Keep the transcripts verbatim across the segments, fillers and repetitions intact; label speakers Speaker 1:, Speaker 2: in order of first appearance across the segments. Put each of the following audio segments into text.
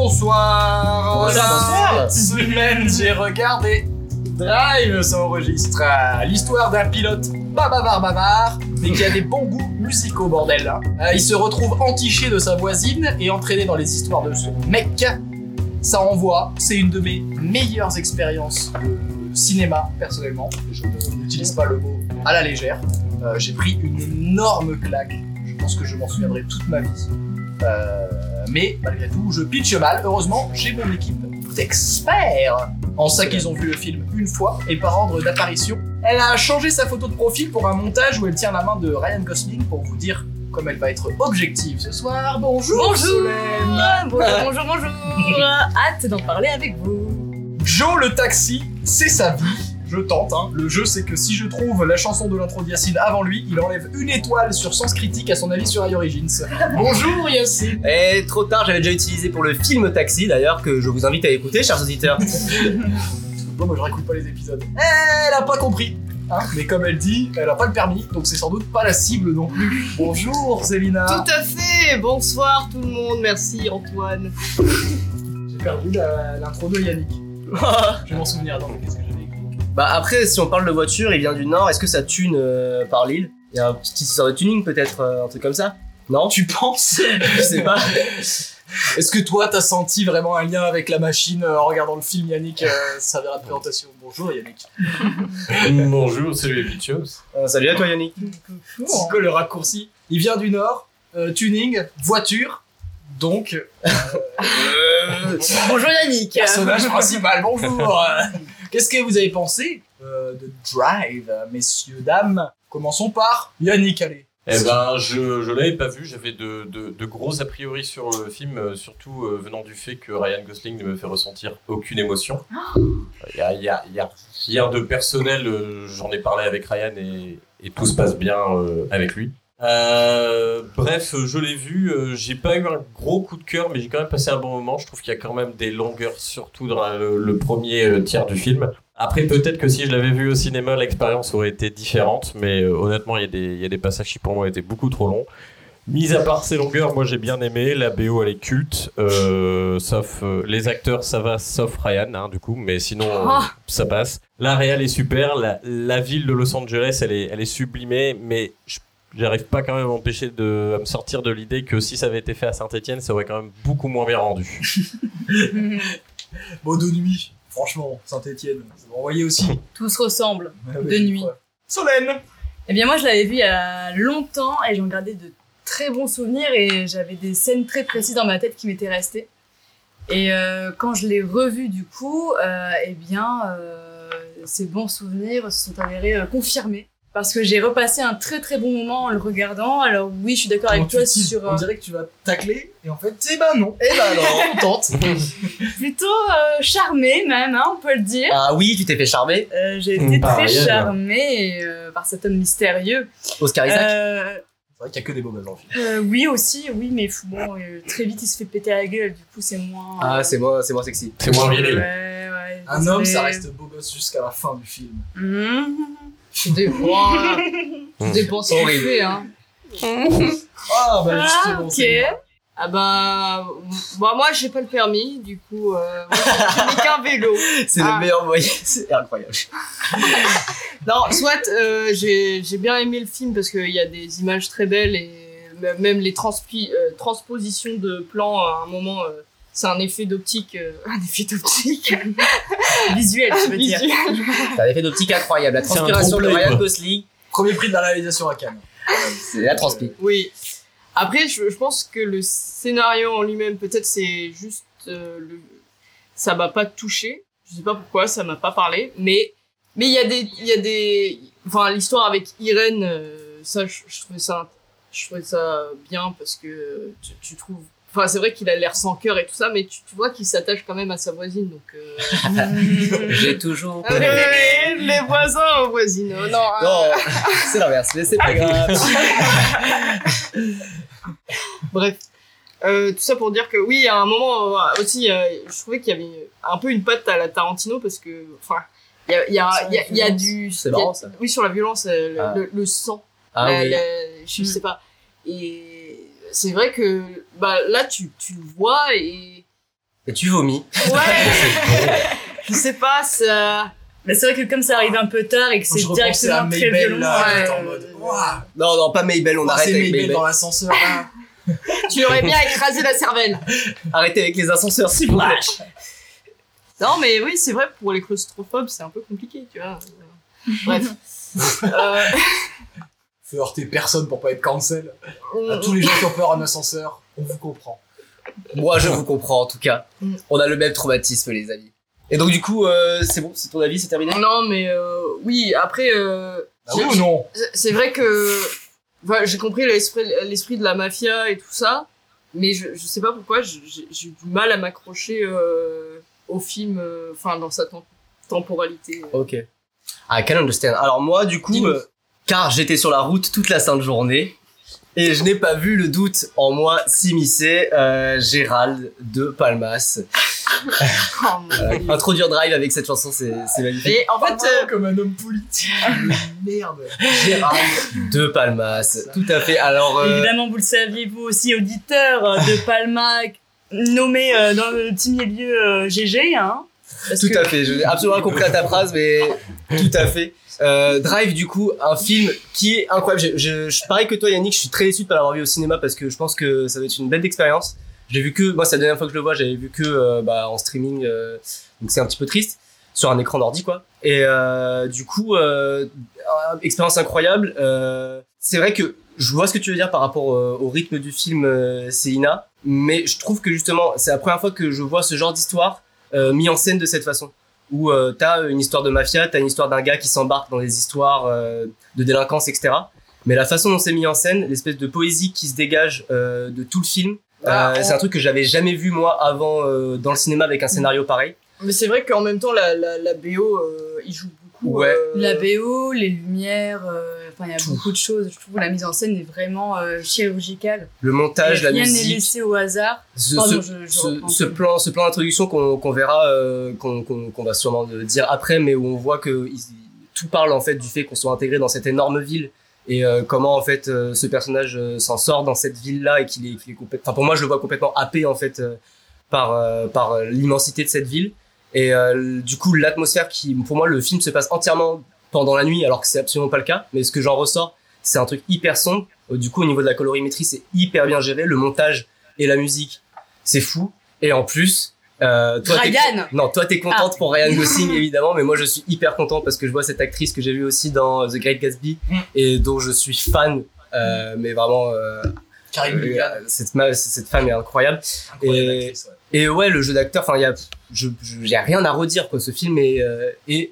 Speaker 1: Bonsoir.
Speaker 2: Bonsoir.
Speaker 1: Cette semaine, j'ai regardé Drive, ça enregistre. Euh, L'histoire d'un pilote pas bavard bavard, mais qui a des bons goûts musicaux, bordel. Hein. Euh, il se retrouve entiché de sa voisine et entraîné dans les histoires de son mec. Ça envoie, c'est une de mes meilleures expériences de cinéma, personnellement. Je n'utilise pas le mot à la légère. Euh, j'ai pris une énorme claque. Je pense que je m'en souviendrai toute ma vie. Euh, mais malgré tout, je pitche mal. Heureusement, j'ai mon équipe d'experts. En ça qu'ils ont vu le film une fois, et par ordre d'apparition, elle a changé sa photo de profil pour un montage où elle tient la main de Ryan Gosling pour vous dire comme elle va être objective ce soir. Bonjour
Speaker 3: Bonjour
Speaker 1: Solène.
Speaker 3: Bonjour, bonjour, bonjour Hâte d'en parler avec vous.
Speaker 1: Joe le taxi, c'est sa vie. Je tente, hein. Le jeu, c'est que si je trouve la chanson de l'intro de Yacine avant lui, il enlève une étoile sur Sens Critique à son avis sur iOrigins. Bonjour Yacine.
Speaker 2: Et trop tard, j'avais déjà utilisé pour le film Taxi, d'ailleurs, que je vous invite à écouter, chers auditeurs.
Speaker 1: Bon, moi je réécoute pas les épisodes. Elle a pas compris, hein. Mais comme elle dit, elle a pas le permis, donc c'est sans doute pas la cible non plus. Bonjour Célina.
Speaker 3: Tout à fait. Bonsoir tout le monde. Merci Antoine.
Speaker 1: J'ai perdu la- l'intro de Yannick. Je vais m'en souvenir. Attends, qu'est-ce que j'avais écrit?
Speaker 2: Bah après, si on parle de voiture, il vient du Nord, est-ce que ça tune euh, par l'île? Il y a un petit histoire de tuning peut-être, euh, un truc comme ça? Non?
Speaker 1: Tu penses?
Speaker 2: Je sais pas.
Speaker 1: Est-ce que toi t'as senti vraiment un lien avec la machine euh, en regardant le film Yannick? euh, Ça verra de présentation. Bonjour Yannick.
Speaker 4: Bonjour, c'est les Pitchos.
Speaker 2: Euh, salut à toi Yannick.
Speaker 1: C'est quoi le raccourci? Il vient du Nord, euh, tuning, voiture, donc euh,
Speaker 3: Bonjour Yannick.
Speaker 1: personnage principal. Bonjour. Qu'est-ce que vous avez pensé euh, de Drive, messieurs, dames? Commençons par Yannick, allez.
Speaker 4: Eh ben, je, je l'avais pas vu, j'avais de, de, de gros a priori sur le film, euh, surtout euh, venant du fait que Ryan Gosling ne me fait ressentir aucune émotion. Il y a, y a, y a rien de personnel, euh, j'en ai parlé avec Ryan et, et tout se passe bien euh, avec lui. Euh, bref, je l'ai vu, euh, j'ai pas eu un gros coup de cœur, mais j'ai quand même passé un bon moment. Je trouve qu'il y a quand même des longueurs, surtout dans la- le, le premier euh, tiers du film. Après, peut-être que si je l'avais vu au cinéma, l'expérience aurait été différente, mais euh, honnêtement, il y a des, il y a des passages qui pour moi étaient beaucoup trop longs. Mis à part ces longueurs, moi j'ai bien aimé. La B O elle est culte, euh, sauf euh, les acteurs, ça va, sauf Ryan, hein, du coup, mais sinon euh,
Speaker 3: Oh.
Speaker 4: ça passe. La réal est super, la, la ville de Los Angeles, elle est, elle est sublimée, mais je J'arrive pas quand même à m'empêcher de à me sortir de l'idée que si ça avait été fait à Saint-Etienne, ça aurait quand même beaucoup moins bien rendu.
Speaker 1: Bon, de nuit, franchement, Saint-Etienne, vous envoyez aussi.
Speaker 3: Tout se ressemble.
Speaker 1: Ouais,
Speaker 3: De
Speaker 1: ouais,
Speaker 3: nuit.
Speaker 1: ouais. Solène.
Speaker 3: Eh bien moi je l'avais vu il y a longtemps et j'en gardais de très bons souvenirs et j'avais des scènes très précises dans ma tête qui m'étaient restées. Et euh, quand je l'ai revu du coup, euh, eh bien euh, ces bons souvenirs se sont avérés euh, confirmés. Parce que j'ai repassé un très très bon moment en le regardant. Alors oui, je suis d'accord avec
Speaker 1: Comment
Speaker 3: toi
Speaker 1: tu teases
Speaker 3: sur
Speaker 1: On
Speaker 3: euh,
Speaker 1: dirait que tu vas tacler, et en fait, eh ben non. Eh ben alors, on tente.
Speaker 3: plutôt euh, charmée même, hein, on peut le dire.
Speaker 2: Ah oui, tu t'es fait charmer.
Speaker 3: Euh, j'ai
Speaker 4: Mmh,
Speaker 3: été
Speaker 4: par
Speaker 3: très
Speaker 4: Ryan.
Speaker 3: charmée euh, par cet homme mystérieux.
Speaker 2: Oscar Isaac.
Speaker 3: Euh,
Speaker 1: C'est vrai qu'il y a que des beaux gosses dans le film.
Speaker 3: euh, oui aussi, oui, mais f- bon, euh, très vite il se fait péter la gueule, du coup c'est moins.
Speaker 2: Ah,
Speaker 3: euh,
Speaker 2: c'est moi, c'est moi sexy.
Speaker 4: C'est moins
Speaker 3: Ouais,
Speaker 4: viril.
Speaker 3: ouais.
Speaker 1: Un homme, ça
Speaker 3: désolé.
Speaker 1: reste beau gosse jusqu'à la fin du film.
Speaker 3: Mmh.
Speaker 5: Tout dépend, euh, tout dépend ce qu'on fait, hein.
Speaker 1: Ah, bah
Speaker 3: Ah,
Speaker 1: justement,
Speaker 3: ok.
Speaker 1: c'est bien.
Speaker 5: Ah bah, bah moi j'ai pas le permis, du coup, euh, moi, je n'ai qu'un vélo.
Speaker 2: C'est
Speaker 5: Ah.
Speaker 2: le meilleur moyen, c'est incroyable.
Speaker 5: Non, soit euh, j'ai j'ai bien aimé le film parce qu'il y a des images très belles et m- même les transpi- euh, transpositions de plans à un moment, euh, c'est un effet d'optique, euh, un effet d'optique
Speaker 3: Visuel, je veux dire.
Speaker 5: visuel.
Speaker 2: T'as un effet d'optique incroyable. La
Speaker 4: C'est un
Speaker 2: transpiration de
Speaker 4: trompe-l'œil,
Speaker 2: Ryan
Speaker 4: quoi.
Speaker 2: Gosling,
Speaker 1: Premier prix de la réalisation à Cannes.
Speaker 2: c'est la transpi.
Speaker 5: Oui. Après, je, je pense que le scénario en lui-même, peut-être c'est juste euh, le, ça m'a pas touché. Je sais pas pourquoi, ça m'a pas parlé. Mais mais il y a des il y a des, enfin l'histoire avec Irène, euh, ça je, je trouvais ça je trouvais ça bien parce que tu, tu trouves. Enfin, c'est vrai qu'il a l'air sans cœur et tout ça, mais tu, tu vois qu'il s'attache quand même à sa voisine, donc. Euh...
Speaker 2: J'ai toujours.
Speaker 5: Euh, les, les voisins aux voisines. Oh, non. euh,
Speaker 2: Non, c'est l'inverse, mais c'est pas grave.
Speaker 5: Bref, euh, tout ça pour dire que oui, à un moment euh, aussi, euh, je trouvais qu'il y avait un peu une patte à la Tarantino parce que, enfin, il y a, il y a, il y a, il y a du,
Speaker 2: C'est
Speaker 5: il y a-
Speaker 2: marrant, ça.
Speaker 5: Oui, sur la violence, euh, le,
Speaker 2: Ah.
Speaker 5: le, le sang,
Speaker 2: Ah
Speaker 5: la-
Speaker 2: oui.
Speaker 5: la- je
Speaker 3: Mm.
Speaker 5: sais pas. Et c'est vrai que, bah là, tu, tu le vois et
Speaker 2: Et tu vomis.
Speaker 5: Ouais. Je sais pas, ça.
Speaker 3: Mais c'est vrai que comme ça arrive un peu tard et que
Speaker 1: Quand
Speaker 3: c'est
Speaker 1: je repensais à
Speaker 3: directement très
Speaker 1: Maybell,
Speaker 3: violent.
Speaker 1: là,
Speaker 3: ouais.
Speaker 1: j'étais en mode, waouh,
Speaker 2: Non, non, pas Maybell, on
Speaker 1: oh,
Speaker 2: arrête
Speaker 1: c'est
Speaker 2: avec
Speaker 1: Maybell
Speaker 2: Maybell.
Speaker 1: dans l'ascenseur, là.
Speaker 5: Tu aurais bien écrasé la cervelle.
Speaker 2: Arrêtez avec les ascenseurs, s'il vous plaît.
Speaker 5: Non, mais oui, c'est vrai, pour les claustrophobes, c'est un peu compliqué, tu vois. Bref. euh...
Speaker 1: Faut heurter personne pour pas être cancel.
Speaker 5: on-
Speaker 1: À tous les gens qui ont peur en ascenseur, on vous comprend.
Speaker 2: Moi, je vous comprends, en tout cas.
Speaker 5: Mm.
Speaker 2: On a le même traumatisme, les amis. Et donc, du coup, euh, c'est bon, c'est ton avis, c'est terminé?
Speaker 5: Non, mais euh, oui, après, euh,
Speaker 1: Ah
Speaker 5: j'ai-
Speaker 1: oui ou non?
Speaker 5: c'est- c'est vrai que voilà, j'ai compris l'esprit, l'esprit de la mafia et tout ça, mais je, je sais pas pourquoi, je- j'ai j'ai eu du mal à m'accrocher euh, au film, euh, enfin, dans sa tem- temporalité.
Speaker 2: Ok. I can understand. Alors moi, du coup,
Speaker 5: Dis-nous.
Speaker 2: euh, car j'étais sur la route toute la sainte journée, et je n'ai pas vu le doute en moi s'immiscer, euh, Gérald de Palmas.
Speaker 5: Oh, mon
Speaker 2: Euh,
Speaker 5: Dieu.
Speaker 2: introduire Drive avec cette chanson, c'est c'est magnifique.
Speaker 5: Et en fait, euh,
Speaker 1: comme un homme politique. Merde. Gérald.
Speaker 2: De Palmas, tout à fait. Alors, euh,
Speaker 3: Évidemment, vous le saviez, vous aussi, auditeur euh, de Palma, nommé euh, dans le petit milieu euh, G G, hein. Parce
Speaker 2: tout
Speaker 3: que-
Speaker 2: à fait. Je n'ai absolument compris à ta phrase, mais tout à fait. Euh, Drive, du coup, un film qui est incroyable. Je, je, je pareil que toi, Yannick, je suis très déçu de pas l'avoir vu au cinéma parce que je pense que ça va être une belle expérience. Je l'ai vu que, moi, c'est la dernière fois que je le vois, j'avais vu que euh, bah, en streaming, euh, donc c'est un petit peu triste, sur un écran d'ordi, quoi. Et euh, du coup, euh, euh, expérience incroyable. Euh, c'est vrai que je vois ce que tu veux dire par rapport euh, au rythme du film euh, Céline, mais je trouve que justement, c'est la première fois que je vois ce genre d'histoire euh, mis en scène de cette façon. Où euh, t'as une histoire de mafia, t'as une histoire d'un gars qui s'embarque dans des histoires euh, de délinquance, et cetera. Mais la façon dont c'est mis en scène, l'espèce de poésie qui se dégage euh, de tout le film,
Speaker 5: Ah,
Speaker 2: euh,
Speaker 5: on-
Speaker 2: c'est un truc que j'avais jamais vu moi avant euh, dans le cinéma avec un scénario pareil.
Speaker 5: mais c'est vrai qu'en même temps, la, la, la B O, euh, il joue beaucoup.
Speaker 2: Ouais.
Speaker 5: euh,
Speaker 3: La B O, les lumières, euh, enfin il y a
Speaker 2: Tout.
Speaker 3: beaucoup de choses. Je trouve que la mise en scène est vraiment euh, chirurgicale.
Speaker 2: Le montage,
Speaker 3: Et
Speaker 2: la
Speaker 3: rien n'est
Speaker 2: musique,
Speaker 3: laissé au hasard.
Speaker 2: ce,
Speaker 3: Pardon,
Speaker 2: ce,
Speaker 3: je, je
Speaker 2: ce,
Speaker 3: reprends un
Speaker 2: ce
Speaker 3: peu.
Speaker 2: plan, ce plan d'introduction qu'on qu'on verra, euh, qu'on qu'on qu'on va sûrement dire après, mais où on voit que il- tout parle en fait du fait qu'on soit intégré dans cette énorme ville et euh, comment en fait euh, ce personnage euh, s'en sort dans cette ville-là et qu'il est, qu'il est complètement. Enfin pour moi je le vois complètement happé en fait euh, par euh, par euh, l'immensité de cette ville et euh, du coup l'atmosphère qui pour moi le film se passe entièrement pendant la nuit alors que c'est absolument pas le cas, mais ce que j'en ressors c'est un truc hyper sombre. Euh, du coup au niveau de la colorimétrie c'est hyper bien géré, le montage et la musique c'est fou et en plus euh, toi t'es-
Speaker 3: Ryan.
Speaker 2: non, toi t'es contente pour Ryan Gosling évidemment, mais moi je suis hyper content parce que je vois cette actrice que j'ai vue aussi dans The Great Gatsby et dont je suis fan, euh, mais vraiment euh,
Speaker 1: Karim
Speaker 2: euh,
Speaker 1: Mulligan.
Speaker 2: cette, ma- cette femme est incroyable.
Speaker 1: Incroyable
Speaker 2: et-
Speaker 1: actrice, ouais.
Speaker 2: Et ouais, le jeu d'acteur, enfin il y a, je, je, y a rien à redire quoi. Ce film est, euh, est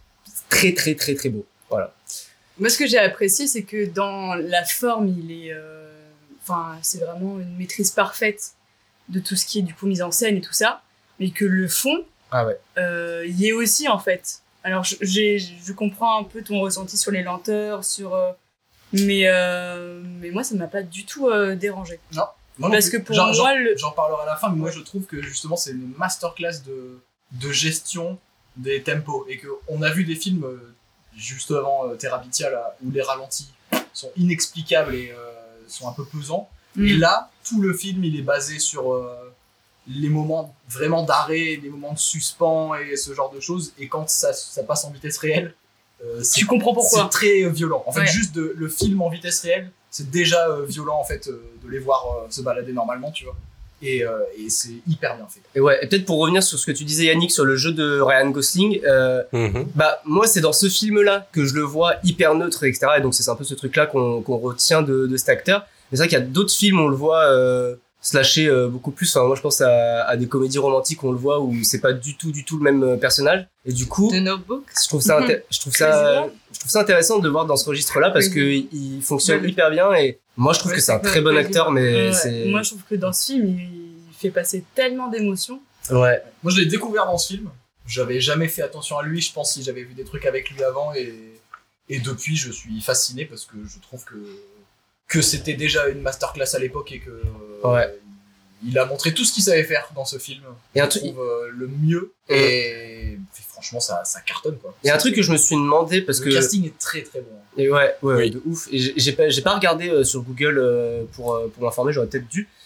Speaker 2: très très très très beau. Voilà.
Speaker 3: Moi, ce que j'ai apprécié, c'est que dans la forme, il est, euh, enfin, c'est vraiment une maîtrise parfaite de tout ce qui est du coup mise en scène et tout ça, mais que le fond,
Speaker 2: Ah ouais.
Speaker 3: euh, y est aussi en fait. Alors, je- j'ai, je comprends un peu ton ressenti sur les lenteurs, sur, euh, mais, euh, mais moi, ça ne m'a pas du tout euh, dérangé.
Speaker 1: Moi non
Speaker 3: Parce
Speaker 1: plus.
Speaker 3: que pour
Speaker 1: J'en-
Speaker 3: moi,
Speaker 1: j'en-
Speaker 3: le-
Speaker 1: J'en parlerai à la fin, mais moi je trouve que justement c'est une masterclass de, de gestion des tempos et que on a vu des films euh, juste avant euh, Terabithia là où les ralentis sont inexplicables et euh, sont un peu pesants. Et
Speaker 3: Mm.
Speaker 1: là, tout le film il est basé sur euh, les moments vraiment d'arrêt, les moments de suspens et ce genre de choses. Et quand ça, ça passe en vitesse réelle, euh, c'est
Speaker 3: tu comprends pourquoi.
Speaker 1: c'est très euh, violent. En fait,
Speaker 3: Ouais.
Speaker 1: juste de, le film en vitesse réelle, c'est déjà euh, violent en fait euh, de les voir euh, se balader normalement, tu vois. Et, euh, et c'est hyper bien fait.
Speaker 2: Et ouais. Et peut-être pour revenir sur ce que tu disais Yannick sur le jeu de Ryan Gosling, euh, bah moi c'est dans ce film-là que je le vois hyper neutre, et cetera. Et donc c'est un peu ce truc-là qu'on qu'on retient de, de cet acteur. Mais c'est vrai qu'il y a d'autres films où on le voit euh, se lâcher euh, beaucoup plus. Enfin moi je pense à, à des comédies romantiques où on le voit où c'est pas du tout du tout le même euh, personnage. Et du coup
Speaker 5: The Notebook.
Speaker 2: je trouve ça inté- je trouve ça
Speaker 3: Président.
Speaker 2: je trouve ça intéressant de le voir dans ce registre-là parce que
Speaker 3: Oui.
Speaker 2: il fonctionne
Speaker 3: Oui.
Speaker 2: hyper bien et moi je trouve
Speaker 5: Ouais,
Speaker 2: que c'est un
Speaker 5: c'est
Speaker 2: très bon
Speaker 5: clair.
Speaker 2: acteur mais
Speaker 3: Ouais,
Speaker 2: c'est
Speaker 3: moi, je trouve que dans ce film, il fait passer tellement d'émotions.
Speaker 2: ouais.
Speaker 1: Moi, je l'ai découvert dans ce film. J'avais jamais fait attention à lui. Je pense si j'avais vu des trucs avec lui avant et et depuis, je suis fasciné parce que je trouve que que c'était déjà une masterclass à l'époque et que euh,
Speaker 2: Ouais.
Speaker 1: il a montré tout ce qu'il savait faire dans ce film.
Speaker 2: Et un
Speaker 1: Je
Speaker 2: truc
Speaker 1: trouve euh, le mieux
Speaker 2: Mm.
Speaker 1: et franchement, ça ça cartonne quoi.
Speaker 2: il y a un truc que je me suis demandé parce
Speaker 1: le
Speaker 2: que
Speaker 1: casting est très très bon.
Speaker 2: et ouais, ouais,
Speaker 4: Oui.
Speaker 2: de ouf. Et j'ai- j'ai pas, j'ai pas regardé euh, sur Google euh, pour euh, pour m'informer, j'aurais peut-être dû.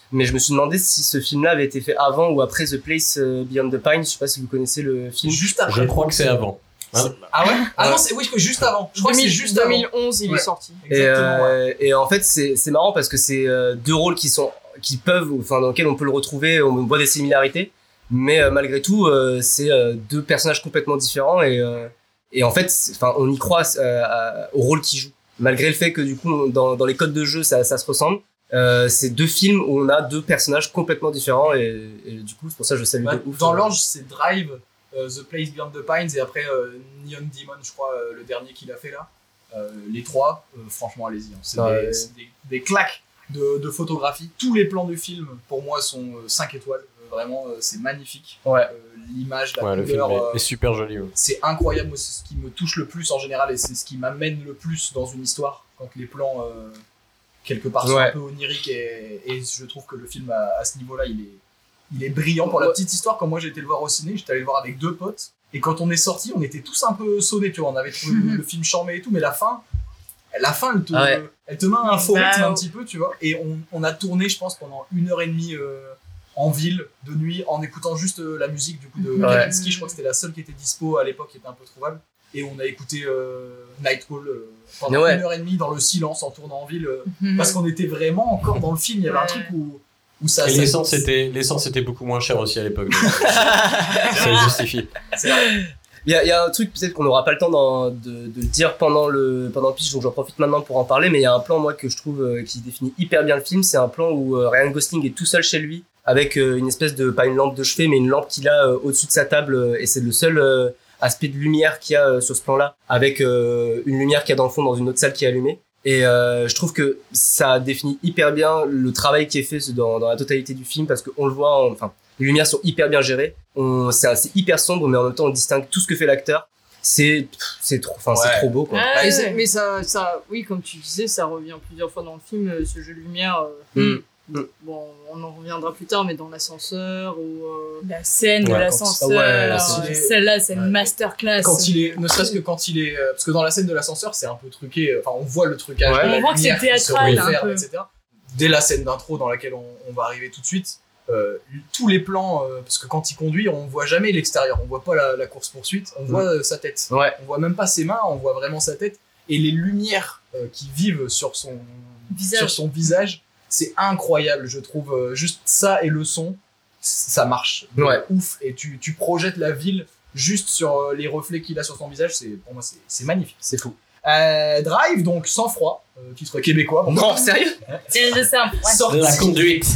Speaker 2: mais je me suis demandé si ce film-là avait été fait avant ou après The Place Beyond the Pines. Je sais pas si vous connaissez le film.
Speaker 1: Juste après.
Speaker 4: Je crois que c'est avant. Hein
Speaker 1: Ah ouais Ah non, c'est oui, que juste avant. Je crois que c'est juste avant.
Speaker 5: deux mille onze, il
Speaker 1: Ouais.
Speaker 5: est sorti.
Speaker 2: Et,
Speaker 1: Exactement. ouais.
Speaker 2: euh, et en fait, c'est c'est marrant parce que c'est euh, deux rôles qui sont qui peuvent, enfin dans lesquels on peut le retrouver, on voit des similarités, mais euh, malgré tout, euh, c'est euh, deux personnages complètement différents et euh, et en fait, enfin on y croit euh, à- au rôle qu'ils jouent, malgré le fait que du coup dans dans les codes de jeu ça ça se ressemble. Euh, c'est deux films où on a deux personnages complètement différents et, et du coup c'est pour ça que je salue
Speaker 1: Ouais,
Speaker 2: de ouf.
Speaker 1: dans
Speaker 2: euh,
Speaker 1: l'ordre, c'est Drive, euh, The Place Beyond the Pines et après euh, Neon Demon, je crois, euh, le dernier qu'il a fait là. Euh, les trois, euh, franchement, allez-y. hein. C'est
Speaker 2: Ouais.
Speaker 1: des, c'est des, des claques de, de photographie. Tous les plans du film, pour moi, sont euh, cinq étoiles. Euh, vraiment, euh, c'est magnifique.
Speaker 2: Ouais.
Speaker 1: Euh, L'image, la
Speaker 4: Ouais, le film
Speaker 1: couleur,
Speaker 4: est,
Speaker 1: euh,
Speaker 4: est super joli. Ouais.
Speaker 1: c'est incroyable. Moi, c'est ce qui me touche le plus en général et c'est ce qui m'amène le plus dans une histoire. Quand les plans, euh, quelque part, sont
Speaker 2: Ouais.
Speaker 1: un peu oniriques et, et je trouve que le film, à, à ce niveau-là, il est, il est brillant. Pour la
Speaker 2: Ouais.
Speaker 1: petite histoire, quand moi j'ai été le voir au ciné, j'étais allé le voir avec deux potes. Et quand on est sorti, on était tous un peu sonnés, tu vois. On avait trouvé le, le film charmé et tout, mais la fin, la fin, elle te,
Speaker 2: Ah ouais.
Speaker 1: elle te met un faux
Speaker 3: Bah,
Speaker 1: rythme un
Speaker 3: ouais.
Speaker 1: petit peu, tu vois. Et on, on a tourné, je pense, pendant une heure et demie euh, en ville, de nuit, en écoutant juste euh, la musique du coup de
Speaker 2: Ouais.
Speaker 1: Kavinsky. Je crois que c'était la seule qui était dispo à l'époque, qui était un peu trouvable. Et on a écouté euh, Nightfall euh, pendant
Speaker 2: Ouais.
Speaker 1: une heure et demie dans le silence en tournant en ville, euh,
Speaker 3: Mhm.
Speaker 1: parce qu'on était vraiment encore dans le film. Il y avait un
Speaker 3: Ouais.
Speaker 1: truc où, où ça.
Speaker 4: Et
Speaker 1: ça-
Speaker 4: l'essence était, l'essence était beaucoup moins chère aussi à l'époque. donc, euh, ça justifie.
Speaker 1: c'est vrai.
Speaker 2: Il y a, il y a un truc peut-être qu'on n'aura pas le temps d'en- de, de le dire pendant le pendant le pitch, donc j'en profite maintenant pour en parler. Mais il y a un plan moi que je trouve euh, qui définit hyper bien le film. C'est un plan où euh, Ryan Gosling est tout seul chez lui avec euh, une espèce de pas une lampe de chevet, mais une lampe qu'il a euh, au-dessus de sa table euh, et c'est le seul euh, aspect de lumière qu'il y a euh, sur ce plan-là, avec euh, une lumière qu'il y a dans le fond dans une autre salle qui est allumée. Et euh, je trouve que ça définit hyper bien le travail qui est fait dans, dans la totalité du film parce qu'on le voit, en- enfin les lumières sont hyper bien gérées. On, c'est, c'est hyper sombre, mais en même temps on distingue tout ce que fait l'acteur. C'est c'est trop, enfin
Speaker 1: Ouais.
Speaker 2: c'est trop beau quoi.
Speaker 3: Ouais,
Speaker 5: Mais,
Speaker 3: ouais.
Speaker 5: c'est- mais ça, ça, oui, comme tu disais, ça revient plusieurs fois dans le film, euh, ce jeu de lumière. euh,
Speaker 2: Mm.
Speaker 5: Bon, on en reviendra plus tard, mais dans l'ascenseur ou. euh,
Speaker 3: La scène de
Speaker 2: Ouais,
Speaker 3: l'ascenseur,
Speaker 2: quand- ouais,
Speaker 3: euh,
Speaker 1: quand il est-
Speaker 3: celle-là, c'est
Speaker 1: Ouais.
Speaker 3: une masterclass.
Speaker 1: Quand il est, ne serait-ce que quand il est, euh, parce que dans la scène de l'ascenseur, c'est un peu truqué. Enfin, on voit le trucage.
Speaker 2: Ouais.
Speaker 1: de la
Speaker 3: On voit que c'est
Speaker 1: lumière qui se
Speaker 3: théâtral, un
Speaker 1: referme,
Speaker 3: peu.
Speaker 1: et cetera. Dès la scène d'intro dans laquelle on, on va arriver tout de suite, euh, tous les plans, euh, parce que quand il conduit, on voit jamais l'extérieur, on voit pas la, la course poursuite, on voit euh, sa tête.
Speaker 2: Ouais.
Speaker 1: On voit même pas ses mains, on voit vraiment sa tête et les lumières euh, qui vivent sur son
Speaker 3: Visage.
Speaker 1: sur son visage, c'est incroyable, je trouve. euh, juste ça et le son, ça marche. de
Speaker 2: Ouais.
Speaker 1: Ouf. Et tu, tu projettes la ville juste sur euh, les reflets qu'il a sur son visage. C'est pour moi c'est c'est magnifique.
Speaker 2: C'est fou.
Speaker 1: Euh, Drive donc sans froid, euh, titre québécois. Bon,
Speaker 2: Non sérieux.
Speaker 3: C'est c'est simple. Ouais.
Speaker 1: sorti-
Speaker 4: La conduite.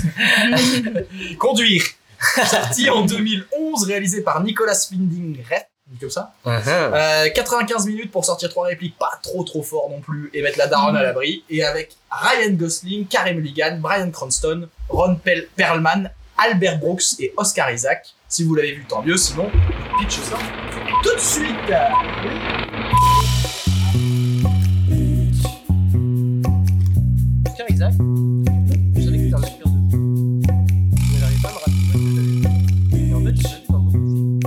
Speaker 1: conduire. Sorti en deux mille onze, réalisé par Nicolas Winding Refn, comme ça.
Speaker 2: Uh-huh.
Speaker 1: Euh, quatre-vingt-quinze minutes pour sortir trois répliques, pas trop trop fort non plus, et mettre la daronne à l'abri. Et avec Ryan Gosling, Carey Mulligan, Bryan Cranston, Ron Pel- Perlman, Albert Brooks et Oscar Isaac. Si vous l'avez vu, tant mieux. Sinon, je pitch ça tout de suite.
Speaker 2: Oscar Isaac. Je savais que c'était un super deux. Mais j'arrivais pas à me rappeler ce que j'avais vu. Et en fait, je savais pas beaucoup.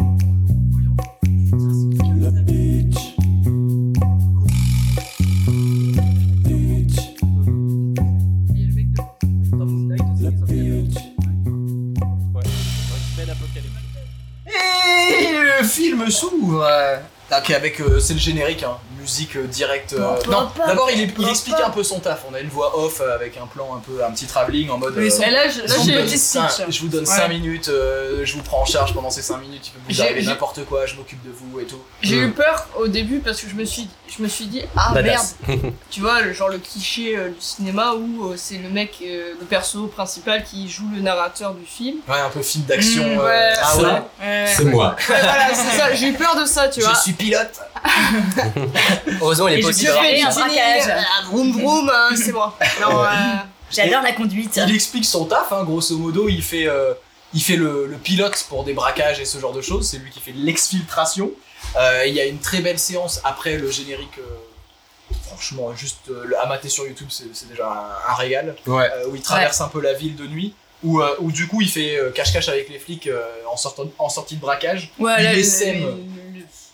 Speaker 1: Et le film s'ouvre. euh, donc avec, euh, c'est le générique, hein, musique euh, directe. euh, non, d'abord il, est- il explique un peu son taf. On a une voix off euh, avec un plan un peu, un petit travelling en mode.
Speaker 3: Oui,
Speaker 1: euh,
Speaker 5: Et là, je- là,
Speaker 1: je vous
Speaker 5: j'ai
Speaker 1: donne
Speaker 5: le petit
Speaker 1: cinq-
Speaker 5: speech.
Speaker 1: Je vous donne
Speaker 5: Ouais.
Speaker 1: cinq minutes, euh, je vous prends en charge pendant ces cinq minutes, il peut vous
Speaker 5: J'ai-
Speaker 1: arriver
Speaker 5: j'ai-
Speaker 1: n'importe quoi, je m'occupe de vous et tout.
Speaker 5: J'ai
Speaker 2: Mm.
Speaker 5: eu peur au début parce que je me suis, je me suis dit, ah
Speaker 2: Badass.
Speaker 5: merde, tu vois, le, genre le cliché euh, du cinéma où euh, c'est le mec, euh, le perso principal qui joue le narrateur du film.
Speaker 1: Ouais, un peu film d'action.
Speaker 5: Mm,
Speaker 1: euh,
Speaker 5: ouais.
Speaker 1: ah
Speaker 4: Ça,
Speaker 1: ouais.
Speaker 3: Ouais.
Speaker 4: C'est moi.
Speaker 5: Ouais, voilà, c'est ça, j'ai eu peur de ça, tu vois.
Speaker 1: Je suis pilote.
Speaker 2: Heureusement, il est
Speaker 3: Et je
Speaker 2: possible
Speaker 3: je
Speaker 2: d'avoir.
Speaker 3: fais
Speaker 5: du
Speaker 3: un
Speaker 5: tuning,
Speaker 3: braquage.
Speaker 5: euh, vroom vroom, hein, c'est moi. Non, euh,
Speaker 3: J'adore la conduite.
Speaker 1: Il explique son taf, hein, grosso modo, il fait, euh, il fait le, le pilote pour des braquages et ce genre de choses, c'est lui qui fait l'exfiltration. Euh, il y a une très belle séance après le générique, euh, franchement, juste euh, le- à mater sur YouTube, c'est c'est déjà un, un régal,
Speaker 2: Ouais.
Speaker 1: euh, où il traverse un peu la ville de nuit, où, euh, où du coup il fait euh, cache-cache avec les flics euh, en, sortant, en sortie de braquage.
Speaker 3: Ouais,
Speaker 1: il
Speaker 3: là, le-
Speaker 1: essaime.
Speaker 3: le-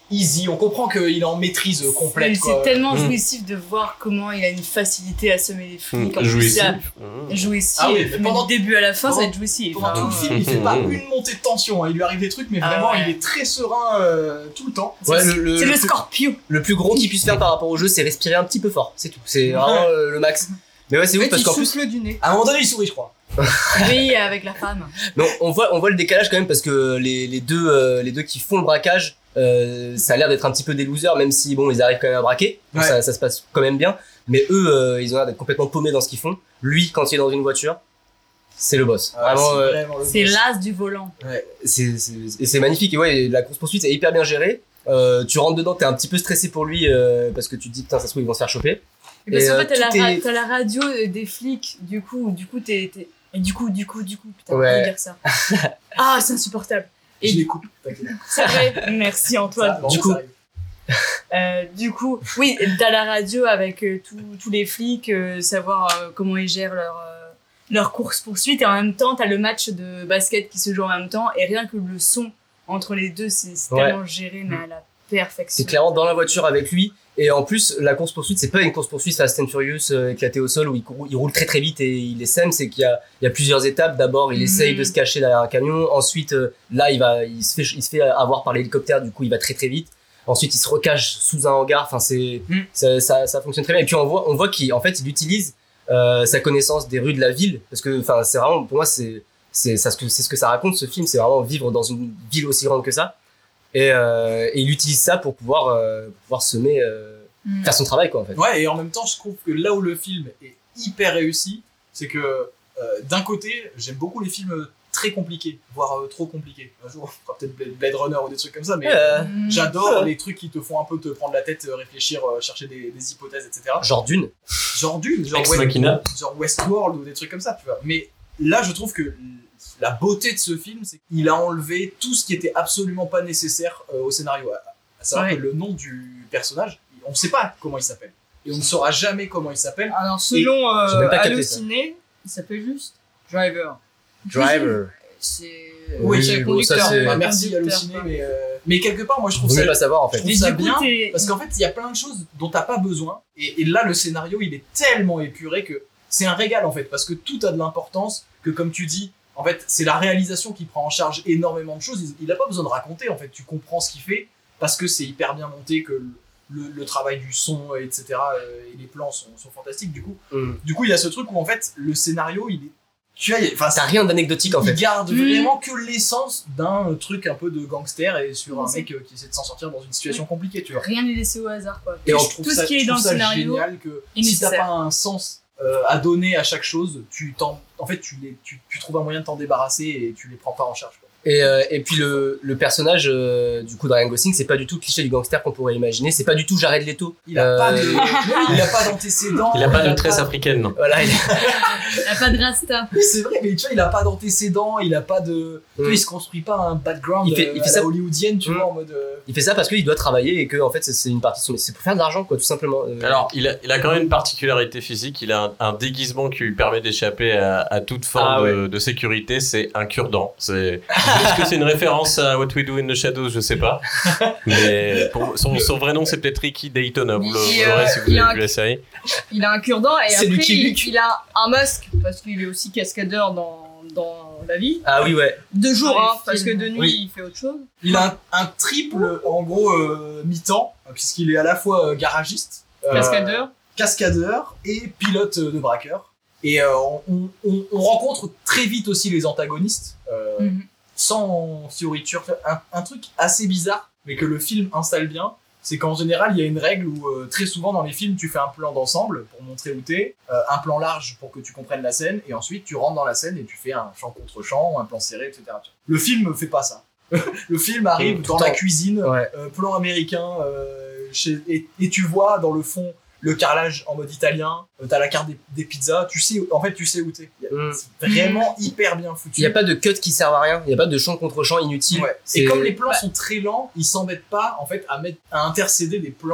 Speaker 1: easy. On comprend qu'il est en maîtrise euh, complète.
Speaker 3: C'est-
Speaker 1: quoi.
Speaker 3: C'est tellement
Speaker 4: Mm.
Speaker 3: jouissif de voir comment il a une facilité à semer les flics. En plus,
Speaker 4: Jouissif.
Speaker 3: ça-
Speaker 4: Mmh.
Speaker 3: Jouissif.
Speaker 1: Ah oui, mais
Speaker 3: mais
Speaker 1: pendant-
Speaker 3: du début à la fin, ça va
Speaker 1: pendant-
Speaker 3: être jouissif.
Speaker 1: Pendant tout
Speaker 3: hein.
Speaker 1: le film, il fait pas une montée de tension. hein. Il lui arrive des trucs, mais
Speaker 3: Ah
Speaker 1: vraiment,
Speaker 3: ouais.
Speaker 1: il est très serein euh, tout le temps.
Speaker 2: Ouais, le, le,
Speaker 3: C'est le
Speaker 2: le-
Speaker 3: Scorpio.
Speaker 2: le plus gros qu'il puisse faire par rapport au jeu, c'est respirer un petit peu fort. C'est tout. C'est vraiment euh, le max. Mais ouais, c'est ouf
Speaker 5: Et
Speaker 2: parce
Speaker 5: tu
Speaker 2: qu'en plus,
Speaker 5: souffles du nez.
Speaker 1: À un moment donné, il sourit, je crois.
Speaker 3: Oui, avec la femme.
Speaker 2: non, on voit, on voit le décalage quand même parce que les, les deux, euh, les deux qui font le braquage, euh, ça a l'air d'être un petit peu des losers, même si bon, ils arrivent quand même à braquer. Donc
Speaker 1: Ouais.
Speaker 2: ça, ça se passe quand même bien. Mais eux, euh, ils ont l'air d'être complètement paumés dans ce qu'ils font. Lui, quand il est dans une voiture, c'est le boss.
Speaker 1: Ah,
Speaker 2: Vraiment,
Speaker 1: c'est
Speaker 2: euh,
Speaker 1: vraiment le
Speaker 3: C'est
Speaker 1: boss.
Speaker 3: l'as du volant.
Speaker 2: c'est, c'est, et c'est magnifique. Et ouais, la course poursuite est hyper bien gérée. Euh, tu rentres dedans, t'es un petit peu stressé pour lui euh, parce que tu te dis putain, ça se trouve ils vont se faire choper.
Speaker 3: Et parce
Speaker 2: Et,
Speaker 3: qu'en
Speaker 2: euh,
Speaker 3: fait, t'as la,
Speaker 2: tout
Speaker 3: ra-
Speaker 2: est-
Speaker 3: t'as la radio euh, des flics, du coup, du coup, t'es, t'es- et du coup, du coup, du coup, putain,
Speaker 2: Ouais.
Speaker 3: on peut dire ça. Ah, c'est insupportable.
Speaker 1: Je
Speaker 3: Et
Speaker 1: les coupe. t'inquiète.
Speaker 3: c'est vrai, merci Antoine.
Speaker 1: Ça, bon,
Speaker 2: Du
Speaker 1: ça
Speaker 2: coup-
Speaker 1: arrive.
Speaker 3: Euh, du coup, oui, t'as la radio avec euh, tous tous les flics, euh, savoir euh, comment ils gèrent leur, euh, leur course-poursuite, et en même temps, t'as le match de basket qui se joue en même temps, et rien que le son entre les deux, c'est c'est
Speaker 2: Ouais.
Speaker 3: tellement géré, mais à la perfection.
Speaker 2: C'est clairement dans la voiture avec lui. Et en plus, la course poursuite, c'est pas une course poursuite Fast and Furious euh, éclatée au sol où il, court- il roule très très vite et il les sème. C'est qu'il y a, il y a plusieurs étapes. D'abord, il
Speaker 3: Mhm.
Speaker 2: essaye de se cacher derrière un camion. Ensuite, euh, là, il va, il se fait, il se fait avoir par l'hélicoptère. Du coup, il va très très vite. Ensuite, il se recache sous un hangar. Enfin, c'est,
Speaker 1: Mhm.
Speaker 2: ça, ça, ça fonctionne très bien. Et puis on voit, on voit qu'il, en fait, il utilise euh, sa connaissance des rues de la ville parce que, enfin, c'est vraiment, pour moi, c'est, c'est, ça, ce que- c'est ce que ça raconte ce film. C'est vraiment vivre dans une ville aussi grande que ça. Et, euh, et il utilise ça pour pouvoir, euh, pour pouvoir semer, euh,
Speaker 3: Mm.
Speaker 2: faire son travail quoi en fait.
Speaker 1: Ouais, et en même temps, je trouve que là où le film est hyper réussi, c'est que euh, d'un côté, j'aime beaucoup les films très compliqués, voire euh, trop compliqués. Un jour, on fera peut-être Blade- Blade Runner ou des trucs comme ça, mais
Speaker 2: Euh,
Speaker 3: Mm.
Speaker 1: j'adore
Speaker 2: ouais.
Speaker 1: les trucs qui te font un peu te prendre la tête, euh, réfléchir, euh, chercher des, des hypothèses, et cetera.
Speaker 2: Genre Dune.
Speaker 1: Genre Dune, genre,
Speaker 4: Ex
Speaker 1: West-
Speaker 4: Machina.
Speaker 1: genre Westworld ou des trucs comme ça, tu vois. Mais là, je trouve que la beauté de ce film, c'est qu'il a enlevé tout ce qui était absolument pas nécessaire euh, au scénario. À, à savoir
Speaker 3: Ouais.
Speaker 1: que le nom du personnage, on ne sait pas comment il s'appelle. Et on ne saura jamais comment il s'appelle.
Speaker 5: Alors, selon
Speaker 2: J'ai
Speaker 5: euh,
Speaker 2: même pas capté ça.
Speaker 5: Halluciné, il s'appelle juste Driver.
Speaker 2: Driver.
Speaker 5: C'est.
Speaker 1: Oui,
Speaker 5: c'est
Speaker 2: bon, ça,
Speaker 5: conducteur.
Speaker 2: c'est-
Speaker 1: Bah,
Speaker 5: euh,
Speaker 1: merci
Speaker 5: conducteur,
Speaker 1: Halluciné,
Speaker 5: quoi.
Speaker 1: mais, euh, mais quelque part, moi je trouve
Speaker 2: Vous
Speaker 1: ça,
Speaker 2: voulez pas savoir en
Speaker 1: je
Speaker 2: fait.
Speaker 1: trouve
Speaker 3: Et
Speaker 1: ça
Speaker 3: du coup,
Speaker 1: bien.
Speaker 3: t'es-
Speaker 1: Parce qu'en fait, il y a plein de choses dont t'as pas besoin. Et, et là, le scénario, il est tellement épuré que c'est un régal en fait. Parce que tout a de l'importance. Que comme tu dis, en fait, c'est la réalisation qui prend en charge énormément de choses. Il, il a pas besoin de raconter en fait. Tu comprends ce qu'il fait parce que c'est hyper bien monté, que le, le- le travail du son, et cetera. euh, et les plans sont, sont fantastiques. Du coup,
Speaker 2: Mm.
Speaker 1: du coup, il y a ce truc où en fait, le scénario, il est. Tu vois, il- enfin,
Speaker 2: T'as rien d'anecdotique en
Speaker 1: il
Speaker 2: fait.
Speaker 1: garde
Speaker 3: Mm.
Speaker 1: vraiment que l'essence d'un truc un peu de gangster et sur un
Speaker 3: C'est-
Speaker 1: mec euh, qui essaie de s'en sortir dans une situation compliquée, tu vois.
Speaker 3: Rien n'est laissé au hasard, quoi.
Speaker 1: Et
Speaker 2: Et
Speaker 1: je
Speaker 2: en-
Speaker 1: trouve
Speaker 3: tout
Speaker 1: ça-
Speaker 3: ce qui
Speaker 1: je
Speaker 3: est dans
Speaker 1: trouve
Speaker 3: le
Speaker 1: ça
Speaker 3: scénario
Speaker 1: génial que
Speaker 3: est
Speaker 1: si t'as
Speaker 3: nécessaire.
Speaker 1: pas un sens euh, à donner à chaque chose, tu t'en, en fait, tu, les, tu, tu trouves un moyen de t'en débarrasser et tu les prends pas en charge. Quoi.
Speaker 2: Et, euh, et puis le, le personnage euh, du coup de Ryan Gosling, c'est pas du tout le cliché du gangster qu'on pourrait imaginer. C'est pas du tout Jared Leto.
Speaker 1: Il a
Speaker 2: Euh,
Speaker 1: pas de, il a pas d'antécédents.
Speaker 4: Il a pas de tresse africaine. non.
Speaker 2: Voilà. il-
Speaker 3: Il a pas de rasta.
Speaker 1: Mais c'est vrai, mais tu vois, il a pas d'antécédents, il a pas de, tu vois,
Speaker 2: Mm.
Speaker 1: il se construit pas un background
Speaker 2: Il fait- il
Speaker 1: euh,
Speaker 2: fait
Speaker 1: à
Speaker 2: ça-
Speaker 1: la hollywoodienne, tu
Speaker 2: Mm.
Speaker 1: vois, en mode. euh,
Speaker 2: Il fait ça parce qu'il doit travailler et que en fait c'est- c'est une partie de son. C'est pour faire de l'argent quoi, tout simplement. Euh,
Speaker 4: Alors, il a, il a quand même une particularité physique. Il a un, un déguisement qui lui permet d'échapper à, à toute forme
Speaker 2: Ah ouais.
Speaker 4: de, de sécurité. C'est un cure-dent. C'est, est-ce que c'est une référence à What We Do in the Shadows? Je sais pas. Mais pour, son, son vrai nom, c'est peut-être Ricky Daytona. Vous le-
Speaker 5: Il,
Speaker 4: vous l'aurez
Speaker 5: euh,
Speaker 4: si vous
Speaker 5: il a
Speaker 4: avez
Speaker 5: un-
Speaker 4: vu la série.
Speaker 5: Il a un cure-dent et
Speaker 2: C'est
Speaker 5: après
Speaker 2: Lucky
Speaker 5: il,
Speaker 2: Luke.
Speaker 5: il a un masque parce qu'il est aussi cascadeur dans, dans la vie.
Speaker 2: Ah oui ouais.
Speaker 5: De jour,
Speaker 3: Dans les
Speaker 5: hein, parce que
Speaker 3: films.
Speaker 5: de nuit
Speaker 2: Oui.
Speaker 5: il fait autre chose.
Speaker 1: Il a un, un triple, en gros, euh, mi-temps, puisqu'il est à la fois euh, garagiste, euh,
Speaker 5: Cascadeur.
Speaker 1: cascadeur et pilote euh, de braqueur. Et euh, on, on- on rencontre très vite aussi les antagonistes, euh,
Speaker 3: Mhm.
Speaker 1: sans fioriture. Un, un truc assez bizarre, mais que le film installe bien, c'est qu'en général, il y a une règle où euh, très souvent dans les films, tu fais un plan d'ensemble pour montrer où t'es, euh, un plan large pour que tu comprennes la scène, et ensuite tu rentres dans la scène et tu fais un champ contre champ, un plan serré, et cetera. Le film fait pas ça. Le film arrive
Speaker 2: Mmh,
Speaker 1: dans
Speaker 2: tout
Speaker 1: la
Speaker 2: le temps.
Speaker 1: cuisine,
Speaker 2: Ouais.
Speaker 1: euh, plan américain, euh, chez, et, et tu vois dans le fond le carrelage en mode italien, euh, t'as la carte des, des pizzas, tu sais, en fait tu sais où t'es. Il y a-
Speaker 2: Mm.
Speaker 1: C'est vraiment hyper bien foutu.
Speaker 2: Il y a pas de cut qui servent à rien. Il y a pas de champ contre champ inutile.
Speaker 1: Ouais.
Speaker 2: C'est-
Speaker 1: Et comme les plans sont très lents, ils s'embêtent pas en fait à mettre à intercéder des plans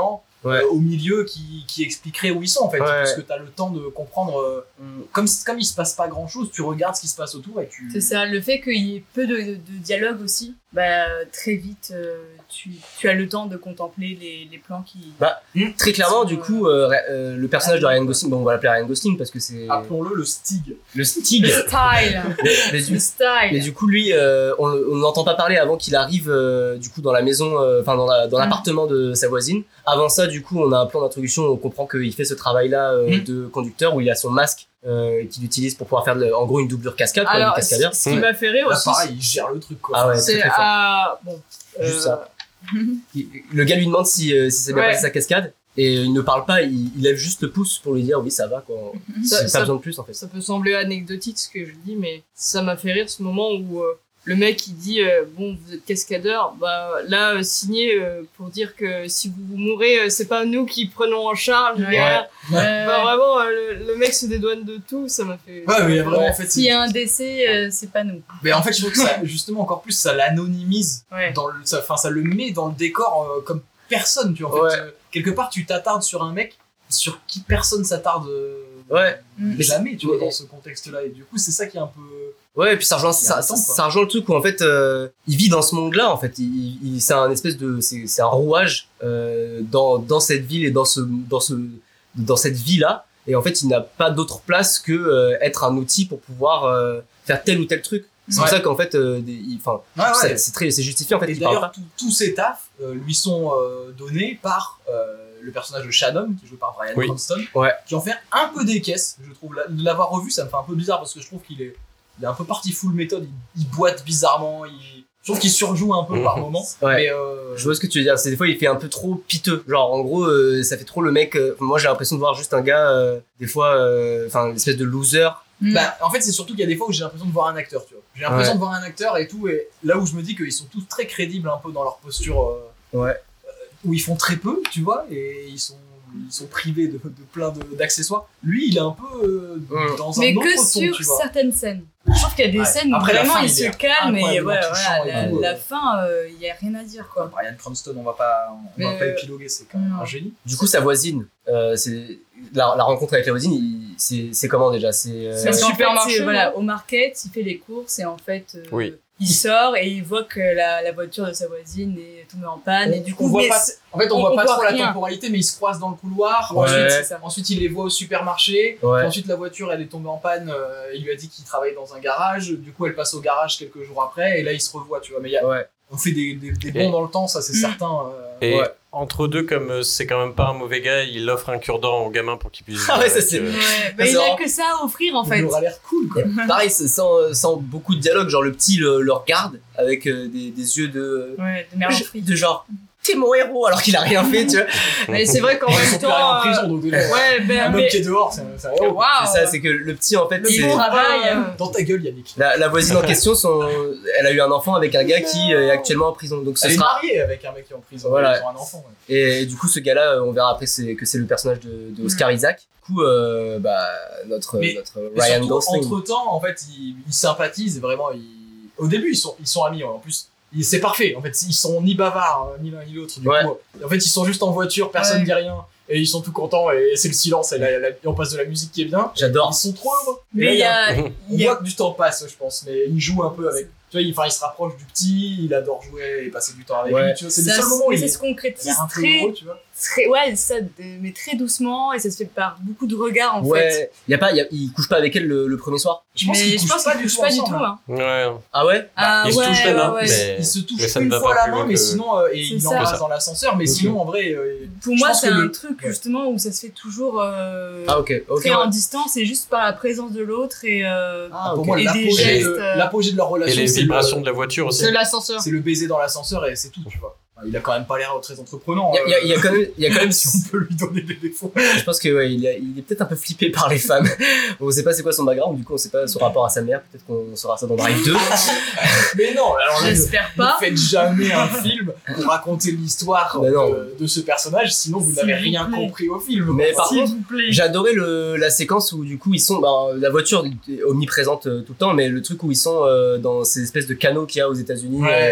Speaker 2: Ouais.
Speaker 1: euh, au milieu qui, qui expliquerait où ils sont en fait,
Speaker 2: Ouais,
Speaker 1: parce
Speaker 2: ouais.
Speaker 1: que t'as le temps de comprendre. Euh, comme comme il se passe pas grand chose, tu regardes ce qui se passe autour et tu.
Speaker 3: C'est ça, le fait qu'il y ait peu de, de, de dialogue aussi, bah très vite euh, tu, tu as le temps de contempler les, les plans qui.
Speaker 2: Bah, très clairement,
Speaker 3: sont,
Speaker 2: du
Speaker 3: euh,
Speaker 2: coup, euh, euh, le personnage de Ryan Gosling, bon, on va l'appeler Ryan Gosling parce que c'est
Speaker 1: Appelons-le le Stig.
Speaker 2: le Stig.
Speaker 3: Le style,
Speaker 2: mais, mais du,
Speaker 3: le style.
Speaker 2: mais du coup, lui, euh, on on n'entend pas parler avant qu'il arrive euh, du coup dans la maison, euh, enfin dans la- dans
Speaker 3: Mm.
Speaker 2: l'appartement de sa voisine. Avant ça, du coup, on a un plan d'introduction, on comprend qu'il fait ce travail-là euh,
Speaker 1: Mm.
Speaker 2: de conducteur où il a son masque euh, qu'il utilise pour pouvoir faire de- en gros une doublure cascade, quoi,
Speaker 5: Alors,
Speaker 2: une cascadeur.
Speaker 5: ce qui m'a fait rire
Speaker 1: Là
Speaker 5: aussi,
Speaker 1: pareil, il gère le truc quoi.
Speaker 2: Ah ouais,
Speaker 5: c'est
Speaker 2: très, très fort.
Speaker 5: à bon.
Speaker 2: Juste
Speaker 5: euh,
Speaker 2: ça. Il- Le gars lui demande si, euh, si c'est bien
Speaker 5: Ouais.
Speaker 2: passé sa cascade et il ne parle pas, il, il lève juste le pouce pour lui dire oui ça va quoi.
Speaker 5: Ça-
Speaker 2: C'est
Speaker 5: ça-
Speaker 2: pas besoin de plus en fait.
Speaker 5: Ça peut sembler anecdotique ce que je dis, mais ça m'a fait rire ce moment où euh, le mec il dit euh, bon vous êtes cascadeur, bah là euh, signez euh, pour dire que si vous vous mourrez euh, c'est pas nous qui prenons en charge. les
Speaker 3: Ouais.
Speaker 5: gars.
Speaker 3: Euh,
Speaker 5: Bah vraiment euh, le, le mec se dédouane de tout, ça m'a fait.
Speaker 1: Ouais, mais vraiment
Speaker 2: Ouais.
Speaker 1: en fait.
Speaker 3: S'il y
Speaker 1: c'est-
Speaker 3: a un décès, euh, c'est pas nous.
Speaker 1: Mais en fait, je trouve que ça, justement encore plus, ça l'anonymise.
Speaker 3: Ouais.
Speaker 1: Dans le, ça, enfin, ça le met dans le décor euh, comme personne. Tu vois. En fait,
Speaker 2: Ouais.
Speaker 1: euh, quelque part, tu t'attardes sur un mec sur qui personne s'attarde. euh,
Speaker 2: Ouais.
Speaker 3: Mm.
Speaker 1: Jamais, tu vois,
Speaker 2: Mais-
Speaker 1: dans ce contexte-là. Et du coup, c'est ça qui est un peu.
Speaker 2: Ouais, et puis ça rejoint,
Speaker 1: Il y a
Speaker 2: ça,
Speaker 1: un temps,
Speaker 2: ça,
Speaker 1: quoi.
Speaker 2: ça rejoint le truc où en fait euh, il vit dans ce monde-là en fait. Il, il, c'est un espèce de, c'est, c'est un rouage euh, dans dans cette ville et dans ce dans ce dans cette vie-là. Et en fait, il n'a pas d'autre place que euh, être un outil pour pouvoir euh, faire tel ou tel truc. C'est
Speaker 1: Ouais.
Speaker 2: pour ça qu'en fait, euh, des- il- enfin,
Speaker 1: Ouais,
Speaker 2: ça-
Speaker 1: ouais.
Speaker 2: c'est très, c'est justifié en fait.
Speaker 1: Et
Speaker 2: Il parle
Speaker 1: d'ailleurs,
Speaker 2: pas.
Speaker 1: tout- tous ces tafs euh, lui sont euh, donnés par euh, le personnage de Shannon, qui est joué par Bryan
Speaker 4: Oui.
Speaker 1: Cranston,
Speaker 2: Ouais.
Speaker 1: qui en fait un peu des caisses. Je trouve La- de l'avoir revu, ça me fait un peu bizarre parce que je trouve qu'il est, il est un peu parti full méthode. Il, il boite bizarrement. Il, je trouve qu'il surjoue un peu par moment.
Speaker 2: Ouais.
Speaker 1: Mais euh,
Speaker 2: Je vois ce que tu veux dire. C'est des fois il fait un peu trop piteux. Genre en gros, euh, ça fait trop le mec. euh, moi j'ai l'impression de voir juste un gars, euh, des fois, euh, enfin une espèce de loser.
Speaker 3: Mm.
Speaker 1: Bah, en fait, c'est surtout qu'il y a des fois où j'ai l'impression de voir un acteur, tu vois. J'ai l'impression
Speaker 2: Ouais.
Speaker 1: de voir un acteur et tout, et là où je me dis qu'ils sont tous très crédibles un peu dans leur posture, euh,
Speaker 2: Ouais.
Speaker 1: où ils font très peu, tu vois, et ils sont, ils sont privés de, de plein de- d'accessoires. Lui, il est un peu euh,
Speaker 2: Mm.
Speaker 1: dans
Speaker 3: Mais
Speaker 1: un autre
Speaker 3: que
Speaker 1: ton,
Speaker 3: sur
Speaker 1: tu vois.
Speaker 3: certaines scènes. Je trouve qu'il y a des
Speaker 1: Ouais.
Speaker 3: scènes où
Speaker 1: Après, la
Speaker 3: vraiment
Speaker 1: fin,
Speaker 3: il
Speaker 1: il
Speaker 3: se
Speaker 1: est
Speaker 3: calme et ouais,
Speaker 1: incroyablement touchant
Speaker 3: voilà,
Speaker 1: et
Speaker 3: la,
Speaker 1: tout,
Speaker 3: la
Speaker 1: euh.
Speaker 3: fin, il y a rien à dire quoi.
Speaker 1: Brian Cranston, on va pas, on
Speaker 3: Mais,
Speaker 1: va pas
Speaker 3: euh,
Speaker 1: épiloguer, c'est quand même
Speaker 3: non.
Speaker 1: un génie.
Speaker 2: Du coup, sa voisine, euh, c'est la, la rencontre avec la voisine. il- C'est c'est comment déjà? C'est euh,
Speaker 5: C'est
Speaker 3: Parce
Speaker 5: un
Speaker 3: qu'en
Speaker 5: supermarché,
Speaker 3: fait, c'est- voilà,
Speaker 5: non
Speaker 3: au market, il fait les courses et en fait, euh,
Speaker 4: Oui.
Speaker 3: il sort et il voit que la, la voiture de sa voisine est tombée en panne et
Speaker 1: On-
Speaker 3: du
Speaker 1: on
Speaker 3: coup,
Speaker 1: voit
Speaker 3: mais
Speaker 1: pas-
Speaker 3: c'est-
Speaker 1: En fait, on,
Speaker 3: on-
Speaker 1: voit
Speaker 3: on
Speaker 1: pas
Speaker 3: voit
Speaker 1: trop la
Speaker 3: rien.
Speaker 1: temporalité, mais ils se croisent dans le couloir.
Speaker 2: Ouais.
Speaker 1: Ensuite,
Speaker 3: c'est ça.
Speaker 1: ensuite, il les voit au supermarché.
Speaker 2: Ouais.
Speaker 1: Puis ensuite, la voiture, elle est tombée en panne. euh, il lui a dit qu'il travaillait dans un garage. Du coup, elle passe au garage quelques jours après. Et là, ils se revoient, tu vois. Mais il y a-
Speaker 2: ouais.
Speaker 1: on fait des, des, des
Speaker 4: Et-
Speaker 1: bons dans le temps, ça, c'est
Speaker 3: Mm.
Speaker 1: certain. euh.
Speaker 4: Et
Speaker 2: Ouais.
Speaker 4: entre deux, comme euh, c'est quand même pas un mauvais gars, il offre un cure-dent au gamin pour qu'il puisse.
Speaker 2: Ah ouais,
Speaker 4: jouer
Speaker 2: ça,
Speaker 4: avec,
Speaker 2: c'est-
Speaker 4: euh,
Speaker 3: Ouais, bah,
Speaker 2: c'est
Speaker 3: il a
Speaker 2: vraiment-
Speaker 3: que ça à offrir en
Speaker 1: Il
Speaker 3: fait.
Speaker 1: aura l'air cool, quoi.
Speaker 2: Pareil, c'est sans, sans beaucoup de dialogue, genre le petit le, le regarde avec euh, des, des yeux de,
Speaker 3: Ouais, de Merlin Free.
Speaker 2: de genre t'es mon héros alors qu'il a rien fait, tu vois.
Speaker 5: Mais c'est vrai qu'en
Speaker 1: Ils
Speaker 5: même
Speaker 1: sont plus rien en
Speaker 5: temps.
Speaker 1: prison,
Speaker 5: euh,
Speaker 1: donc
Speaker 5: Ouais, ben
Speaker 1: un homme
Speaker 5: mais.
Speaker 1: qui est dehors, c'est un, c'est un héros.
Speaker 5: Waouh.
Speaker 2: C'est ça, c'est que le petit en fait,
Speaker 3: Le
Speaker 2: c'est
Speaker 3: bon travail.
Speaker 5: euh,
Speaker 1: Dans ta gueule, Yannick.
Speaker 2: la, la voisine en question, son, elle a eu un enfant avec un gars qui est actuellement en prison, donc ce
Speaker 1: Elle est
Speaker 2: sera.
Speaker 1: mariée avec un mec qui est en prison.
Speaker 2: Voilà.
Speaker 1: Ils ont un enfant. Ouais.
Speaker 2: Et du coup, ce gars-là, on verra après c'est, que c'est le personnage de, de Oscar Isaac. Du coup, euh, bah notre
Speaker 1: Mais-
Speaker 2: notre
Speaker 1: Et
Speaker 2: Ryan
Speaker 1: surtout,
Speaker 2: Gosling.
Speaker 1: entre temps, en fait, ils, ils sympathisent et vraiment. Ils... Au début, ils sont, ils sont amis. Ouais. En plus, ils- c'est parfait. En fait, ils sont ni bavards, euh, ni l'un ni l'autre. Du
Speaker 2: Ouais.
Speaker 1: coup, en fait, ils sont juste en voiture, personne
Speaker 3: Ouais.
Speaker 1: dit rien. Et ils sont tout contents et c'est le silence et, la- la- et on passe de la musique qui est bien.
Speaker 2: J'adore.
Speaker 1: Ils sont trop heureux. Et là,
Speaker 3: Mais il y a,
Speaker 1: On
Speaker 3: il y a-
Speaker 1: voit que du temps passe, je pense, mais il joue un peu avec. Tu vois, il, enfin, il se rapproche du petit, il adore jouer et passer du temps avec
Speaker 2: Ouais.
Speaker 1: lui. Tu vois, c'est le
Speaker 3: ça,
Speaker 1: seul moment où
Speaker 3: mais
Speaker 1: il
Speaker 3: ça
Speaker 1: est
Speaker 3: se
Speaker 1: il a
Speaker 3: concrétise
Speaker 1: l'air un peu
Speaker 3: très,
Speaker 1: heureux, tu vois.
Speaker 3: très, ouais, ça, de- mais très doucement et ça se fait par beaucoup de regards en fait.
Speaker 2: Ouais, y a pas, y a, il couche pas avec elle le, le premier soir.
Speaker 1: Je pense
Speaker 3: mais
Speaker 1: qu'ils
Speaker 3: je
Speaker 1: couchent
Speaker 3: pense
Speaker 1: pas
Speaker 3: qu'ils
Speaker 1: du
Speaker 3: touchent
Speaker 1: tout
Speaker 3: pas du tout.
Speaker 1: ensemble,
Speaker 3: Hein.
Speaker 4: Ouais.
Speaker 2: Ah ouais?
Speaker 3: Ah
Speaker 4: Ils se
Speaker 3: ouais,
Speaker 4: touchent la main,
Speaker 3: ouais, ouais.
Speaker 4: mais-
Speaker 1: Ils se touchent
Speaker 4: mais ça ne
Speaker 1: une
Speaker 4: va
Speaker 1: fois
Speaker 4: pas
Speaker 1: la
Speaker 4: plus
Speaker 1: main,
Speaker 4: loin
Speaker 1: mais
Speaker 4: que-
Speaker 1: sinon, euh, et
Speaker 3: C'est
Speaker 1: il
Speaker 3: ça.
Speaker 1: l'embrasse dans l'ascenseur, mais
Speaker 2: Ok.
Speaker 1: sinon, en vrai. euh,
Speaker 3: Pour
Speaker 1: je
Speaker 3: moi,
Speaker 1: pense
Speaker 3: c'est
Speaker 1: que
Speaker 3: un
Speaker 1: le-
Speaker 3: truc
Speaker 1: ouais.
Speaker 3: justement où ça se fait toujours euh,
Speaker 2: Ah ok, ok.
Speaker 3: très
Speaker 2: ouais.
Speaker 3: en distance et juste par la présence de l'autre et euh,
Speaker 2: Ah,
Speaker 1: pour
Speaker 2: ok.
Speaker 1: moi,
Speaker 3: Et des
Speaker 1: l'apogée
Speaker 3: gestes,
Speaker 1: de,
Speaker 3: euh,
Speaker 1: l'apogée de leur
Speaker 4: Et
Speaker 1: relation,
Speaker 4: les
Speaker 1: c'est
Speaker 4: vibrations
Speaker 1: le,
Speaker 4: de la voiture aussi.
Speaker 5: C'est l'ascenseur.
Speaker 1: c'est le baiser dans l'ascenseur et c'est tout, tu vois. Enfin, il a quand même pas l'air très entreprenant.
Speaker 2: Il y a, il y a- il y a
Speaker 1: euh,
Speaker 2: quand même, il y a quand même,
Speaker 1: si on peut lui donner des défauts.
Speaker 2: je pense que ouais, il, a- il est peut-être un peu flippé par les femmes. On sait pas c'est quoi son background, du coup on sait pas son rapport à sa mère. Peut-être qu'on saura ça dans Drive deux.
Speaker 1: Mais non, alors là,
Speaker 3: j'espère
Speaker 1: ne
Speaker 3: pas.
Speaker 1: faites jamais un film pour raconter l'histoire
Speaker 2: Mais non.
Speaker 1: de, de ce personnage, sinon vous
Speaker 3: S'il
Speaker 1: n'avez
Speaker 3: vous
Speaker 1: rien
Speaker 3: plaît.
Speaker 1: compris au film.
Speaker 2: Mais par
Speaker 3: S'il
Speaker 2: contre,
Speaker 3: vous plaît.
Speaker 2: J'ai adoré le, la séquence où du coup ils sont, bah, la voiture est omniprésente euh, tout le temps, mais le truc où ils sont euh, dans ces espèces de canaux qu'il y a aux États-Unis,
Speaker 1: Ouais,
Speaker 2: euh,
Speaker 1: ouais.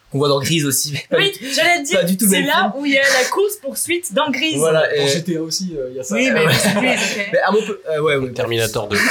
Speaker 2: qu'on voit dans Grise aussi. Mais pas
Speaker 3: Oui,
Speaker 2: du tout.
Speaker 3: j'allais te dire,
Speaker 2: Pas du tout le
Speaker 3: c'est
Speaker 2: même
Speaker 3: là où il y a la course-poursuite dans Grise.
Speaker 2: Voilà.
Speaker 1: Dans
Speaker 2: Et...
Speaker 1: G T A aussi, il euh, y a ça.
Speaker 3: Oui, mais c'est Grise, ok.
Speaker 2: Mais à Montpellier, euh, ouais, ouais.
Speaker 4: Terminator deux.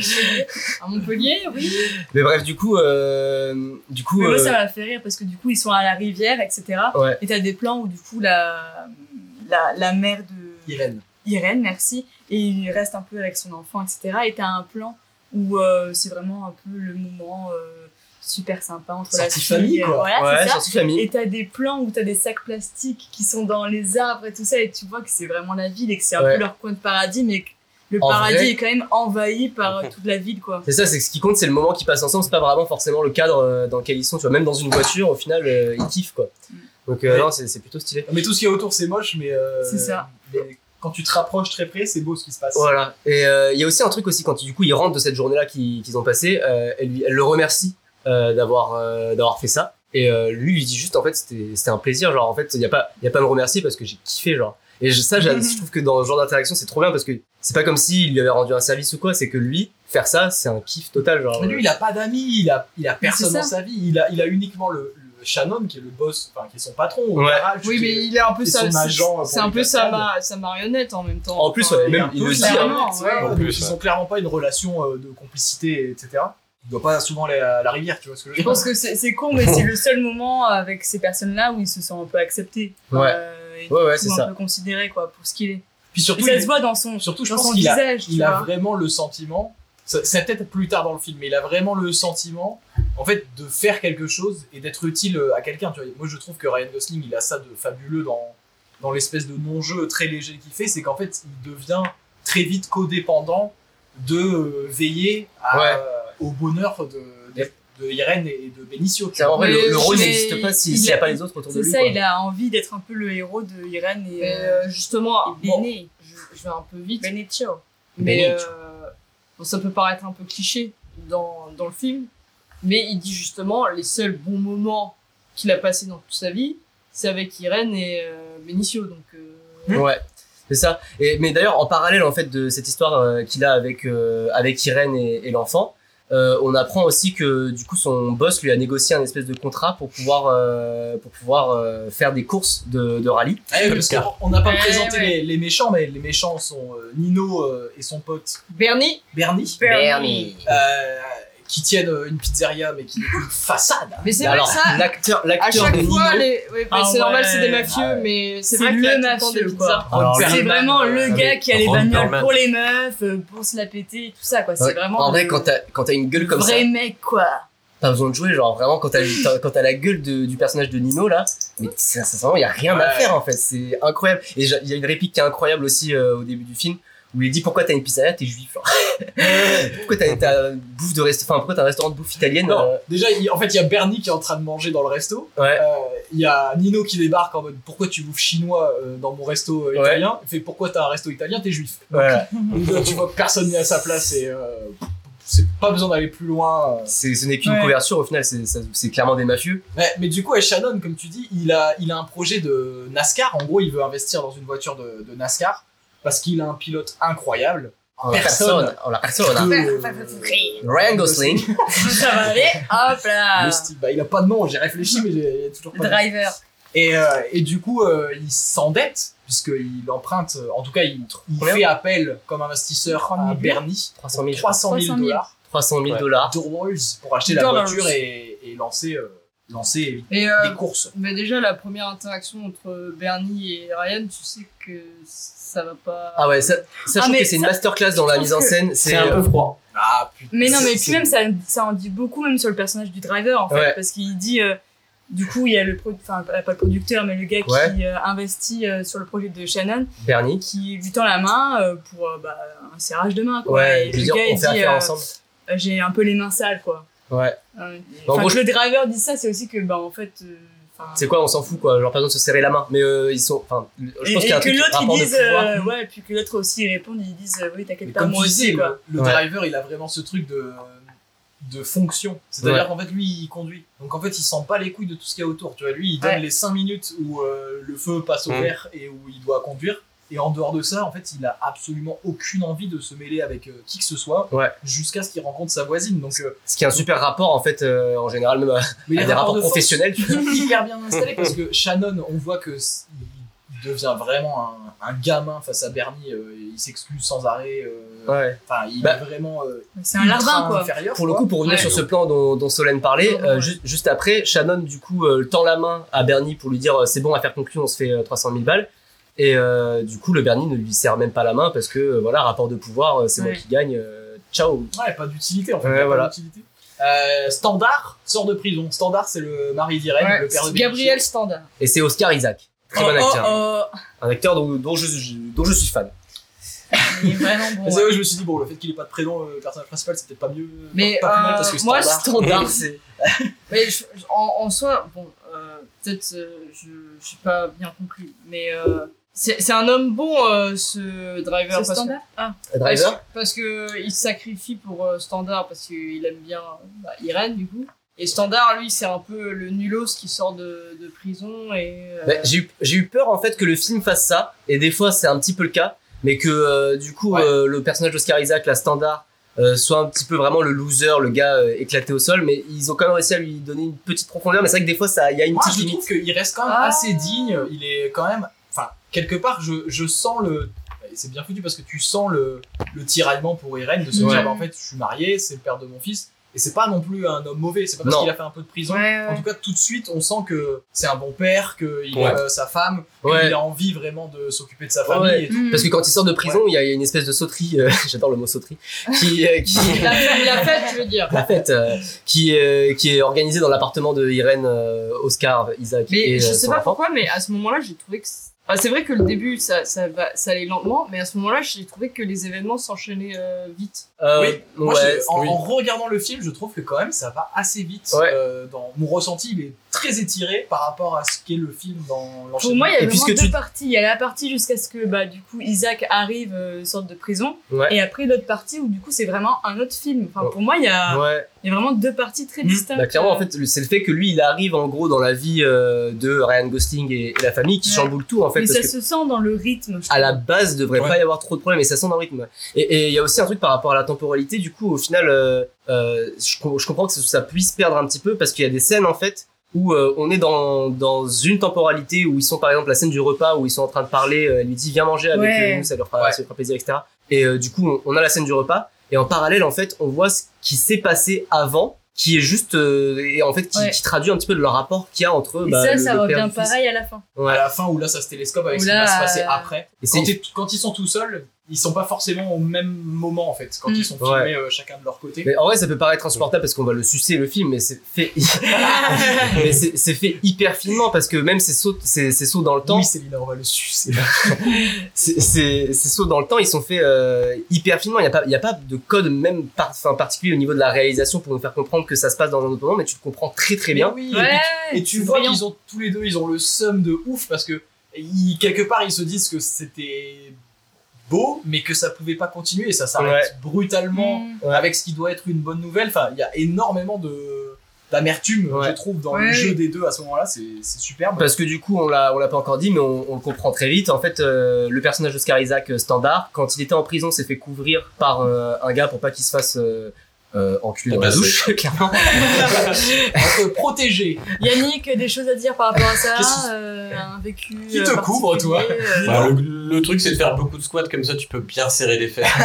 Speaker 5: À Montpellier, oui.
Speaker 2: Mais bref, du coup, euh, du coup.
Speaker 3: Mais moi,
Speaker 2: euh,
Speaker 3: ça m'a fait rire parce que du coup, ils sont à la rivière, et cetera.
Speaker 2: Ouais.
Speaker 3: Et t'as des plans où du coup, la, la, la mère de
Speaker 1: Irène.
Speaker 3: Irène, merci, et il reste un peu avec son enfant, et cetera. Et t'as un plan où euh, c'est vraiment un peu le moment euh, super sympa entre la
Speaker 1: Sortie
Speaker 3: fille.
Speaker 1: famille,
Speaker 3: euh,
Speaker 1: quoi.
Speaker 3: Voilà,
Speaker 2: Ouais,
Speaker 3: c'est ça.
Speaker 2: sortie famille.
Speaker 3: Et t'as des plans où t'as des sacs plastiques qui sont dans les arbres et tout ça, et tu vois que c'est vraiment la ville et que c'est un
Speaker 2: Ouais.
Speaker 3: peu leur coin de paradis, mais que le
Speaker 2: En
Speaker 3: paradis
Speaker 2: vrai-
Speaker 3: est quand même envahi par euh, toute la ville, quoi.
Speaker 2: C'est ça, c'est que ce qui compte, c'est le moment qu'ils passent ensemble, c'est pas vraiment forcément le cadre euh, dans lequel ils sont, tu vois, même dans une voiture, au final, euh, ils kiffent, quoi.
Speaker 3: Mm.
Speaker 2: Donc, euh,
Speaker 1: Ouais.
Speaker 2: non, c'est c'est plutôt stylé.
Speaker 1: Mais tout ce qui est autour, c'est moche, mais. Euh,
Speaker 3: C'est ça.
Speaker 1: mais quand tu te rapproches très près, c'est beau ce qui se passe.
Speaker 2: Voilà. Et euh, il y a aussi un truc aussi, quand du coup, ils rentrent de cette journée-là qu'ils qu'ils ont passée, euh, elle, lui, elle le remercie euh, d'avoir euh, d'avoir fait ça. Et euh, lui, lui dit juste, en fait, c'était c'était un plaisir, genre, en fait, il y a pas, il y a pas à me remercier parce que j'ai kiffé, genre. Et je- ça, j'ai- je trouve que dans ce genre d'interaction, c'est trop bien parce que c'est pas comme s'il lui avait rendu un service ou quoi, c'est que lui, faire ça, c'est un kiff total, genre.
Speaker 1: Mais lui, il a pas d'amis, il a, il a personne
Speaker 3: C'est ça.
Speaker 1: dans sa vie. Il a, il a uniquement le, le Shannon qui est le boss, enfin qui est son patron au
Speaker 2: Ouais.
Speaker 1: garage.
Speaker 5: Oui,
Speaker 1: qui
Speaker 5: mais
Speaker 1: est-
Speaker 5: il est un peu
Speaker 1: et
Speaker 5: sa,
Speaker 1: son agent pour
Speaker 5: c'est un
Speaker 1: les
Speaker 5: peu sa,
Speaker 1: cascades.
Speaker 5: ma- sa marionnette en même temps.
Speaker 2: En plus,
Speaker 5: Enfin,
Speaker 2: ouais,
Speaker 1: Et
Speaker 2: même,
Speaker 1: un
Speaker 2: il
Speaker 1: peu
Speaker 2: le dit,
Speaker 1: clairement,
Speaker 3: hein.
Speaker 1: ouais,
Speaker 5: Ouais.
Speaker 1: donc
Speaker 4: En plus,
Speaker 1: ils
Speaker 4: ouais.
Speaker 1: ont clairement pas une relation euh, de complicité, et cetera. Il doit pas souvent aller à la rivière, tu vois ce que je veux
Speaker 3: Je
Speaker 1: dire.
Speaker 3: pense que c'est c'est con, mais c'est le seul moment avec ces personnes-là où ils se sentent un peu acceptés.
Speaker 2: Ouais.
Speaker 3: Euh, et
Speaker 2: Ouais, ouais,
Speaker 3: du
Speaker 2: c'est
Speaker 3: coup,
Speaker 2: ça.
Speaker 3: un peu considérés, quoi, pour ce qu'il est.
Speaker 1: Puis
Speaker 3: Et
Speaker 1: surtout,
Speaker 3: ça
Speaker 1: il-
Speaker 3: se voit dans son,
Speaker 1: surtout, je
Speaker 3: dans
Speaker 1: pense
Speaker 3: son
Speaker 1: qu'il a,
Speaker 3: visage, tu
Speaker 1: il a
Speaker 3: vois.
Speaker 1: vraiment le sentiment, ça- c'est peut-être plus tard dans le film, mais il a vraiment le sentiment, en fait, de faire quelque chose et d'être utile à quelqu'un. Tu vois. Moi, je trouve que Ryan Gosling, il a ça de fabuleux dans, dans l'espèce de non-jeu très léger qu'il fait, c'est qu'en fait, il devient très vite codépendant de euh, veiller à-
Speaker 2: Ouais.
Speaker 1: au bonheur de, de, de Irène et de Benicio. tu
Speaker 2: C'est en
Speaker 1: vois.
Speaker 2: vrai, le,
Speaker 3: Mais-
Speaker 2: le rôle
Speaker 3: mais
Speaker 2: n'existe pas si-
Speaker 3: il
Speaker 2: s'il n'y a
Speaker 3: a-
Speaker 2: pas les autres autour de
Speaker 3: C'est
Speaker 2: lui.
Speaker 3: ça,
Speaker 2: quoi.
Speaker 3: il a envie d'être un peu le héros de Irène et,
Speaker 5: Mais
Speaker 3: euh,
Speaker 5: euh, justement,
Speaker 3: et
Speaker 5: bon,
Speaker 3: Bene.
Speaker 5: je, je vais un peu vite,
Speaker 3: Benicio.
Speaker 5: mais
Speaker 2: Benicio.
Speaker 5: euh, bon, ça peut paraître un peu cliché dans, dans le film, mais il dit justement les seuls bons moments qu'il a passés dans toute sa vie, c'est avec Irène et euh, Benicio. Donc, euh,
Speaker 2: Ouais, c'est ça. Et, mais d'ailleurs, en parallèle en fait de cette histoire euh, qu'il a avec euh, avec Irène et, et l'enfant, euh, on apprend aussi que du coup son boss lui a négocié un espèce de contrat pour pouvoir euh, pour pouvoir euh, faire des courses de, de rallye.
Speaker 1: Ah oui, parce qu'on- on n'a pas
Speaker 3: Ouais,
Speaker 1: présenté
Speaker 3: ouais.
Speaker 1: les, les méchants, mais les méchants sont euh, Nino euh, et son pote
Speaker 5: Bernie,
Speaker 1: Bernie,
Speaker 2: Bernie.
Speaker 1: euh, qui tiennent euh, une pizzeria, mais qui est une façade.
Speaker 5: mais c'est
Speaker 2: Mais
Speaker 5: vrai
Speaker 2: alors
Speaker 5: que ça,
Speaker 2: l'acteur
Speaker 5: à
Speaker 2: l'acteur
Speaker 5: chaque
Speaker 2: de Nino.
Speaker 5: fois, les... ouais, bah,
Speaker 3: Ah
Speaker 5: c'est normal,
Speaker 3: ouais.
Speaker 5: c'est des mafieux,
Speaker 1: Ah ouais.
Speaker 5: mais c'est
Speaker 3: C'est
Speaker 5: vrai qu'il y a
Speaker 3: le
Speaker 5: tout le temps des
Speaker 3: mafieux,
Speaker 5: pizzas.
Speaker 3: quoi.
Speaker 2: Alors,
Speaker 3: C'est
Speaker 1: Perlman,
Speaker 3: vraiment
Speaker 1: euh,
Speaker 3: le
Speaker 4: ah,
Speaker 3: gars
Speaker 4: mais
Speaker 3: qui a les
Speaker 4: Ron
Speaker 3: bagnoles
Speaker 4: Perlman.
Speaker 3: pour les meufs, euh, pour se la péter et tout ça, quoi. C'est
Speaker 2: Ouais.
Speaker 3: vraiment
Speaker 2: En vrai,
Speaker 3: le
Speaker 2: quand t'as quand t'as une gueule comme ça,
Speaker 3: vrai mec, quoi.
Speaker 2: pas besoin de jouer. Genre vraiment quand t'as t'as- quand t'as la gueule de- du personnage de Nino là, mais ça, ça, vraiment, il y a rien à
Speaker 1: Ouais.
Speaker 2: faire en fait. C'est incroyable. Et il y a une réplique qui est incroyable aussi euh, au début du film où il dit pourquoi t'as une pizzeria, t'es juif. Genre. pourquoi t'as t'as une bouffe de rest... enfin pourquoi t'as un restaurant de bouffe italienne.
Speaker 1: Non,
Speaker 2: euh,
Speaker 1: déjà, il- en fait, il y a Bernie qui est en train de manger dans le resto.
Speaker 2: Ouais.
Speaker 1: Euh, Il y a Nino qui débarque en mode pourquoi tu bouffes chinois euh, dans mon resto euh,
Speaker 2: Ouais.
Speaker 1: italien. Il fait pourquoi t'as un resto italien, t'es juif.
Speaker 2: Voilà.
Speaker 1: Donc, euh, tu vois que personne n'est à sa place et euh, c'est pas besoin d'aller plus loin. euh.
Speaker 2: C'est ce n'est qu'une
Speaker 3: Ouais.
Speaker 2: couverture au final. C'est ça- c'est clairement des mafieux.
Speaker 1: Mais, mais du coup, Shannon, comme tu dis, il a, il a un projet de NASCAR. En gros, il veut investir dans une voiture de, de NASCAR parce qu'il a un pilote incroyable.
Speaker 2: En la
Speaker 1: Personne.
Speaker 2: personne. En la personne. hein.
Speaker 1: De-
Speaker 2: Ryan Gosling.
Speaker 3: Ça va aller, hop là.
Speaker 1: Le style. Bah, il a pas de nom, j'ai réfléchi, mais j'ai toujours pas de nom.
Speaker 3: Driver.
Speaker 1: Et, euh, et du coup, euh, il s'endette, puisqu'il emprunte, euh, en tout cas, il, il
Speaker 2: Combien
Speaker 1: fait appel comme investisseur
Speaker 3: trois
Speaker 1: à
Speaker 3: mille
Speaker 1: Bernie.
Speaker 2: trois cent mille.
Speaker 1: trois cent mille dollars
Speaker 2: trois cent mille
Speaker 4: Ouais.
Speaker 2: dollars.
Speaker 1: pour acheter la
Speaker 3: Dollars.
Speaker 1: voiture et, et lancer, euh, lancer
Speaker 5: Et euh,
Speaker 1: des courses.
Speaker 5: mais déjà, la première interaction entre Bernie et Ryan, tu sais que ça va pas.
Speaker 2: Ah ouais, ça, ça je
Speaker 3: Ah,
Speaker 2: trouve
Speaker 3: mais
Speaker 2: que c'est une
Speaker 3: ça-
Speaker 2: masterclass dans la
Speaker 3: je
Speaker 2: mise
Speaker 3: pense
Speaker 2: en
Speaker 3: que
Speaker 2: scène. C'est euh,
Speaker 1: froid. Ah putain.
Speaker 3: Mais non, mais
Speaker 1: C'est-
Speaker 3: puis même, ça, ça en dit beaucoup même sur le personnage du driver, en fait,
Speaker 2: Ouais.
Speaker 3: parce qu'il dit, euh, du coup, il y a le, pro- enfin, pas pas le producteur, mais le gars
Speaker 2: Ouais.
Speaker 3: qui euh, investit euh, sur le projet de Shannon,
Speaker 2: Bernie.
Speaker 3: qui lui tend la main euh, pour euh, bah, un serrage de main, quoi.
Speaker 2: Ouais,
Speaker 3: et
Speaker 2: je veux
Speaker 3: le
Speaker 2: dire,
Speaker 3: gars,
Speaker 2: on
Speaker 3: il
Speaker 2: fait
Speaker 3: dit,
Speaker 2: affaire
Speaker 3: euh,
Speaker 2: ensemble.
Speaker 3: euh, j'ai un peu les mains sales, quoi.
Speaker 2: Ouais.
Speaker 3: Euh,
Speaker 2: En
Speaker 3: Enfin,
Speaker 2: gros,
Speaker 3: que le driver dit ça, c'est aussi que, bah, en fait, euh, enfin,
Speaker 2: C'est quoi, on s'en fout quoi, genre par exemple se serrer la main, mais euh, ils sont, enfin, je pense
Speaker 3: et,
Speaker 2: qu'il y a un
Speaker 3: et que
Speaker 2: truc,
Speaker 3: l'autre ils
Speaker 2: rapport de
Speaker 3: disent
Speaker 2: pouvoir.
Speaker 3: euh, ouais, et puis que l'autre aussi ils répondent, ils disent euh, oui, t'inquiète
Speaker 1: Mais
Speaker 3: pas,
Speaker 1: comme
Speaker 3: moi
Speaker 1: tu
Speaker 3: aussi,
Speaker 1: disais,
Speaker 3: quoi.
Speaker 1: le, le
Speaker 2: Ouais.
Speaker 1: driver, il a vraiment ce truc de, de fonction. C'est-à-dire
Speaker 2: Ouais.
Speaker 1: qu'en fait, lui, il conduit. Donc en fait, il sent pas les couilles de tout ce qu'il y a autour. Tu vois, lui, il donne
Speaker 3: Ouais.
Speaker 1: les cinq minutes où euh, le feu passe au
Speaker 4: Mm.
Speaker 1: vert et où il doit conduire. Et en dehors de ça, en fait, il a absolument aucune envie de se mêler avec euh, qui que ce soit,
Speaker 2: Ouais.
Speaker 1: jusqu'à ce qu'il rencontre sa voisine. Donc, euh,
Speaker 2: Ce qui est un super rapport en fait, euh, en général, même à,
Speaker 1: mais
Speaker 2: à
Speaker 1: les
Speaker 2: des rapports
Speaker 1: de force
Speaker 2: professionnels. Tu vois.
Speaker 1: sont hyper bien installés parce que Shannon, on voit que c- il devient vraiment un, un gamin face à Bernie. Euh, il s'excuse sans arrêt. euh,
Speaker 2: Ouais.
Speaker 1: Enfin, il
Speaker 2: Bah,
Speaker 1: est vraiment euh,
Speaker 3: C'est un
Speaker 1: ultra
Speaker 3: larbin, quoi.
Speaker 1: inférieur.
Speaker 2: Pour le
Speaker 1: quoi.
Speaker 2: coup, pour revenir
Speaker 3: Ouais.
Speaker 2: sur ce plan dont, dont Solène parlait,
Speaker 3: Ouais,
Speaker 2: euh,
Speaker 3: ouais.
Speaker 2: ju- juste après, Shannon du coup euh, tend la main à Bernie pour lui dire euh, c'est bon, affaire conclue, on se fait euh, trois cent mille balles. Et euh, du coup, le Bernie ne lui serre même pas la main parce que euh, voilà, rapport de pouvoir, euh, c'est moi
Speaker 3: Ouais.
Speaker 2: qui gagne. euh, ciao.
Speaker 1: Ouais, pas d'utilité en fait.
Speaker 2: Ouais,
Speaker 1: y a pas
Speaker 2: voilà.
Speaker 1: d'utilité. Euh, Standard sort de prison. Standard, c'est le mari d'Irène,
Speaker 3: Ouais,
Speaker 1: le père de
Speaker 3: c'est
Speaker 1: Benny.
Speaker 3: Gabriel Standard.
Speaker 2: Et c'est Oscar Isaac, très
Speaker 3: Oh,
Speaker 2: bon
Speaker 3: oh,
Speaker 2: acteur,
Speaker 3: oh.
Speaker 2: un acteur dont, dont je, je- dont je suis fan.
Speaker 3: Il est vraiment bon.
Speaker 1: Mais c'est
Speaker 3: ouais.
Speaker 1: vrai, je me suis dit, bon, le fait qu'il ait pas de prénom, le personnage principal, c'est peut-être pas mieux.
Speaker 3: Mais,
Speaker 1: pas, pas plus mal
Speaker 3: euh,
Speaker 1: parce que
Speaker 3: moi,
Speaker 1: Standard.
Speaker 2: Standard, c'est.
Speaker 3: Mais je- je- en, en soi, bon, euh, peut-être euh, je je suis pas bien conclu, mais euh, c'est c'est un homme bon, euh, ce driver. C'est parce que- Standard Ah.
Speaker 2: Driver.
Speaker 3: Parce que il se sacrifie pour euh, Standard parce qu'il aime bien bah, Irène du coup. Et Standard, lui, c'est un peu le nulos qui sort de, de prison et. euh,
Speaker 2: Bah, j'ai eu, j'ai eu peur en fait que le film fasse ça, et des fois c'est un petit peu le cas, mais que euh, du coup
Speaker 1: Ouais.
Speaker 2: euh, le personnage d'Oscar Isaac, la Standard, euh, soit un petit peu vraiment le loser, le gars euh, éclaté au sol, mais ils ont quand même réussi à lui donner une petite profondeur, mais c'est vrai que des fois ça, il y a une
Speaker 1: Moi,
Speaker 2: petite
Speaker 1: je
Speaker 2: limite.
Speaker 1: trouve qu'il reste quand même
Speaker 3: Ah.
Speaker 1: assez digne. Il est quand même. Enfin, quelque part, je, je sens le. et C'est bien foutu parce que tu sens le, le tiraillement pour Irène de se
Speaker 3: Ouais.
Speaker 1: dire, bah, en fait, je suis marié, c'est le père de mon fils. Et c'est pas non plus un homme mauvais, c'est pas parce
Speaker 2: Non.
Speaker 1: qu'il a fait un peu de prison.
Speaker 3: Ouais,
Speaker 1: En
Speaker 3: ouais.
Speaker 1: tout cas, tout de suite, on sent que c'est un bon père, qu'il
Speaker 2: Ouais.
Speaker 1: aime euh, sa femme,
Speaker 2: Ouais.
Speaker 1: qu'il a envie vraiment de s'occuper de sa famille
Speaker 2: Ouais.
Speaker 1: et tout.
Speaker 3: Mm.
Speaker 2: Parce que quand il sort de prison, il y a une espèce de sauterie, euh, j'adore le mot sauterie, qui, euh, qui,
Speaker 3: La, fête- la fête, tu veux dire.
Speaker 2: la fête, euh, qui, euh, qui est organisée dans l'appartement de Irène, euh, Oscar, Isaac
Speaker 3: Mais
Speaker 2: et
Speaker 3: je
Speaker 2: euh,
Speaker 3: sais
Speaker 2: son
Speaker 3: pas
Speaker 2: enfant.
Speaker 3: pourquoi, mais à ce moment-là, j'ai trouvé que. c'est- Enfin, c'est vrai que le début, ça, ça, va, ça allait lentement, mais à ce moment-là, j'ai trouvé que les événements s'enchaînaient euh, vite.
Speaker 2: Euh,
Speaker 1: Oui, moi,
Speaker 2: ouais,
Speaker 1: je- en,
Speaker 2: oui.
Speaker 1: en regardant le film, je trouve que quand même ça va assez vite.
Speaker 2: Ouais.
Speaker 1: Euh, dans mon ressenti, il est très étiré par rapport à ce qu'est le film dans l'enchaînement.
Speaker 3: Pour moi, il y a
Speaker 2: Et
Speaker 3: vraiment
Speaker 2: puisque
Speaker 3: deux
Speaker 2: tu-
Speaker 3: parties. Il y a la partie jusqu'à ce que, bah, du coup, Isaac arrive, euh, sorte de prison.
Speaker 2: Ouais.
Speaker 3: Et après, l'autre partie où, du coup, c'est vraiment un autre film. Enfin,
Speaker 2: Ouais.
Speaker 3: pour moi, il y a,
Speaker 2: Ouais.
Speaker 3: il y a vraiment deux parties très
Speaker 1: Mmh.
Speaker 3: distinctes.
Speaker 2: Bah, clairement, en fait, le- c'est le fait que lui, il arrive en gros dans la vie euh, de Ryan Gosling et, et la famille qui
Speaker 3: Ouais.
Speaker 2: chamboule tout en fait.
Speaker 3: Mais
Speaker 2: Parce
Speaker 3: ça
Speaker 2: que
Speaker 3: se sent dans le rythme. je
Speaker 2: à la
Speaker 3: trouve.
Speaker 2: base, devrait
Speaker 1: Ouais.
Speaker 2: pas y avoir trop de problèmes, et ça sent dans le rythme. Et et il y a aussi un truc par rapport à la temporalité, du coup, au final, euh, euh, je, com- je comprends que ça puisse perdre un petit peu parce qu'il y a des scènes en fait où euh, on est dans, dans une temporalité où ils sont par exemple la scène du repas où ils sont en train de parler, euh, elle lui dit viens manger avec
Speaker 3: Ouais.
Speaker 2: nous, ça leur fera,
Speaker 1: Ouais.
Speaker 2: ça leur fera plaisir, et cetera. Et euh, du coup, on, on a la scène du repas, et en parallèle, en fait, on voit ce qui s'est passé avant, qui est juste, euh, et en fait, qui,
Speaker 3: Ouais.
Speaker 2: qui traduit un petit peu de leur rapport qu'il y a entre
Speaker 3: Et
Speaker 2: bah,
Speaker 3: ça,
Speaker 2: le,
Speaker 3: ça
Speaker 2: le père
Speaker 3: revient
Speaker 2: du fils.
Speaker 3: pareil à la fin.
Speaker 1: À
Speaker 2: Ouais.
Speaker 1: la fin où là ça se télescope avec
Speaker 3: Où
Speaker 1: ce qui
Speaker 3: là,
Speaker 1: va se passer
Speaker 3: euh,
Speaker 1: après.
Speaker 2: Et c'est-
Speaker 1: Quand, t'es- quand ils sont tout seuls, ils sont pas forcément au même moment en fait. Quand
Speaker 3: Mm.
Speaker 1: ils sont filmés euh, chacun de leur côté.
Speaker 2: Mais en vrai, ça peut paraître insupportable parce qu'on va le sucer le film, mais c'est fait, mais c'est c'est fait hyper finement parce que même ces sauts, ces, ces sauts dans le temps,
Speaker 1: Oui, Célina, on va le sucer.
Speaker 2: ces, ces, ces sauts dans le temps, ils sont faits euh, hyper finement. Il y a pas, il y a pas de code même par, enfin, particulier au niveau de la réalisation pour nous faire comprendre que ça se passe dans un autre moment, mais tu le comprends très très bien.
Speaker 1: Oui, et
Speaker 3: Ouais,
Speaker 1: puis- et tu
Speaker 3: c'est
Speaker 1: vois
Speaker 3: brillant.
Speaker 1: qu'ils ont tous les deux, ils ont le seum de ouf parce que ils, quelque part ils se disent que c'était beau, mais que ça pouvait pas continuer et ça s'arrête brutalement
Speaker 3: Mm.
Speaker 2: Ouais.
Speaker 1: avec ce qui doit être une bonne nouvelle. Enfin, il y a énormément de d'amertume,
Speaker 2: Ouais.
Speaker 1: je trouve, dans
Speaker 3: Ouais.
Speaker 1: le jeu des deux à ce moment-là. C'est c'est superbe.
Speaker 2: Parce que du coup, on l'a, on l'a pas encore dit, mais on, on le comprend très vite. En fait, euh, le personnage d'Oscar Isaac euh, Standard, quand il était en prison, s'est fait couvrir par euh, un gars pour pas qu'il se fasse euh, euh, enculer
Speaker 4: Eh
Speaker 2: dans
Speaker 4: ben,
Speaker 2: la douche, clairement.
Speaker 1: Être protégé.
Speaker 3: Yannick, des choses à dire par rapport à ça
Speaker 1: Qu'est-ce que-
Speaker 3: euh, Un vécu.
Speaker 1: Qui
Speaker 3: euh,
Speaker 1: te couvre, toi
Speaker 3: particulier, euh,
Speaker 4: Bah, le, le truc, c'est de faire beaucoup de squats, comme ça tu peux bien serrer les fesses.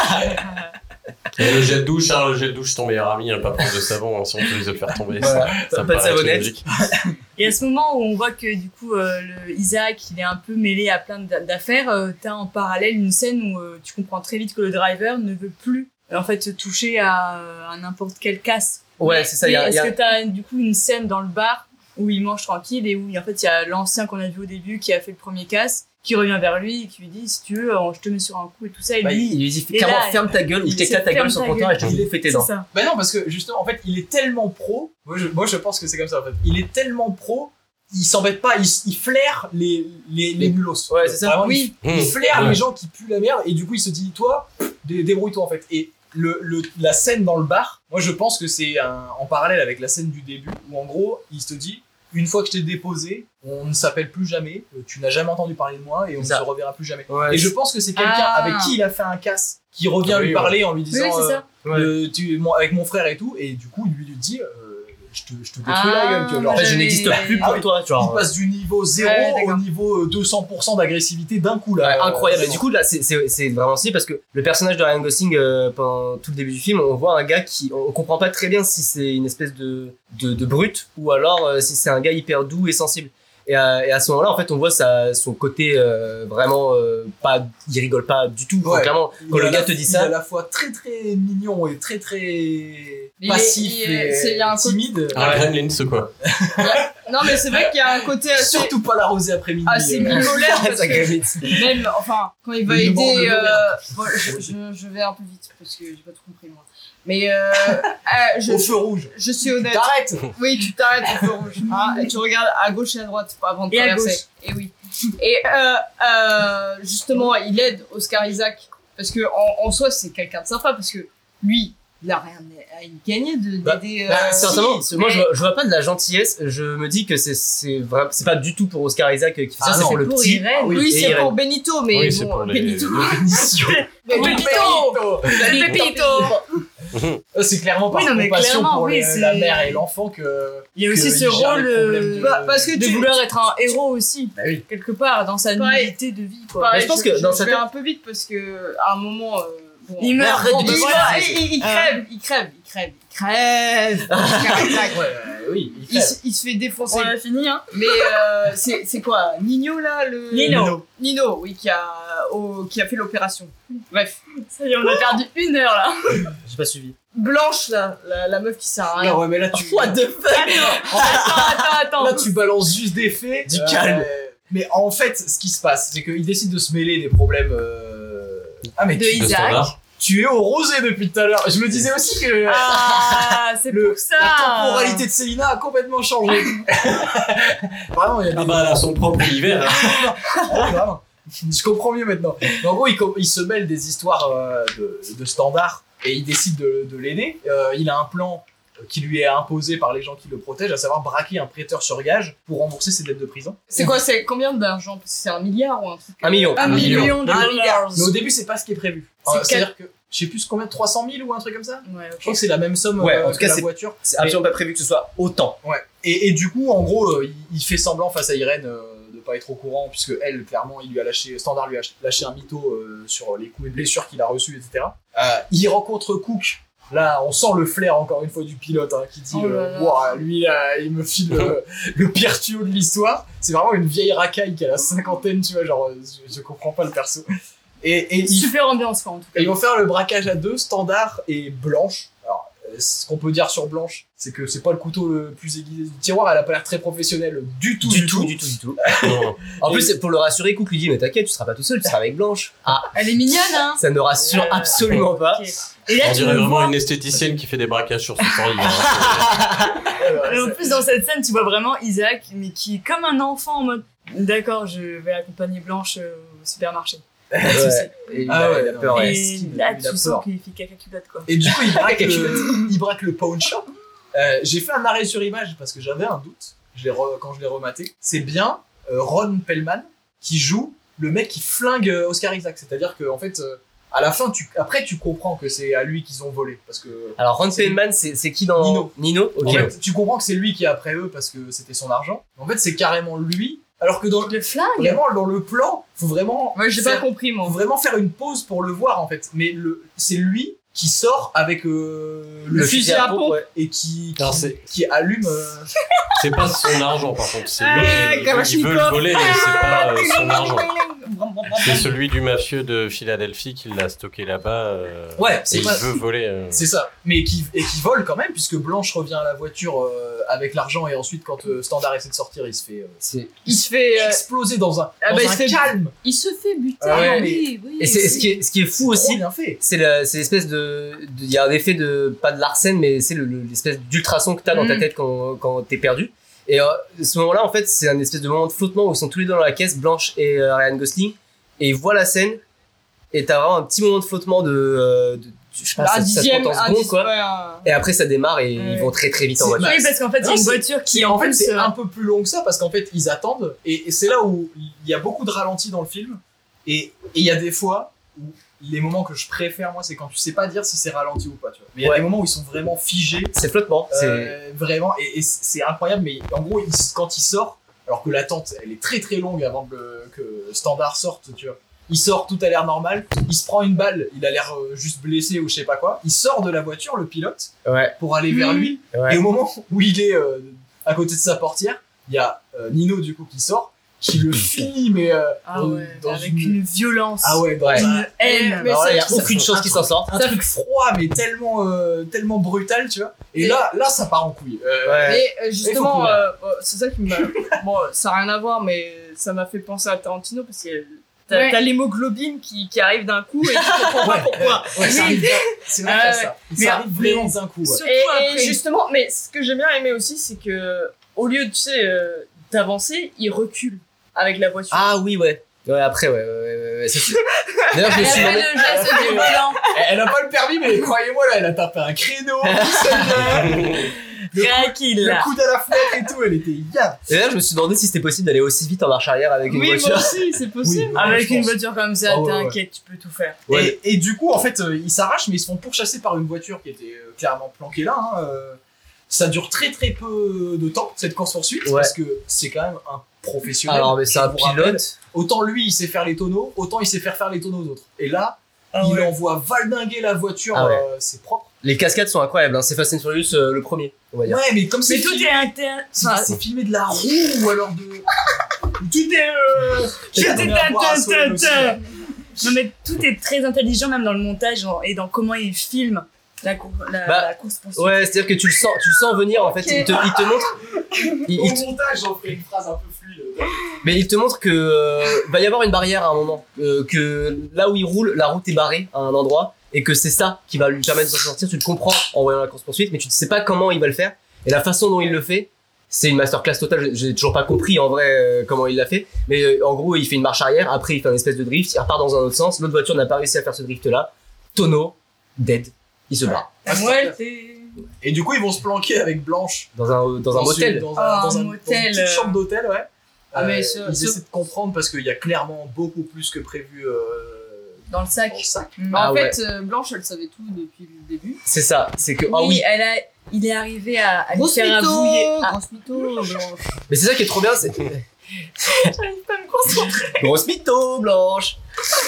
Speaker 4: Et le gel douche, hein, le gel douche, c'est ton meilleur ami, hein, pas prendre de savon, hein, si on peut les faire tomber.
Speaker 2: Voilà.
Speaker 4: ça,
Speaker 2: Pas
Speaker 4: ça
Speaker 2: de
Speaker 4: paraît être
Speaker 2: savonnette.
Speaker 4: logique.
Speaker 3: Et à ce moment où on voit que du coup euh, le Isaac il est un peu mêlé à plein d'a- d'affaires, euh, t'as en parallèle une scène où euh, tu comprends très vite que le driver ne veut plus euh, en fait se toucher à, euh, à n'importe quelle casse.
Speaker 2: Ouais, c'est ça.
Speaker 3: Mais
Speaker 2: Il y a, il
Speaker 3: Est-ce
Speaker 2: y a-
Speaker 3: que t'as du coup une scène dans le bar où il mange tranquille et où en fait il y a l'ancien qu'on a vu au début qui a fait le premier casse qui revient vers lui et qui lui dit si tu veux euh, je te mets sur un coup et tout ça et
Speaker 2: bah,
Speaker 3: lui
Speaker 2: il lui dit
Speaker 3: Et
Speaker 2: clairement
Speaker 3: là,
Speaker 2: ferme ta gueule ou
Speaker 1: il
Speaker 2: je t'éclate ta
Speaker 3: ferme
Speaker 2: gueule sur
Speaker 3: ta
Speaker 2: le comptoir et je te
Speaker 3: gueule.
Speaker 2: bouffe tes
Speaker 3: c'est
Speaker 2: dents.
Speaker 3: ça.
Speaker 1: Bah non, parce que justement, en fait, il est tellement pro. Moi, je, moi, je pense que c'est comme ça. En fait, il est tellement pro. Il s'embête pas. Il, il flaire les les les mulos.
Speaker 2: Ouais, c'est ça.
Speaker 1: Vraiment,
Speaker 3: Oui.
Speaker 1: Il, il
Speaker 4: Mmh.
Speaker 1: flaire
Speaker 4: Ouais.
Speaker 1: les gens qui puent la merde et du coup, il se dit toi, dé- débrouille-toi en fait. Et le, le la scène dans le bar, moi, je pense que c'est un, en parallèle avec la scène du début où en gros, il se dit une fois que je t'ai déposé, on ne s'appelle plus jamais, euh, tu n'as jamais entendu parler de moi et on ne
Speaker 2: Ça.
Speaker 1: se reverra plus jamais.
Speaker 2: Ouais,
Speaker 1: Et je pense que c'est quelqu'un
Speaker 3: Ah.
Speaker 1: avec qui il a fait un casse qui revient
Speaker 4: Oui,
Speaker 1: lui
Speaker 4: ouais.
Speaker 1: parler en lui
Speaker 3: Oui,
Speaker 1: disant
Speaker 3: c'est
Speaker 1: euh,
Speaker 3: ça.
Speaker 2: Ouais.
Speaker 1: euh, tu, mon- avec mon frère et tout, et du coup lui lui dit euh, je te, je te détruis
Speaker 3: Ah,
Speaker 1: la gueule, tu vois, genre,
Speaker 2: En fait, je
Speaker 3: j'avais-
Speaker 2: n'existe plus
Speaker 1: Ah
Speaker 2: pour
Speaker 1: oui.
Speaker 2: toi, tu vois.
Speaker 1: il passe du niveau zéro
Speaker 3: Ouais,
Speaker 1: au
Speaker 3: d'accord.
Speaker 1: niveau euh, deux cents pour cent d'agressivité d'un coup là.
Speaker 2: Ouais,
Speaker 1: Euh,
Speaker 2: incroyable. Et
Speaker 1: vraiment.
Speaker 2: du coup, là, c'est, c'est, c'est vraiment stylé parce que le personnage de Ryan Gosling, euh, pendant tout le début du film, on voit un gars qui, on comprend pas très bien si c'est une espèce de, de, de brute ou alors euh, si c'est un gars hyper doux et sensible. Et à, et à ce moment-là, en fait, on voit sa, son côté euh, vraiment euh, pas, il rigole pas du tout. Enfin,
Speaker 1: Ouais.
Speaker 2: clairement, quand
Speaker 1: Il
Speaker 2: le
Speaker 1: a
Speaker 2: gars
Speaker 1: la-
Speaker 2: te dit
Speaker 1: il
Speaker 2: ça,
Speaker 1: est à la fois très très mignon et très très
Speaker 5: Il est-
Speaker 1: passif
Speaker 5: il est-
Speaker 1: et
Speaker 5: c'est- il y a un côté-
Speaker 1: timide.
Speaker 4: Un
Speaker 2: Ouais.
Speaker 4: Gremlins, quoi.
Speaker 5: Non, mais c'est vrai qu'il y a un côté assez,
Speaker 1: Surtout pas l'arroser après-midi.
Speaker 5: assez
Speaker 1: euh.
Speaker 5: bipolaire parce
Speaker 2: ça
Speaker 5: que
Speaker 2: gravite.
Speaker 5: même, enfin, quand il va
Speaker 1: Le demande
Speaker 5: aider,
Speaker 1: le
Speaker 5: euh,
Speaker 1: Robert.
Speaker 5: bon, je, je, je vais un peu vite parce que j'ai pas tout compris moi. Mais euh, euh, je,
Speaker 1: Au feu rouge.
Speaker 5: je suis
Speaker 1: Tu
Speaker 5: honnête.
Speaker 1: t'arrêtes.
Speaker 5: Oui, tu t'arrêtes au feu rouge. Hein, et tu regardes à gauche et à droite pas avant de
Speaker 3: Et à
Speaker 5: traverser. Et oui. Et euh, euh, justement, il aide Oscar Isaac parce que en, en soi, c'est quelqu'un de sympa parce que lui, il a rien à y gagner de
Speaker 2: Bah,
Speaker 5: d'aider.
Speaker 2: Bah,
Speaker 5: euh,
Speaker 2: sincèrement,
Speaker 5: si,
Speaker 2: moi
Speaker 5: mais-
Speaker 2: je vois, je vois pas de la gentillesse. Je me dis que c'est c'est vrai, c'est pas du tout pour Oscar Isaac qui fait ça,
Speaker 1: Ah
Speaker 2: c'est
Speaker 1: non,
Speaker 2: pour le
Speaker 3: pour
Speaker 2: petit.
Speaker 3: Irène.
Speaker 5: Oui,
Speaker 2: et
Speaker 5: c'est
Speaker 2: Irène.
Speaker 5: pour Benito, mais
Speaker 4: Oui,
Speaker 5: bon,
Speaker 4: c'est pour les-
Speaker 5: Benito.
Speaker 1: Benito.
Speaker 5: Benito.
Speaker 1: Benito. Euh, C'est clairement par
Speaker 3: Oui, non, mais
Speaker 1: compassion
Speaker 3: clairement,
Speaker 1: pour
Speaker 3: oui,
Speaker 1: les-
Speaker 3: c'est-
Speaker 1: la mère et l'enfant que.
Speaker 3: Il y a
Speaker 1: que
Speaker 3: aussi
Speaker 1: il
Speaker 3: ce
Speaker 1: gère
Speaker 3: rôle
Speaker 1: les problèmes
Speaker 3: euh,
Speaker 1: de-
Speaker 5: Bah, parce que
Speaker 3: de
Speaker 5: tu-
Speaker 3: vouloir être un héros aussi,
Speaker 1: Bah oui.
Speaker 3: quelque part, dans sa
Speaker 5: Pareil.
Speaker 3: nullité de vie, quoi.
Speaker 5: Pareil,
Speaker 2: Mais je pense que dans
Speaker 5: je
Speaker 2: sa
Speaker 5: vais
Speaker 2: tête-
Speaker 5: un peu vite parce que à un moment. euh, bon,
Speaker 3: Il meurt.
Speaker 2: arrête
Speaker 3: Bon,
Speaker 2: de
Speaker 3: ben
Speaker 5: il,
Speaker 2: dire
Speaker 3: voilà.
Speaker 2: ça.
Speaker 5: il- il- il
Speaker 3: Ah.
Speaker 5: crève, il crève, il crève, il crève. Oscar Isaac.
Speaker 1: Ouais, euh, oui. il
Speaker 5: Il,
Speaker 1: crève.
Speaker 5: se- il se fait défoncer.
Speaker 3: On a fini, hein.
Speaker 5: Mais euh, c'est c'est quoi Nino là le
Speaker 3: Nino.
Speaker 5: Nino, oui, qui a au- qui a fait l'opération. Bref,
Speaker 3: Ça y est, on a perdu une heure, là.
Speaker 2: J'ai pas suivi.
Speaker 5: Blanche là, la, la meuf qui sert à rien.
Speaker 1: Non, ouais, mais là tu.
Speaker 2: What the fuck?
Speaker 3: Attends, attends, attends.
Speaker 1: Là, tu balances juste des faits.
Speaker 2: Du calme.
Speaker 1: Mais en fait, ce qui se passe, c'est qu'il décide de se mêler des problèmes. euh, Ah, mais
Speaker 3: De
Speaker 1: tu,
Speaker 4: Le
Speaker 3: Isaac.
Speaker 4: standard.
Speaker 1: tu es au rosé depuis tout à l'heure. Je me disais aussi que.
Speaker 3: Ah, c'est
Speaker 1: le-
Speaker 3: pour ça.
Speaker 1: La temporalité de Célina a complètement changé. Vraiment, il y a des.
Speaker 4: Ah bah, elle a son propre univers. hein.
Speaker 1: Ah, vraiment. Je comprends mieux maintenant. Mais en gros, il, com- il se mêle des histoires euh, de, de standards et il décide de, de l'aider. Euh, il a un plan qui lui est imposé par les gens qui le protègent, à savoir braquer un prêteur sur gage pour rembourser ses dettes de prison.
Speaker 5: C'est quoi C'est combien d'argent Parce que c'est un milliard ou un truc
Speaker 2: Un million.
Speaker 3: Un
Speaker 4: million.
Speaker 3: million de
Speaker 5: Un
Speaker 3: dollars.
Speaker 1: Mais au début, c'est pas ce qui est prévu.
Speaker 3: C'est
Speaker 1: Euh, C'est-à-dire que, je sais plus combien, trois cent mille ou un truc comme ça.
Speaker 3: Ouais,
Speaker 1: Je crois que c'est la même somme
Speaker 2: Ouais,
Speaker 1: euh,
Speaker 2: en tout
Speaker 1: que
Speaker 2: cas,
Speaker 1: la
Speaker 2: c'est-
Speaker 1: voiture.
Speaker 2: C'est absolument pas prévu que ce soit autant.
Speaker 1: Ouais. Et, et du coup, en gros, euh, il, il fait semblant face à Irène euh, de pas être au courant, puisque elle, clairement, il lui a lâché, Standard lui a lâché un mytho euh, sur les coups et blessures qu'il a reçus, et cetera. Euh, il rencontre Cook. Là, on sent le flair encore une fois du pilote hein, qui dit
Speaker 3: Oh là
Speaker 1: euh,
Speaker 3: là.
Speaker 1: Ouah, lui, là, il me file le, le pire tuyau de l'histoire. C'est vraiment une vieille racaille qui a la cinquantaine, tu vois, genre, euh, je, je comprends pas le perso. Et, et il
Speaker 3: Super ambiance, quoi, en tout
Speaker 1: et ils vont faire le braquage à deux, Standard et Blanche. Alors, euh, ce qu'on peut dire sur Blanche, c'est que c'est pas le couteau le plus aiguisé du tiroir, elle a pas l'air très professionnelle du tout,
Speaker 2: Du tout, du tout, du tout.
Speaker 4: Non.
Speaker 2: En
Speaker 1: Et-
Speaker 2: plus, c'est pour le rassurer, Cook lui dit mais t'inquiète, tu seras pas tout seul, tu seras avec Blanche. Ah,
Speaker 3: cas. Elle est mignonne, hein.
Speaker 2: ça ne rassure
Speaker 3: Euh,
Speaker 2: absolument pas.
Speaker 3: Ok. Et là,
Speaker 4: On
Speaker 3: tu
Speaker 4: dirait
Speaker 3: le
Speaker 4: vraiment
Speaker 3: vois.
Speaker 4: une esthéticienne qui fait des braquages sur son temps libre. hein.
Speaker 3: Et en plus, dans cette scène, tu vois vraiment Isaac, mais qui est comme un enfant en mode d'accord, je vais accompagner Blanche euh, au supermarché.
Speaker 2: Ouais. Et il
Speaker 1: Ah
Speaker 2: a-
Speaker 1: ouais,
Speaker 2: il a
Speaker 1: non,
Speaker 2: peur, ouais.
Speaker 3: Et
Speaker 1: il-
Speaker 3: là,
Speaker 1: il a
Speaker 3: tu sens
Speaker 1: peur.
Speaker 3: qu'il fait caca culotte, quoi.
Speaker 1: Et du coup, il braque,
Speaker 2: Quelque
Speaker 1: le, il braque le pawn shop. Euh, j'ai fait un arrêt sur image parce que j'avais un doute je l'ai re- quand je l'ai rematé. C'est bien euh, Ron Perlman qui joue le mec qui flingue euh, Oscar Isaac. C'est-à-dire que en fait, euh, à la fin, tu, après, tu comprends que c'est à lui qu'ils ont volé. Parce que
Speaker 2: Alors Ron
Speaker 1: C'est-
Speaker 2: Perlman, c'est c'est qui dans
Speaker 1: Nino.
Speaker 2: Nino. Ok.
Speaker 1: en fait, tu comprends que c'est lui qui est après eux parce que c'était son argent. En fait, c'est carrément lui. Alors que dans,
Speaker 3: Le flingue.
Speaker 1: vraiment, dans le plan, faut vraiment,
Speaker 5: Moi, j'ai pas
Speaker 1: faire-
Speaker 5: compris,
Speaker 1: faut
Speaker 5: moi.
Speaker 1: vraiment faire une pause pour le voir en fait. Mais le, c'est lui qui sort avec euh, le, fusil à pompe
Speaker 2: ouais.
Speaker 1: et qui, qui,
Speaker 4: Alors, c'est-
Speaker 1: qui allume. euh,
Speaker 4: C'est pas son argent par contre, c'est lui
Speaker 5: Euh,
Speaker 4: qui il veut- il veut
Speaker 5: Kalachnikov.
Speaker 4: le voler, mais c'est pas euh, son argent. C'est
Speaker 5: C'est
Speaker 4: celui du mafieux de Philadelphie qui l'a stocké là-bas. euh,
Speaker 1: Ouais,
Speaker 4: et
Speaker 1: c'est
Speaker 4: il
Speaker 1: pas-
Speaker 4: veut voler. euh,
Speaker 1: C'est ça, mais qui, et qui vole quand même, puisque Blanche revient à la voiture euh, avec l'argent, et ensuite, quand euh, Standard essaie de sortir, il se fait euh,
Speaker 2: C'est-
Speaker 5: Il se fait. euh,
Speaker 1: exploser dans un,
Speaker 5: Ah
Speaker 1: dans
Speaker 5: bah, il
Speaker 1: un
Speaker 5: se fait-
Speaker 1: calme.
Speaker 5: Il se fait buter.
Speaker 1: Ah ouais,
Speaker 5: oui, oui.
Speaker 2: Et c'est ce qui est ce qui est fou aussi.
Speaker 1: Trop bien fait.
Speaker 2: C'est le- c'est l'espèce de, de- il y a un effet de, pas de Larsen, mais c'est le- le- l'espèce d'ultrason que t'as dans ta
Speaker 5: Mm.
Speaker 2: tête quand, quand t'es perdu. Et euh, ce moment-là, en fait, c'est un espèce de moment de flottement où ils sont tous les deux dans la caisse, Blanche et euh, Ryan Gosling, et ils voient la scène, et t'as vraiment un petit moment de flottement de, euh, de- je sais pas,
Speaker 5: un
Speaker 2: ça, ça se
Speaker 5: dixième,
Speaker 2: compte en
Speaker 5: un
Speaker 2: secondes,
Speaker 5: dix,
Speaker 2: quoi.
Speaker 5: ouais, un-
Speaker 2: Et après, ça démarre et
Speaker 3: Ouais.
Speaker 2: ils vont très très vite en
Speaker 1: C'est-
Speaker 2: voiture.
Speaker 3: Oui, parce qu'en fait, il y a
Speaker 1: Non,
Speaker 3: une
Speaker 1: c'est-
Speaker 3: voiture qui,
Speaker 1: Et
Speaker 3: en
Speaker 1: en fait,
Speaker 3: plus,
Speaker 1: c'est
Speaker 3: euh,
Speaker 1: un peu plus long que ça parce qu'en fait, ils attendent et, et c'est là où il y a beaucoup de ralentis dans le film. Et et il y a des fois où les moments que je préfère, moi, c'est quand tu sais pas dire si c'est ralenti ou pas. Tu vois. Mais il y a
Speaker 2: Ouais.
Speaker 1: des moments où ils sont vraiment figés,
Speaker 2: C'est flottement. C'est...
Speaker 1: euh, vraiment, et, et c'est incroyable. Mais en gros, il- quand il sort, alors que l'attente, elle est très très longue avant que, le- que Standard sorte, tu vois. Il sort, tout a l'air normal. Il se prend une balle, il a l'air euh, juste blessé ou je sais pas quoi. Il sort de la voiture, le pilote,
Speaker 2: Ouais.
Speaker 1: pour aller vers
Speaker 3: Mhm.
Speaker 1: lui.
Speaker 2: Ouais.
Speaker 1: Et au moment où il est euh, à côté de sa portière, il y a euh, Nino du coup qui sort, qui le finit mais euh,
Speaker 3: ah
Speaker 1: dans-
Speaker 3: ouais,
Speaker 1: dans
Speaker 3: avec
Speaker 1: une...
Speaker 3: une violence,
Speaker 1: ah ouais, dans
Speaker 2: Ouais.
Speaker 1: un,
Speaker 3: une haine.
Speaker 5: Mais
Speaker 2: Alors là,
Speaker 5: ça-
Speaker 2: il y a
Speaker 5: ça-
Speaker 2: aucune
Speaker 1: ça-
Speaker 2: chose qui s'en sort.
Speaker 1: un truc froid mais tellement euh, tellement brutal, tu vois. Et
Speaker 5: Et-
Speaker 1: là là ça part en couille. Euh,
Speaker 2: Ouais.
Speaker 5: Mais euh,
Speaker 1: Il faut
Speaker 5: justement,
Speaker 1: courir.
Speaker 5: euh, bon, c'est ça qui m'a. Bon, ça n'a rien à voir, mais ça m'a fait penser à Tarantino parce que t'as
Speaker 3: Ouais.
Speaker 5: t'as l'hémoglobine qui, qui arrive d'un coup et tu comprends pas pourquoi.
Speaker 1: Ouais, ça
Speaker 3: Oui.
Speaker 1: arrive, c'est vrai
Speaker 3: Ah
Speaker 1: qu'il y a
Speaker 3: ouais.
Speaker 1: ça.
Speaker 3: Mais-
Speaker 1: Ça arrive vraiment
Speaker 3: mais-
Speaker 1: d'un coup. Ouais.
Speaker 3: Surtout
Speaker 5: Et,
Speaker 3: après.
Speaker 5: et justement, mais ce que j'ai bien aimé aussi, c'est que au lieu, tu sais, euh, d'avancer, il recule avec la voiture.
Speaker 2: Ah oui, ouais. Ouais, après, ouais, ouais, ouais, ouais. ça, c'est- D'ailleurs, je me
Speaker 3: Elle
Speaker 2: suis
Speaker 3: a
Speaker 2: demandé.
Speaker 3: fait le geste du volant.
Speaker 1: Elle, elle a pas le permis mais croyez-moi là, elle a tapé un créneau, celle-là,
Speaker 3: Tranquille,
Speaker 1: le
Speaker 3: là.
Speaker 1: coude à la fenêtre et tout, elle était yab.
Speaker 2: D'ailleurs, je me suis demandé si c'était possible d'aller aussi vite en marche arrière avec une
Speaker 5: oui,
Speaker 2: voiture.
Speaker 5: moi aussi, c'est possible.
Speaker 1: Oui.
Speaker 3: Avec
Speaker 1: je
Speaker 3: une
Speaker 1: pense.
Speaker 3: voiture comme ça,
Speaker 1: Ah ouais,
Speaker 3: t'inquiète, tu peux tout faire.
Speaker 2: Ouais.
Speaker 1: Et, et du coup, en fait, euh, ils s'arrachent, mais ils se font pourchasser par une voiture qui était euh, clairement planquée là. Hein, euh. Ça dure très très peu de temps, cette course-poursuite,
Speaker 2: Ouais.
Speaker 1: parce que c'est quand même un professionnel.
Speaker 2: Alors, mais c'est un
Speaker 1: Je vous rappelle,
Speaker 2: pilote.
Speaker 1: autant lui, il sait faire les tonneaux, autant il sait faire faire les tonneaux aux autres. Et là,
Speaker 3: Ah
Speaker 1: il
Speaker 3: ouais.
Speaker 1: envoie valdinguer la voiture,
Speaker 2: Ah ouais.
Speaker 1: euh, c'est propre.
Speaker 2: Les cascades sont incroyables, hein. C'est Fast and Furious euh, le premier, on va dire.
Speaker 1: Ouais, mais comme c'est
Speaker 3: Mais tout
Speaker 1: filmé,
Speaker 3: est inter...
Speaker 1: c'est-
Speaker 3: enfin,
Speaker 1: c'est filmé de la roue ou alors de... tout est... Euh...
Speaker 3: tout est
Speaker 1: on est à voir à Solène aussi, là.
Speaker 3: Non mais tout est très intelligent même dans le montage genre, et dans comment il filme la, cour- la,
Speaker 2: Bah,
Speaker 3: la course poursuite.
Speaker 2: Ouais, c'est-à-dire que tu le sens, tu le sens venir en fait.
Speaker 5: Ok.
Speaker 2: Il te, il te montre, il, il
Speaker 1: Au
Speaker 2: te-
Speaker 1: montage, j'en ferai une phrase un peu fluide.
Speaker 2: mais il te montre que euh, va y avoir une barrière à un moment, euh, que là où il roule, la route est barrée à un endroit, et que c'est ça qui va lui permettre de s'en sortir. Tu le comprends en voyant la course poursuite, mais tu ne sais pas comment il va le faire. Et la façon dont il le fait, c'est une masterclass totale. J'ai toujours pas compris en vrai euh, comment il l'a fait, mais euh, en gros, il fait une marche arrière, après il fait une espèce de drift, il repart dans un autre sens. L'autre voiture n'a pas réussi à faire ce drift-là. Tonneau, dead, il se barre
Speaker 3: La muerte.
Speaker 1: Et du coup, ils vont se planquer avec Blanche
Speaker 2: dans un dans un
Speaker 1: une-
Speaker 2: motel.
Speaker 1: Dans,
Speaker 3: Ah,
Speaker 1: un, dans,
Speaker 3: un
Speaker 1: un-
Speaker 3: motel,
Speaker 1: dans une petite
Speaker 3: euh.
Speaker 1: chambre d'hôtel, ouais.
Speaker 5: Ah, mais
Speaker 1: Euh,
Speaker 5: ce-
Speaker 1: ils
Speaker 5: ce-
Speaker 1: essaient de comprendre parce qu'il y a clairement beaucoup plus que prévu euh,
Speaker 3: Dans le sac.
Speaker 1: dans le sac.
Speaker 3: Mm.
Speaker 5: Bah,
Speaker 2: Ah
Speaker 5: en
Speaker 2: ouais.
Speaker 5: fait, euh, Blanche, elle savait tout depuis le début.
Speaker 2: C'est ça, c'est que ah
Speaker 3: Oui,
Speaker 2: oui,
Speaker 3: elle a, il est arrivé à, à lui
Speaker 5: Grosse
Speaker 3: faire
Speaker 5: mytho,
Speaker 3: avouer. Ah,
Speaker 5: grosse mytho, Blanche.
Speaker 2: mais c'est ça qui est trop bien, c'est
Speaker 3: j'arrive pas à me concentrer.
Speaker 2: grosse mytho blanche.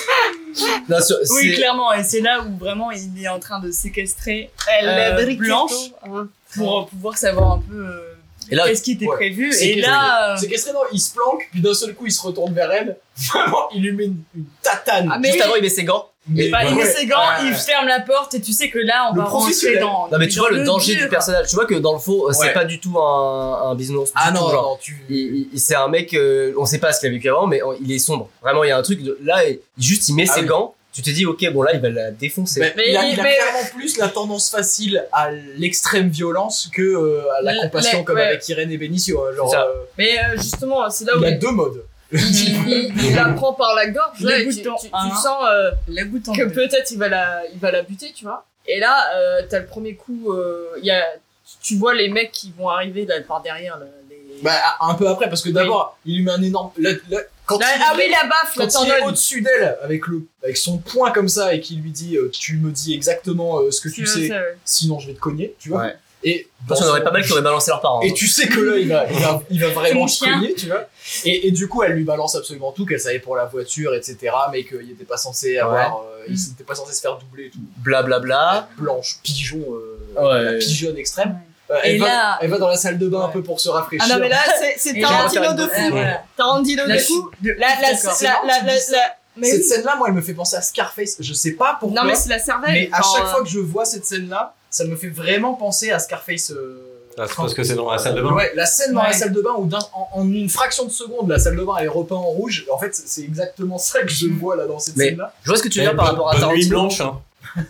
Speaker 2: Non, sur-
Speaker 3: Oui,
Speaker 2: c'est-
Speaker 3: clairement, et c'est là où vraiment il est en train de séquestrer
Speaker 5: Elle
Speaker 3: Euh,
Speaker 5: est briquette,
Speaker 3: Blanche.
Speaker 5: hein.
Speaker 3: pour pouvoir savoir un peu euh,
Speaker 2: Et là-
Speaker 3: qu'est-ce qui était
Speaker 1: Ouais.
Speaker 3: prévu.
Speaker 1: C'est
Speaker 3: Et
Speaker 1: que-
Speaker 3: là, euh,
Speaker 1: C'est qu'est-ce non, il se planque, puis d'un seul coup, il se retourne vers elle. Vraiment, il lui met une, une tatane.
Speaker 5: Ah, mais-
Speaker 2: juste avant il met ses gants.
Speaker 1: Mais
Speaker 3: bah, il
Speaker 1: ouais.
Speaker 3: met ses gants,
Speaker 1: Ouais.
Speaker 3: il ferme la porte et tu sais que là on
Speaker 1: Le
Speaker 3: va rentrer
Speaker 1: professionnel.
Speaker 3: dans.
Speaker 2: Non mais tu
Speaker 3: dans
Speaker 2: vois le danger
Speaker 3: dur.
Speaker 2: du personnage. Tu vois que dans le faux, c'est
Speaker 1: Ouais.
Speaker 2: pas du tout un, un bisounours. du
Speaker 1: Ah
Speaker 2: tout,
Speaker 1: non,
Speaker 2: genre.
Speaker 1: non, tu...
Speaker 2: Il- il- c'est un mec, euh, on sait pas ce qu'il a vécu avant, mais il est sombre. Vraiment, il y a un truc de, là, il- juste il met
Speaker 1: Ah
Speaker 2: ses
Speaker 1: oui.
Speaker 2: gants. Tu te dis ok, bon là il va la défoncer.
Speaker 1: Mais,
Speaker 5: Mais
Speaker 1: il a,
Speaker 5: il-
Speaker 1: il a
Speaker 5: mais-
Speaker 1: clairement plus la tendance facile à l'extrême violence que euh, à la
Speaker 5: Le-
Speaker 1: compassion
Speaker 5: le-
Speaker 1: comme
Speaker 5: ouais.
Speaker 1: avec Irène et Benicio. hein, Genre,
Speaker 2: C'est ça.
Speaker 1: euh,
Speaker 5: Mais euh, justement, c'est là où
Speaker 1: il y a
Speaker 5: il,
Speaker 1: deux modes.
Speaker 5: il, il- il la prend par la gorge, là,
Speaker 3: Le
Speaker 5: et tu,
Speaker 3: bouton,
Speaker 5: tu- tu
Speaker 3: hein.
Speaker 5: sens euh,
Speaker 3: Le bouton.
Speaker 5: que peut-être il va la, il va la buter, tu vois. Et là, euh, t'as le premier coup, euh, il y a, tu vois les mecs qui vont arriver là par derrière, là, les...
Speaker 1: Bah, un peu après, parce que d'abord, il lui met un énorme. Là, là, quand
Speaker 5: Là-
Speaker 1: il,
Speaker 5: ah oui, la baffe, la
Speaker 1: quand il est
Speaker 5: tornade.
Speaker 1: au-dessus d'elle, avec, le, avec son poing comme ça, et qu'il lui dit euh, tu me dis exactement euh, ce que tu
Speaker 5: vois,
Speaker 1: sais,
Speaker 5: ça, ouais.
Speaker 1: sinon je vais te cogner, tu vois.
Speaker 2: Ouais.
Speaker 1: Et
Speaker 2: Je pense qu'on aurait pas mal qui auraient balancé leurs parents.
Speaker 1: Et
Speaker 2: hein.
Speaker 1: tu sais que là, il va, il va, il va vraiment
Speaker 3: mon
Speaker 1: se
Speaker 3: chien.
Speaker 1: cogner, tu vois. Et, et du coup, elle lui balance absolument tout, qu'elle savait pour la voiture, et cetera, mais qu'il était pas censé avoir, euh, il
Speaker 3: Mm.
Speaker 1: était pas censé se faire doubler et tout.
Speaker 2: Blablabla.
Speaker 1: Blanche, pigeon, euh,
Speaker 2: Ouais.
Speaker 1: la pigeonne extrême.
Speaker 3: Ouais.
Speaker 1: Euh, elle,
Speaker 3: Et
Speaker 1: va,
Speaker 3: là-
Speaker 1: elle va dans la salle de bain un
Speaker 3: Ouais.
Speaker 1: peu pour se rafraîchir.
Speaker 5: Ah non, mais là, c'est, c'est
Speaker 3: Et là,
Speaker 5: Tarantino
Speaker 2: on va
Speaker 5: de
Speaker 2: faire
Speaker 5: fou.
Speaker 3: Euh, voilà.
Speaker 5: Tarantino
Speaker 3: La
Speaker 5: de
Speaker 3: chute
Speaker 5: fou.
Speaker 3: de-
Speaker 5: La, la,
Speaker 3: D'accord.
Speaker 5: la, la, la, la- mais
Speaker 1: Cette
Speaker 5: oui.
Speaker 1: scène-là, moi, elle me fait penser à Scarface. Je sais pas pourquoi,
Speaker 5: Non, mais c'est la cervelle.
Speaker 1: mais à
Speaker 5: genre,
Speaker 1: chaque
Speaker 5: euh,
Speaker 1: fois que je vois cette scène-là, ça me fait vraiment penser à Scarface. euh,
Speaker 4: Ah, c'est parce que c'est dans la salle de bain.
Speaker 1: Ouais, la scène dans
Speaker 3: Ouais.
Speaker 1: la salle de bain où d'un- en, en une fraction de seconde, la salle de bain elle est repeint en rouge. En fait, c'est exactement ça que je vois là dans cette
Speaker 2: Mais-
Speaker 1: scène-là.
Speaker 2: Je vois ce que tu veux
Speaker 4: Eh,
Speaker 2: dire par
Speaker 4: bonne-
Speaker 2: rapport à
Speaker 4: bonne nuit
Speaker 2: Tarantino.
Speaker 4: blanche. Hein.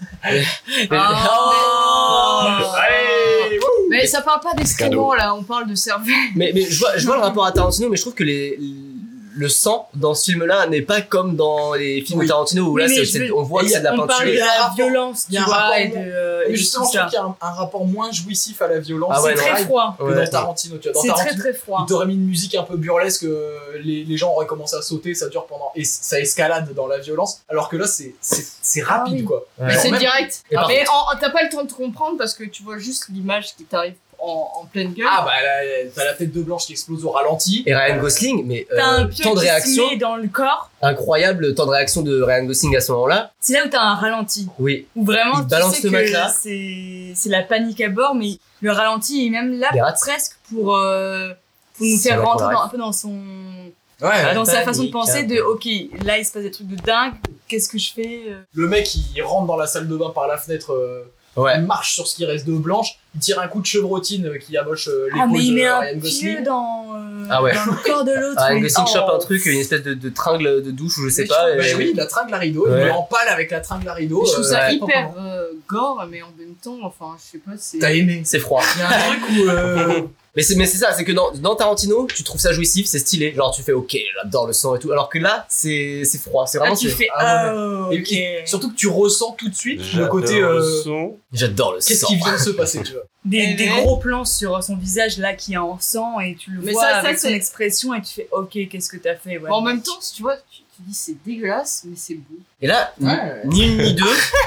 Speaker 3: Oh.
Speaker 1: Allez, wouh.
Speaker 5: Mais ça parle pas d'excréments, là, on parle de cervelle.
Speaker 2: Mais, mais je vois, je vois le rapport à Tarantino, mais je trouve que les, le sang dans ce film-là n'est pas comme dans les films
Speaker 1: Oui.
Speaker 2: de Tarantino où
Speaker 3: Oui,
Speaker 2: là
Speaker 3: mais
Speaker 2: c'est,
Speaker 3: je
Speaker 2: c'est-
Speaker 3: veux-
Speaker 2: on voit que
Speaker 1: il y
Speaker 2: c'est
Speaker 1: a-
Speaker 2: de la
Speaker 3: On parle
Speaker 2: peinture.
Speaker 3: de
Speaker 1: Il y a un
Speaker 3: la
Speaker 1: rapport-
Speaker 3: violence,
Speaker 1: il y
Speaker 3: tu
Speaker 1: a un
Speaker 3: vois,
Speaker 1: rapport
Speaker 3: et de,
Speaker 1: moins-
Speaker 3: euh, et
Speaker 1: Mais
Speaker 3: de
Speaker 1: justement,
Speaker 3: tout
Speaker 1: je trouve
Speaker 3: ça.
Speaker 1: qu'il y a un, un rapport moins jouissif à la violence
Speaker 2: Ah ouais,
Speaker 3: C'est
Speaker 2: non.
Speaker 3: très froid.
Speaker 1: que
Speaker 2: Ouais.
Speaker 1: dans Tarantino. Tu vois, dans
Speaker 3: C'est très
Speaker 1: Tarantino,
Speaker 3: très froid.
Speaker 1: il t'aurait mis une musique un peu burlesque, euh, les, les gens auraient commencé à sauter, ça dure pendant et c- ça escalade dans la violence. Alors que là, c'est c'est c'est rapide
Speaker 3: Ah oui.
Speaker 1: quoi.
Speaker 2: Ouais.
Speaker 5: Mais
Speaker 1: Genre
Speaker 5: c'est
Speaker 1: même-
Speaker 5: direct.
Speaker 2: Et par
Speaker 5: Mais en- t'as pas le temps de comprendre parce que tu vois juste l'image qui t'arrive en, en pleine gueule.
Speaker 1: Ah bah là, t'as la tête de Blanche qui explose au ralenti.
Speaker 2: Et Ryan Gosling, mais euh,
Speaker 3: T'as un pieu
Speaker 2: temps de
Speaker 3: qui
Speaker 2: réaction
Speaker 3: se met dans le corps.
Speaker 2: incroyable, temps de réaction de Ryan Gosling à ce moment-là.
Speaker 3: C'est là où t'as un ralenti.
Speaker 2: Oui,
Speaker 3: Où vraiment
Speaker 2: Il
Speaker 3: tu
Speaker 2: balance
Speaker 3: sais
Speaker 2: le
Speaker 3: que
Speaker 2: matelas.
Speaker 3: c'est c'est la panique à bord, mais le ralenti est même là
Speaker 2: Il rate.
Speaker 3: presque pour euh, pour nous
Speaker 2: C'est
Speaker 3: faire
Speaker 2: vrai qu'on
Speaker 3: rentrer
Speaker 2: arrive.
Speaker 3: dans, un peu dans son
Speaker 1: Ouais.
Speaker 3: dans sa
Speaker 2: panique
Speaker 3: façon de penser
Speaker 2: à
Speaker 3: de
Speaker 2: bord.
Speaker 3: ok, là il se passe des trucs de dingue, qu'est-ce que je fais euh
Speaker 1: Le mec, il rentre dans la salle de bain par la fenêtre, euh,
Speaker 2: ouais.
Speaker 1: il marche sur ce qui reste de Blanche, il tire un coup de chevrotine euh, qui amoche euh,
Speaker 3: Ah mais
Speaker 1: l'épaule
Speaker 3: il met
Speaker 1: de
Speaker 3: un
Speaker 1: Ryan
Speaker 3: pieu
Speaker 1: Gosling.
Speaker 3: dans, euh,
Speaker 2: Ah ouais.
Speaker 3: dans le corps de l'autre.
Speaker 2: Ryan
Speaker 3: mais-
Speaker 2: Gosling
Speaker 3: oh.
Speaker 2: chope un truc, une espèce de, de tringle de douche ou je sais
Speaker 1: Mais
Speaker 2: pas.
Speaker 1: je-
Speaker 2: et-
Speaker 1: bah oui, la tringle à rideau, il
Speaker 2: Ouais.
Speaker 1: met en pâle avec la tringle à rideau.
Speaker 5: je trouve ça
Speaker 1: euh,
Speaker 5: hyper euh, gore, mais en même temps, enfin, je sais pas, c'est.
Speaker 1: T'as aimé.
Speaker 2: C'est froid.
Speaker 1: Il y a un truc où. euh,
Speaker 2: Mais c'est, mais c'est ça, c'est que dans, dans Tarantino, tu trouves ça jouissif, c'est stylé. Genre, tu fais ok, j'adore le sang et tout. Alors que là, c'est, c'est froid. C'est
Speaker 3: Ah,
Speaker 2: vraiment,
Speaker 3: tu
Speaker 2: c'est-
Speaker 3: fais
Speaker 1: ah
Speaker 3: oh,
Speaker 1: Et
Speaker 3: ok.
Speaker 1: puis, surtout que tu ressens tout de suite le
Speaker 4: J'adore
Speaker 1: côté.
Speaker 4: le
Speaker 1: euh,
Speaker 4: son.
Speaker 2: j'adore le
Speaker 1: Qu'est-ce
Speaker 2: sang.
Speaker 1: qui vient de se passer, tu vois.
Speaker 3: Des,
Speaker 5: Et
Speaker 3: des
Speaker 5: mais-
Speaker 3: gros plans sur son visage là qui est en sang et tu le
Speaker 5: Mais
Speaker 3: vois
Speaker 5: ça- ça,
Speaker 3: avec son
Speaker 5: c'est-
Speaker 3: expression et tu fais ok, qu'est-ce que t'as fait ouais,
Speaker 5: En
Speaker 3: mec.
Speaker 5: même temps, si tu vois, tu, tu dis c'est dégueulasse, mais c'est beau.
Speaker 2: Et là,
Speaker 1: Ouais.
Speaker 2: ni une ni deux.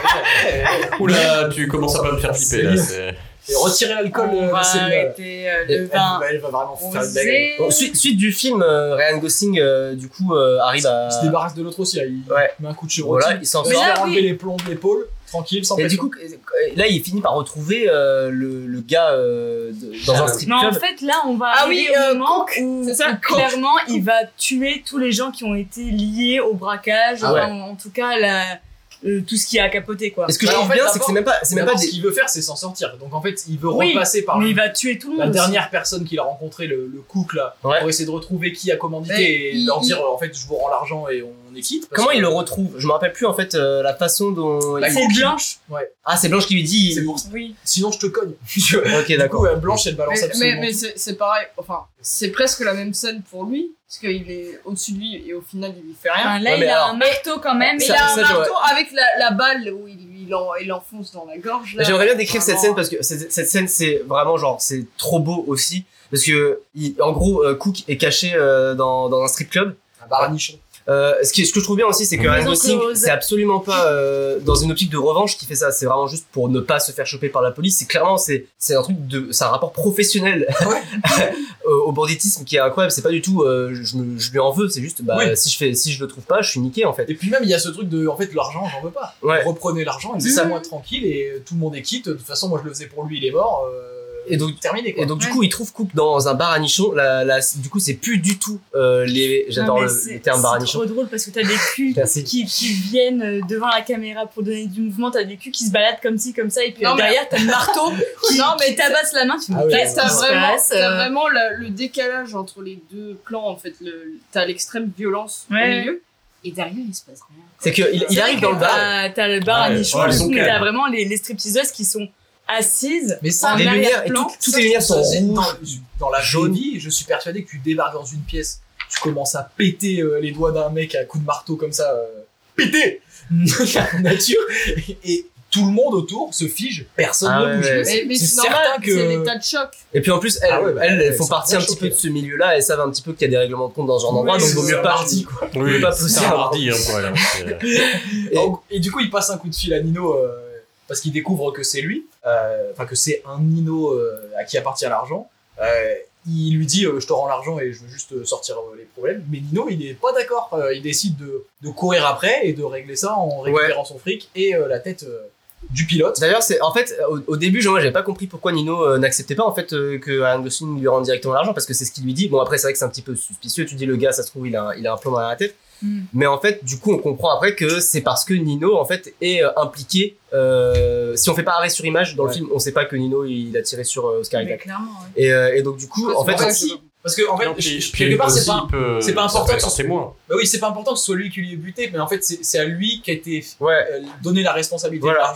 Speaker 4: Oula, tu commences un peu à me faire flipper là. c'est-
Speaker 1: Et retirer l'alcool
Speaker 3: On
Speaker 1: de
Speaker 3: va
Speaker 1: la scène.
Speaker 3: arrêter euh,
Speaker 2: Et-
Speaker 3: le
Speaker 1: Elle,
Speaker 3: vin
Speaker 1: va- elle va vraiment faire une bague.
Speaker 3: rosé.
Speaker 2: Bon, suite, suite du film, euh, Ryan Gosling, euh, du coup, euh, arrive à.
Speaker 1: Il se débarrasse de l'autre aussi, là. il
Speaker 2: Ouais.
Speaker 1: met un coup de chevrotine.
Speaker 2: Voilà, il s'en
Speaker 1: il
Speaker 3: Mais
Speaker 1: va
Speaker 3: là,
Speaker 1: faire enlever
Speaker 3: oui.
Speaker 1: les plombs de l'épaule, tranquille, sans
Speaker 2: Et du
Speaker 1: pression.
Speaker 2: coup, euh, là, il finit par retrouver euh, le, le gars euh, de- dans un strip
Speaker 3: Mais en
Speaker 2: club.
Speaker 3: fait, là, on va
Speaker 5: Ah
Speaker 3: arriver
Speaker 5: oui,
Speaker 3: au
Speaker 5: euh,
Speaker 3: moment
Speaker 5: Cook,
Speaker 3: où,
Speaker 5: c'est ça,
Speaker 3: où
Speaker 5: Cook.
Speaker 3: clairement, il va tuer tous les gens qui ont été liés au braquage,
Speaker 2: Ah
Speaker 3: enfin, en, en tout cas, la, euh, tout ce qui a capoté, quoi.
Speaker 2: Et ce que je
Speaker 1: Bah, en
Speaker 2: trouve
Speaker 1: fait,
Speaker 2: bien, c'est que c'est même pas, c'est même pas
Speaker 1: D'abord,
Speaker 2: des.
Speaker 1: ce qu'il veut faire, c'est s'en sortir. Donc en fait, il veut
Speaker 3: Oui,
Speaker 1: repasser par
Speaker 3: Mais
Speaker 1: le-
Speaker 3: il va tuer tout le monde
Speaker 1: la
Speaker 3: aussi.
Speaker 1: dernière personne qu'il a rencontré, le, le cook là,
Speaker 2: Ouais.
Speaker 1: pour essayer de retrouver qui a commandité
Speaker 5: Mais
Speaker 1: et
Speaker 5: il-
Speaker 1: leur
Speaker 5: il-
Speaker 1: dire euh, en fait je vous rends l'argent et on est quitte. parce
Speaker 2: Comment
Speaker 1: que-
Speaker 2: il le retrouve? Je me rappelle plus en fait euh, la façon dont.
Speaker 1: La
Speaker 2: il-
Speaker 3: C'est
Speaker 1: Cook, il-
Speaker 3: Blanche.
Speaker 1: Ouais.
Speaker 2: Ah, c'est Blanche qui lui dit.
Speaker 1: C'est pour
Speaker 3: Oui.
Speaker 1: Sinon je te cogne.
Speaker 2: Ok,
Speaker 1: Du
Speaker 2: d'accord.
Speaker 1: coup, euh, Blanche elle balance
Speaker 5: Mais, mais,
Speaker 1: absolument.
Speaker 5: mais
Speaker 1: tout.
Speaker 5: c'est c'est pareil, enfin, c'est presque la même scène pour lui, parce qu'il est au-dessus de lui et au final il lui fait rien.
Speaker 3: Enfin, là,
Speaker 2: Ouais, mais
Speaker 3: il a
Speaker 2: alors-
Speaker 3: un marteau quand même.
Speaker 5: Mais
Speaker 2: Ça-
Speaker 5: il a
Speaker 2: ça,
Speaker 5: un
Speaker 2: j'aurais-
Speaker 5: marteau avec la, la balle où il lui l'en- il l'enfonce dans la gorge. là.
Speaker 2: J'aimerais bien décrire cette
Speaker 5: Vraiment.
Speaker 2: scène parce que cette, cette scène c'est vraiment genre c'est trop beau aussi parce que il- en gros euh, Cook est caché euh, dans, dans un strip club.
Speaker 1: Un barnichon.
Speaker 2: Euh, ce, qui, ce que je trouve bien aussi c'est que
Speaker 3: Maison
Speaker 2: Ryan Gosling
Speaker 3: close.
Speaker 2: c'est absolument pas euh, dans une optique de revanche qui fait ça, c'est vraiment juste pour ne pas se faire choper par la police. C'est clairement c'est c'est un truc de c'est un rapport professionnel au au banditisme qui est incroyable. C'est pas du tout euh, je, me- je lui en veux, c'est juste bah
Speaker 1: Oui.
Speaker 2: si je fais si je le trouve pas je suis niqué en fait.
Speaker 1: Et puis même il y a ce truc de en fait l'argent j'en veux pas.
Speaker 2: Ouais.
Speaker 1: Reprenez l'argent et
Speaker 2: C'est
Speaker 1: laissez
Speaker 2: ça.
Speaker 1: moi tranquille et tout le monde est quitte. De toute façon moi je le faisais pour lui il est mort. euh,
Speaker 2: Et donc-
Speaker 1: terminé quoi.
Speaker 2: Et donc du
Speaker 3: Ouais.
Speaker 2: coup il trouve Cook dans un bar à nichon. La, la, du coup c'est plus du tout euh, les j'adore
Speaker 3: Non, mais
Speaker 2: le,
Speaker 3: c'est-
Speaker 2: le terme bar à
Speaker 3: C'est
Speaker 2: nichon.
Speaker 3: trop drôle parce que t'as des culs
Speaker 2: Merci.
Speaker 3: qui, qui viennent euh, devant la caméra pour donner du mouvement, t'as des culs qui se baladent comme ci, comme ça, et puis
Speaker 5: Non,
Speaker 3: euh,
Speaker 5: mais-
Speaker 3: derrière t'as le marteau qui,
Speaker 5: Non, mais
Speaker 3: qui tabasse la main, tu fais
Speaker 1: Ah ouais,
Speaker 3: qu'est-ce
Speaker 5: T'as
Speaker 3: qui se
Speaker 5: vraiment,
Speaker 3: passe
Speaker 5: t'as
Speaker 3: euh,
Speaker 5: vraiment le, le décalage entre les deux plans en fait. Le, t'as l'extrême violence au
Speaker 3: Ouais.
Speaker 5: milieu et derrière il se passe rien.
Speaker 2: C'est que il,
Speaker 3: C'est
Speaker 2: il
Speaker 3: vrai
Speaker 2: arrive
Speaker 3: que
Speaker 2: dans le bar.
Speaker 3: T'as, t'as le bar à
Speaker 4: Ouais,
Speaker 3: nichon,
Speaker 4: ouais,
Speaker 3: du
Speaker 4: ils
Speaker 3: coup,
Speaker 4: sont
Speaker 3: mais t'as
Speaker 4: calmes.
Speaker 3: vraiment les, les stripteaseuses qui sont assises.
Speaker 1: Mais ça,
Speaker 3: en
Speaker 2: les lumières et
Speaker 3: arrière-plan.
Speaker 2: tout- toutes
Speaker 1: Ça,
Speaker 2: les
Speaker 1: je
Speaker 2: lumières
Speaker 1: trouve
Speaker 2: sont
Speaker 1: ça, c'est
Speaker 2: rouges.
Speaker 1: Dans, dans la
Speaker 2: jaunes.
Speaker 1: vraie vie, je suis persuadé que tu débarques dans une pièce, tu commences à péter euh, les doigts d'un mec à coups de marteau comme ça, euh, péter nature, et, et tout le monde autour se fige, personne
Speaker 2: Ah
Speaker 1: ne
Speaker 2: ouais,
Speaker 1: bouge.
Speaker 2: ouais.
Speaker 5: Mais, mais
Speaker 1: c'est
Speaker 5: c'est normal,
Speaker 1: certain que-
Speaker 5: c'est l'état de choc.
Speaker 2: Et puis en plus, elles,
Speaker 1: Ah ouais, bah,
Speaker 2: elles, elles
Speaker 1: ouais,
Speaker 2: font
Speaker 1: c'est
Speaker 2: partie un
Speaker 1: bien
Speaker 2: petit peu
Speaker 1: choqué.
Speaker 2: de ce milieu-là, elles savent un petit peu qu'il y a des règlements de compte dans ce genre d'endroit,
Speaker 1: Oui,
Speaker 2: donc
Speaker 1: c'est
Speaker 2: vaut mieux
Speaker 1: ça,
Speaker 2: pas.
Speaker 1: mardi, quoi.
Speaker 4: Oui,
Speaker 2: pas
Speaker 4: c'est
Speaker 2: pousser
Speaker 4: un
Speaker 2: un
Speaker 4: mardi, hein, pour elle. hein, c'est-
Speaker 2: Et-
Speaker 1: Et, et du coup, il passe un coup de fil à Nino euh, parce qu'il découvre que c'est lui, euh, enfin que c'est un Nino euh, à qui appartient l'argent. Euh, il lui dit euh, je te rends l'argent et je veux juste euh, sortir euh, les problèmes. Mais Nino, il est pas d'accord. Euh, il décide de, de courir après et de régler ça en récupérant son fric et euh, la tête euh, du pilote.
Speaker 2: D'ailleurs, c'est en fait au, au début, genre, moi, j'avais pas compris pourquoi Nino euh, n'acceptait pas en fait euh, que Ryan Gosling lui rende directement l'argent parce que c'est ce qu'il lui dit. Bon après, c'est vrai que c'est un petit peu suspicieux. Tu dis le gars, ça se trouve, il a, un- il a un plomb dans la tête.
Speaker 3: Mm.
Speaker 2: Mais en fait, du coup, on comprend après que c'est parce que Nino en fait est euh, impliqué. Euh, si on fait pas arrêt sur image dans le
Speaker 1: Ouais.
Speaker 2: film, on sait pas que Nino il a tiré sur euh, Oscar
Speaker 3: Mais
Speaker 2: Isaac.
Speaker 3: clairement, ouais.
Speaker 2: Et, euh, et donc du coup, en fait,
Speaker 1: En fait,
Speaker 2: on-
Speaker 1: si. Parce que en fait,
Speaker 4: Non, puis-
Speaker 1: je-
Speaker 4: puis
Speaker 1: quelque part, c'est
Speaker 4: aussi,
Speaker 1: pas.
Speaker 4: il peut-
Speaker 1: c'est pas
Speaker 4: ça peut
Speaker 1: important
Speaker 4: être un
Speaker 1: que-
Speaker 4: témoin.
Speaker 1: Bah oui, c'est pas important que ce soit lui qui lui ait buté, mais en fait, c'est c'est à lui qui a été
Speaker 2: ouais.
Speaker 1: euh, donné la responsabilité
Speaker 2: Voilà.
Speaker 1: de l'argent.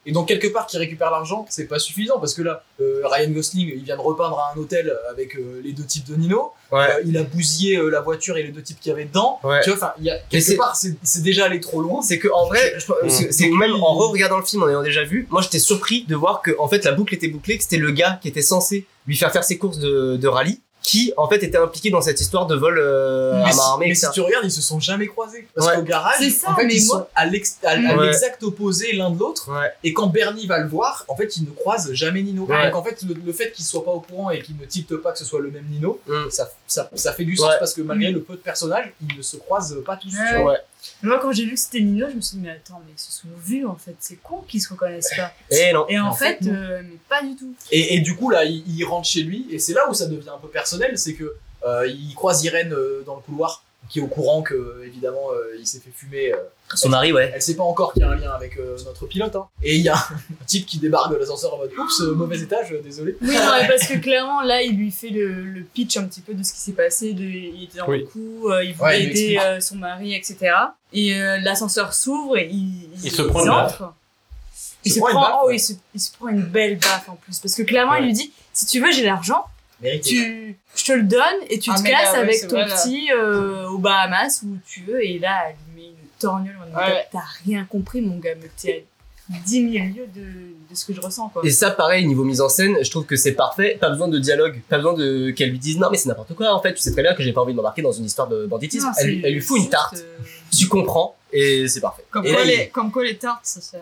Speaker 1: Et donc quelque part qu'il récupère l'argent, c'est pas suffisant parce que là, euh, Ryan Gosling, il vient de repeindre un hôtel avec euh, les deux types de Nino.
Speaker 2: Ouais.
Speaker 1: Euh, il a bousillé euh, la voiture et les deux types qu'il y avait dedans.
Speaker 2: Ouais.
Speaker 1: Tu vois, enfin, il y a
Speaker 2: Mais c'est-
Speaker 1: quelque part, c'est c'est déjà allé trop loin.
Speaker 2: C'est que en vrai, je-
Speaker 4: Mm.
Speaker 2: c'est c'est que même en re-regardant le film, en ayant déjà vu, moi j'étais surpris de voir que en fait la boucle était bouclée, que c'était le gars qui était censé lui faire faire ses courses de, de rallye, qui en fait était impliqué dans cette histoire de vol euh,
Speaker 1: Mais,
Speaker 2: à
Speaker 1: si,
Speaker 2: main armée,
Speaker 1: mais
Speaker 2: et
Speaker 1: si
Speaker 2: cetera.
Speaker 1: tu regardes, ils se sont jamais croisés. Parce
Speaker 2: Ouais.
Speaker 1: qu'au garage,
Speaker 3: C'est ça,
Speaker 1: en fait,
Speaker 3: mais
Speaker 1: ils
Speaker 3: moi-
Speaker 1: sont à l'ex- à- à
Speaker 2: Ouais.
Speaker 1: l'exact opposé l'un de l'autre.
Speaker 2: Ouais.
Speaker 1: Et quand Bernie va le voir, en fait, il ne croise jamais Nino.
Speaker 2: Ouais.
Speaker 1: Donc en fait, le, le fait qu'il soit pas au courant et qu'il ne tilte pas que ce soit le même Nino,
Speaker 2: Mm.
Speaker 1: ça, ça, ça fait du sens
Speaker 2: Ouais.
Speaker 1: parce que malgré le peu de personnages, ils ne se croisent pas tous.
Speaker 3: Ouais.
Speaker 1: tu vois.
Speaker 2: Ouais.
Speaker 3: Moi, quand j'ai vu que c'était Nino, je me suis dit, mais attends, mais ils se sont vus en fait, c'est con qu'ils se reconnaissent pas.
Speaker 2: Et non.
Speaker 3: Et en,
Speaker 1: En
Speaker 3: fait,
Speaker 1: fait, non.
Speaker 3: euh, mais pas du tout.
Speaker 1: Et, et du coup, là, il, il rentre chez lui, et c'est là où ça devient un peu personnel, c'est que euh, il croise Irène euh, dans le couloir, qui est au courant que, évidemment, euh, il s'est fait fumer. euh,
Speaker 2: Son mari, ouais.
Speaker 1: Elle sait pas encore qu'il y a un lien avec euh, notre pilote, hein. Et il y a un type qui débarque de l'ascenseur en mode oups, euh, mauvais étage, euh, désolé.
Speaker 3: Oui, non, mais parce que clairement, là, il lui fait le, le pitch un petit peu de ce qui s'est passé. De, il était dans
Speaker 4: Oui.
Speaker 3: le coup, euh, il voulait
Speaker 1: Ouais, il lui
Speaker 3: aider
Speaker 1: explique.
Speaker 3: euh, son mari, et cetera. Et euh, l'ascenseur s'ouvre et il,
Speaker 4: Il se prend une
Speaker 3: entre. Il
Speaker 1: Se
Speaker 3: se
Speaker 1: prend une
Speaker 3: prend,
Speaker 1: baffe,
Speaker 3: oh,
Speaker 1: ouais.
Speaker 3: il se, il se prend une belle baffe en plus. Parce que clairement,
Speaker 4: Ouais.
Speaker 3: il lui dit, si tu veux, j'ai l'argent,
Speaker 1: Mérité.
Speaker 3: tu, je te le donne et tu
Speaker 5: Ah,
Speaker 3: te
Speaker 5: mais
Speaker 3: casses
Speaker 5: là, ouais,
Speaker 3: avec
Speaker 5: c'est
Speaker 3: ton
Speaker 5: vrai, là.
Speaker 3: petit euh, aux Bahamas où tu veux. Et là, elle lui met une torgnole. en mode,
Speaker 5: Ouais.
Speaker 3: T'as rien compris, mon gars, mais t'es à dix mille lieues de, de ce que je ressens, quoi.
Speaker 2: Et ça, pareil, niveau mise en scène, je trouve que c'est parfait. Pas besoin de dialogue, pas besoin de qu'elle lui dise non mais c'est n'importe quoi. En fait, tu sais très bien que j'ai pas envie de m'embarquer dans une histoire de banditisme.
Speaker 3: Non,
Speaker 2: Elle,
Speaker 3: c'est
Speaker 2: lui- elle lui fout une
Speaker 3: juste,
Speaker 2: tarte,
Speaker 3: euh,
Speaker 2: tu comprends et c'est parfait.
Speaker 5: Comme
Speaker 1: Et
Speaker 5: quoi,
Speaker 1: là,
Speaker 5: les, comme quoi les tartes, ça sert.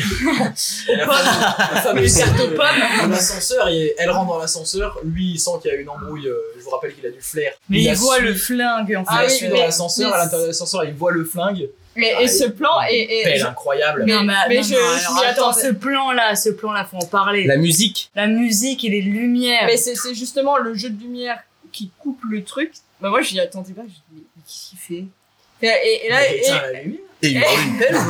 Speaker 1: Et la fameuse- la fameuse
Speaker 3: Une tarte
Speaker 1: scène
Speaker 3: aux
Speaker 1: de-
Speaker 3: pommes.
Speaker 1: de l'ascenseur, et elle rentre dans l'ascenseur, lui il sent qu'il y a une embrouille, euh, je vous rappelle qu'il a du flair.
Speaker 3: Mais il,
Speaker 1: la
Speaker 3: voit
Speaker 1: suit-
Speaker 3: le flingue, en
Speaker 1: Il
Speaker 3: fait.
Speaker 1: la
Speaker 5: Ah oui,
Speaker 1: suit dans
Speaker 5: mais-
Speaker 1: l'ascenseur,
Speaker 5: mais
Speaker 1: à l'intérieur de l'ascenseur, il voit le flingue.
Speaker 5: Mais,
Speaker 1: Ah,
Speaker 5: et ce plan est, est-
Speaker 1: Belle,
Speaker 5: je-
Speaker 1: incroyable.
Speaker 5: Mais-
Speaker 3: non, mais,
Speaker 5: mais
Speaker 3: non,
Speaker 5: je-
Speaker 3: non,
Speaker 5: je
Speaker 3: alors
Speaker 5: m'y
Speaker 3: attends,
Speaker 5: attendais.
Speaker 3: ce plan-là, ce plan-là, faut en parler.
Speaker 2: La musique,
Speaker 3: La musique et les lumières.
Speaker 5: mais c'est c'est justement le jeu de lumière qui coupe le truc. Bah moi, je n'y attendais pas. Je me dis, mais, mais qu'est-ce qu'il fait et, et, et là,
Speaker 1: Mais
Speaker 5: et,
Speaker 1: putain, la lumière.
Speaker 2: et il lui roule une pelle,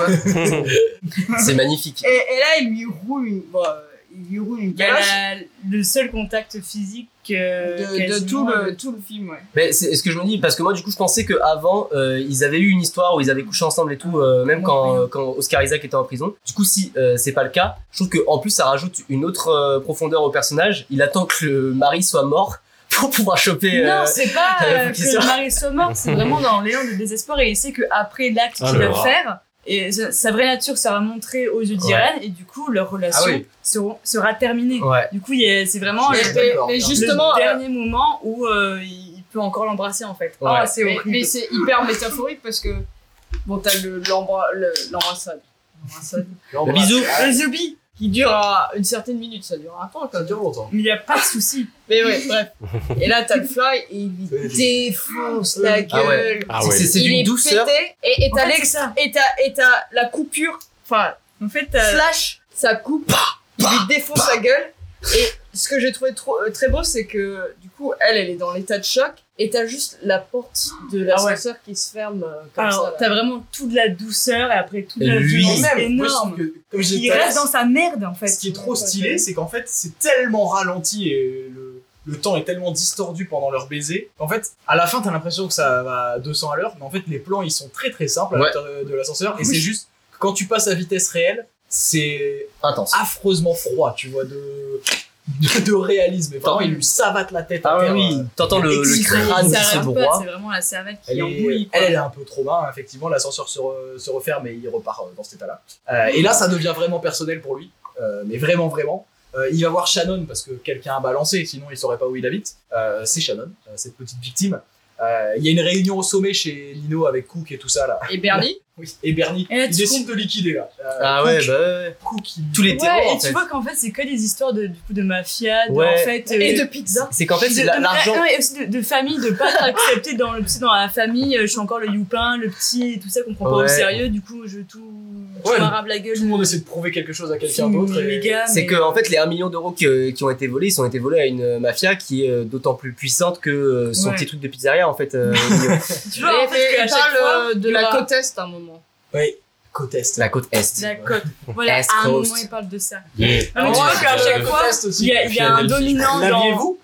Speaker 2: quoi. C'est magnifique.
Speaker 5: et, et là, il lui roule une, bon, euh, il lui roule une
Speaker 3: Il y a
Speaker 5: calache
Speaker 3: la- le seul contact physique euh,
Speaker 5: de, de
Speaker 3: quasiment,
Speaker 5: tout le
Speaker 3: euh,
Speaker 5: tout le film, ouais.
Speaker 2: Mais c'est ce que je me dis parce que moi du coup je pensais que avant euh, ils avaient eu une histoire où ils avaient couché ensemble et tout euh, même quand quand Oscar Isaac était en prison. Du coup si euh, c'est pas le cas, je trouve que en plus ça rajoute une autre euh, profondeur au personnage. Il attend que le mari soit mort pour pouvoir choper.
Speaker 3: Non,
Speaker 2: euh,
Speaker 3: c'est pas
Speaker 2: la
Speaker 3: euh,
Speaker 2: fille qui
Speaker 3: que
Speaker 2: sort.
Speaker 3: le mari soit mort, c'est vraiment dans l'élan de désespoir et il sait qu'après l'acte
Speaker 4: Ah,
Speaker 3: qu'il
Speaker 4: le
Speaker 3: va
Speaker 4: rat.
Speaker 3: faire, et sa, sa vraie nature sera montrée aux yeux d'Irène et du coup leur relation
Speaker 1: Ah oui.
Speaker 3: seront- sera terminée.
Speaker 2: Ouais.
Speaker 3: Du coup, il y a- c'est vraiment
Speaker 5: Mais,
Speaker 1: je suis
Speaker 3: le,
Speaker 5: mais-
Speaker 1: d'accord.
Speaker 5: mais
Speaker 1: Le
Speaker 5: justement,
Speaker 3: le
Speaker 5: euh,
Speaker 3: dernier moment où euh, il peut encore l'embrasser en fait.
Speaker 2: Ouais.
Speaker 3: Ah, c'est
Speaker 5: mais,
Speaker 3: horrible.
Speaker 5: mais c'est hyper métaphorique parce que bon, t'as le l'embra- le- l'embrassade, l'embrassade
Speaker 1: Non,
Speaker 2: Le
Speaker 1: voilà.
Speaker 2: bisou.
Speaker 1: Ah,
Speaker 3: Le zombie.
Speaker 5: qui dure à une certaine minute, ça dure un temps quand
Speaker 1: Ça
Speaker 5: même.
Speaker 1: dure longtemps.
Speaker 3: Mais il n'y a pas de souci.
Speaker 5: Mais ouais, bref. Et là, t'as le fly et il lui
Speaker 1: Ouais.
Speaker 5: défonce la gueule.
Speaker 2: Ah ouais.
Speaker 4: Ah
Speaker 2: C'est-
Speaker 4: ouais.
Speaker 2: c'est
Speaker 5: Il
Speaker 2: d'une
Speaker 5: est
Speaker 2: douceur.
Speaker 5: pété et et
Speaker 3: En
Speaker 5: t'as
Speaker 3: fait,
Speaker 5: l'ex-
Speaker 3: c'est ça.
Speaker 5: et t'as et t'as la coupure, enfin
Speaker 3: En fait, t'as-
Speaker 5: flash, ça coupe, il lui défonce la gueule. Et ce que j'ai trouvé trop, euh, très beau, c'est que du coup, elle, elle est dans l'état de choc et t'as juste la porte de l'ascenseur qui se ferme euh, comme
Speaker 3: alors,
Speaker 5: ça. là.
Speaker 3: t'as vraiment toute la douceur et après toute
Speaker 2: Et
Speaker 3: la
Speaker 2: lui,
Speaker 3: violence
Speaker 1: Même, moi, je
Speaker 3: énorme.
Speaker 1: trouve que, comme je disais
Speaker 3: Il
Speaker 1: tout à l'heure,
Speaker 3: reste dans sa merde en fait.
Speaker 1: ce qui est trop stylé, c'est qu'en fait, c'est tellement ralenti et le, le temps est tellement distordu pendant leur baiser. En fait, à la fin, t'as l'impression que ça va à deux cents à l'heure, mais en fait, les plans, ils sont très très simples à
Speaker 2: Ouais.
Speaker 1: l'intérieur de l'ascenseur, et
Speaker 3: Oui.
Speaker 1: c'est juste que quand tu passes à vitesse réelle, c'est
Speaker 2: Intense.
Speaker 1: affreusement froid, tu vois, de, de, de réalisme. Et vraiment, il lui savate la tête à
Speaker 2: Ah
Speaker 1: terre.
Speaker 2: oui,
Speaker 1: euh,
Speaker 2: t'entends le, le
Speaker 1: excitant.
Speaker 2: crâne
Speaker 3: Ça
Speaker 2: qui se
Speaker 3: arrête pas,
Speaker 2: broie.
Speaker 3: c'est vraiment la cervelle qui
Speaker 1: Elle, est,
Speaker 3: embouille.
Speaker 1: elle, elle est un peu trop bas, hein, effectivement, l'ascenseur se, re- se referme et il repart euh, dans cet état-là. Euh, et là, ça devient vraiment personnel pour lui, euh, mais vraiment, vraiment. Euh, il va voir Shannon parce que quelqu'un a balancé, sinon il saurait pas où il habite. Euh, c'est Shannon, euh, cette petite victime. Euh, Il y a une réunion au sommet chez Nino avec Cook et tout ça là.
Speaker 5: Et Bernie,
Speaker 1: Oui. Et Bernie,
Speaker 3: Et là,
Speaker 1: il
Speaker 3: tu
Speaker 1: décide de liquider là. Euh,
Speaker 2: Ah
Speaker 1: Cook,
Speaker 2: ouais, bah ouais.
Speaker 1: Cook, il-
Speaker 2: Tous les
Speaker 3: Ouais,
Speaker 2: terrors
Speaker 3: et
Speaker 2: en
Speaker 3: tu
Speaker 2: fait.
Speaker 3: vois qu'en fait, c'est que des histoires de, du coup, de mafia, de,
Speaker 2: Ouais.
Speaker 3: en fait. euh,
Speaker 5: et de pizza.
Speaker 2: C'est qu'en fait,
Speaker 3: de-
Speaker 2: c'est la-
Speaker 3: de-
Speaker 2: l'argent.
Speaker 3: non, et aussi de, de famille, de pas être accepté dans le, tu sais, dans la famille. euh, Je suis encore le youpin, le petit et tout ça qu'on prend pas
Speaker 2: Ouais.
Speaker 3: au sérieux. Du coup, je tout, tout
Speaker 1: Ouais,
Speaker 3: m'arabe la gueule.
Speaker 1: Tout le monde essaie de prouver quelque chose à quelqu'un
Speaker 3: Film
Speaker 1: d'autre. Et...
Speaker 3: méga,
Speaker 2: C'est
Speaker 3: mais-
Speaker 2: que en fait les un million d'euros qui, euh, qui ont été volés, ils ont été volés à une mafia qui est euh, d'autant plus puissante que euh, son
Speaker 3: Ouais.
Speaker 2: petit truc de pizzeria en fait. euh,
Speaker 3: Tu vois, en
Speaker 5: Et-
Speaker 3: fait,
Speaker 5: et-
Speaker 3: qu'à
Speaker 5: et
Speaker 3: chaque
Speaker 5: parle
Speaker 3: fois,
Speaker 5: euh, de
Speaker 3: il y
Speaker 5: la
Speaker 3: aura-
Speaker 5: côte est à un moment.
Speaker 1: Oui, côte est.
Speaker 2: la côte est.
Speaker 3: La côte. Voilà,
Speaker 2: Est
Speaker 3: à un
Speaker 2: Coast.
Speaker 3: moment, il parle de ça.
Speaker 2: Yeah.
Speaker 3: Ah, mais tu
Speaker 1: Ouais,
Speaker 3: vois qu'à
Speaker 1: euh,
Speaker 3: chaque
Speaker 1: côte
Speaker 3: fois,
Speaker 1: est aussi.
Speaker 3: il y a, il y a un
Speaker 4: Philadelphie.
Speaker 3: dominant dans.
Speaker 1: L'aviez-vous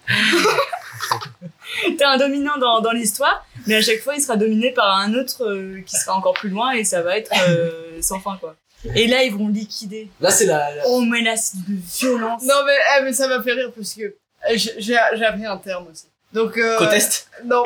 Speaker 3: T'as un dominant dans, dans l'histoire, mais à chaque fois, il sera dominé par un autre euh, qui sera encore plus loin et ça va être euh, sans fin, quoi. Et là, ils vont liquider.
Speaker 1: Là, c'est la. la-
Speaker 3: Oh, mais là, c'est de violence.
Speaker 5: Non, mais, eh, mais ça m'a fait rire parce que euh, j'ai j'ai j'ai appris un terme aussi. Donc, euh,
Speaker 2: Conteste.
Speaker 5: non.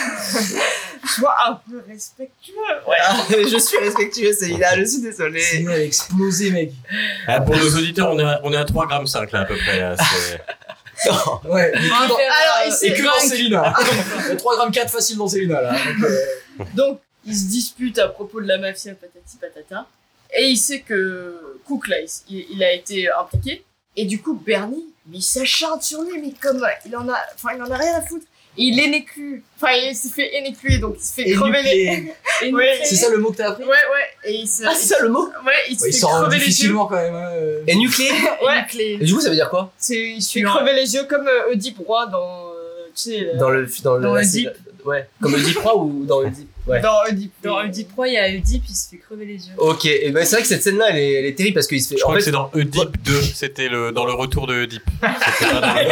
Speaker 5: Sois un peu respectueux. Ouais.
Speaker 2: Ah, je suis respectueux, Célina, je suis désolé.
Speaker 1: C'est elle a explosé, mec.
Speaker 4: Ah, pour nos auditeurs, on est à, on est à trois virgule cinq grammes là à peu près. Là, c'est-
Speaker 1: Ouais. Mais
Speaker 3: On va
Speaker 1: que dans-
Speaker 3: faire,
Speaker 5: Alors,
Speaker 3: euh,
Speaker 5: il s'est-
Speaker 1: Et que dans
Speaker 5: donc-
Speaker 1: Célina. Il y a trois virgule quatre facile dans Célina, là. Donc, euh,
Speaker 5: Donc, ils se disputent à propos de la mafia patati patata. Et il sait que Cook, là, il, il a été impliqué. Et du coup, Bernie, mais il s'acharne sur lui, mais comme il en a, enfin, il en a rien à foutre. Et il énéclue. Enfin, il s'est fait énécluer, donc il se fait crever les...
Speaker 1: énucléé.
Speaker 5: Ouais,
Speaker 1: C'est ça le mot que t'as appris?
Speaker 5: Ouais, ouais. Et il se...
Speaker 2: Ah, c'est ça le mot?
Speaker 5: Ouais, il se
Speaker 1: Ouais, il
Speaker 5: fait
Speaker 1: s'en rend
Speaker 5: crever les yeux.
Speaker 1: difficilement quand même. hein, euh.
Speaker 2: Et nucléé.
Speaker 5: Ouais.
Speaker 3: Énucléé.
Speaker 2: Et du coup, ça veut dire quoi?
Speaker 5: C'est, il se fait
Speaker 3: Tu en-
Speaker 5: crever les yeux comme euh, Oedipe Roy dans, euh, tu sais, euh,
Speaker 2: Dans le, dans le,
Speaker 3: Dans
Speaker 2: la-
Speaker 3: Oedipe.
Speaker 2: Ouais. Comme Oedipe Roi ou dans Oedipe? Ouais.
Speaker 5: dans Oedipe.
Speaker 3: Dans Oedipe Roy, il y a Oedipe, il se fait crever les yeux.
Speaker 2: Ok, et ben c'est vrai que cette scène-là, elle est, elle est terrible parce qu'il se fait.
Speaker 4: Je
Speaker 2: en
Speaker 4: crois
Speaker 2: fait,
Speaker 4: que c'est dans Oedipe deux, c'était le, dans le retour de Oedipe. C'était pas dans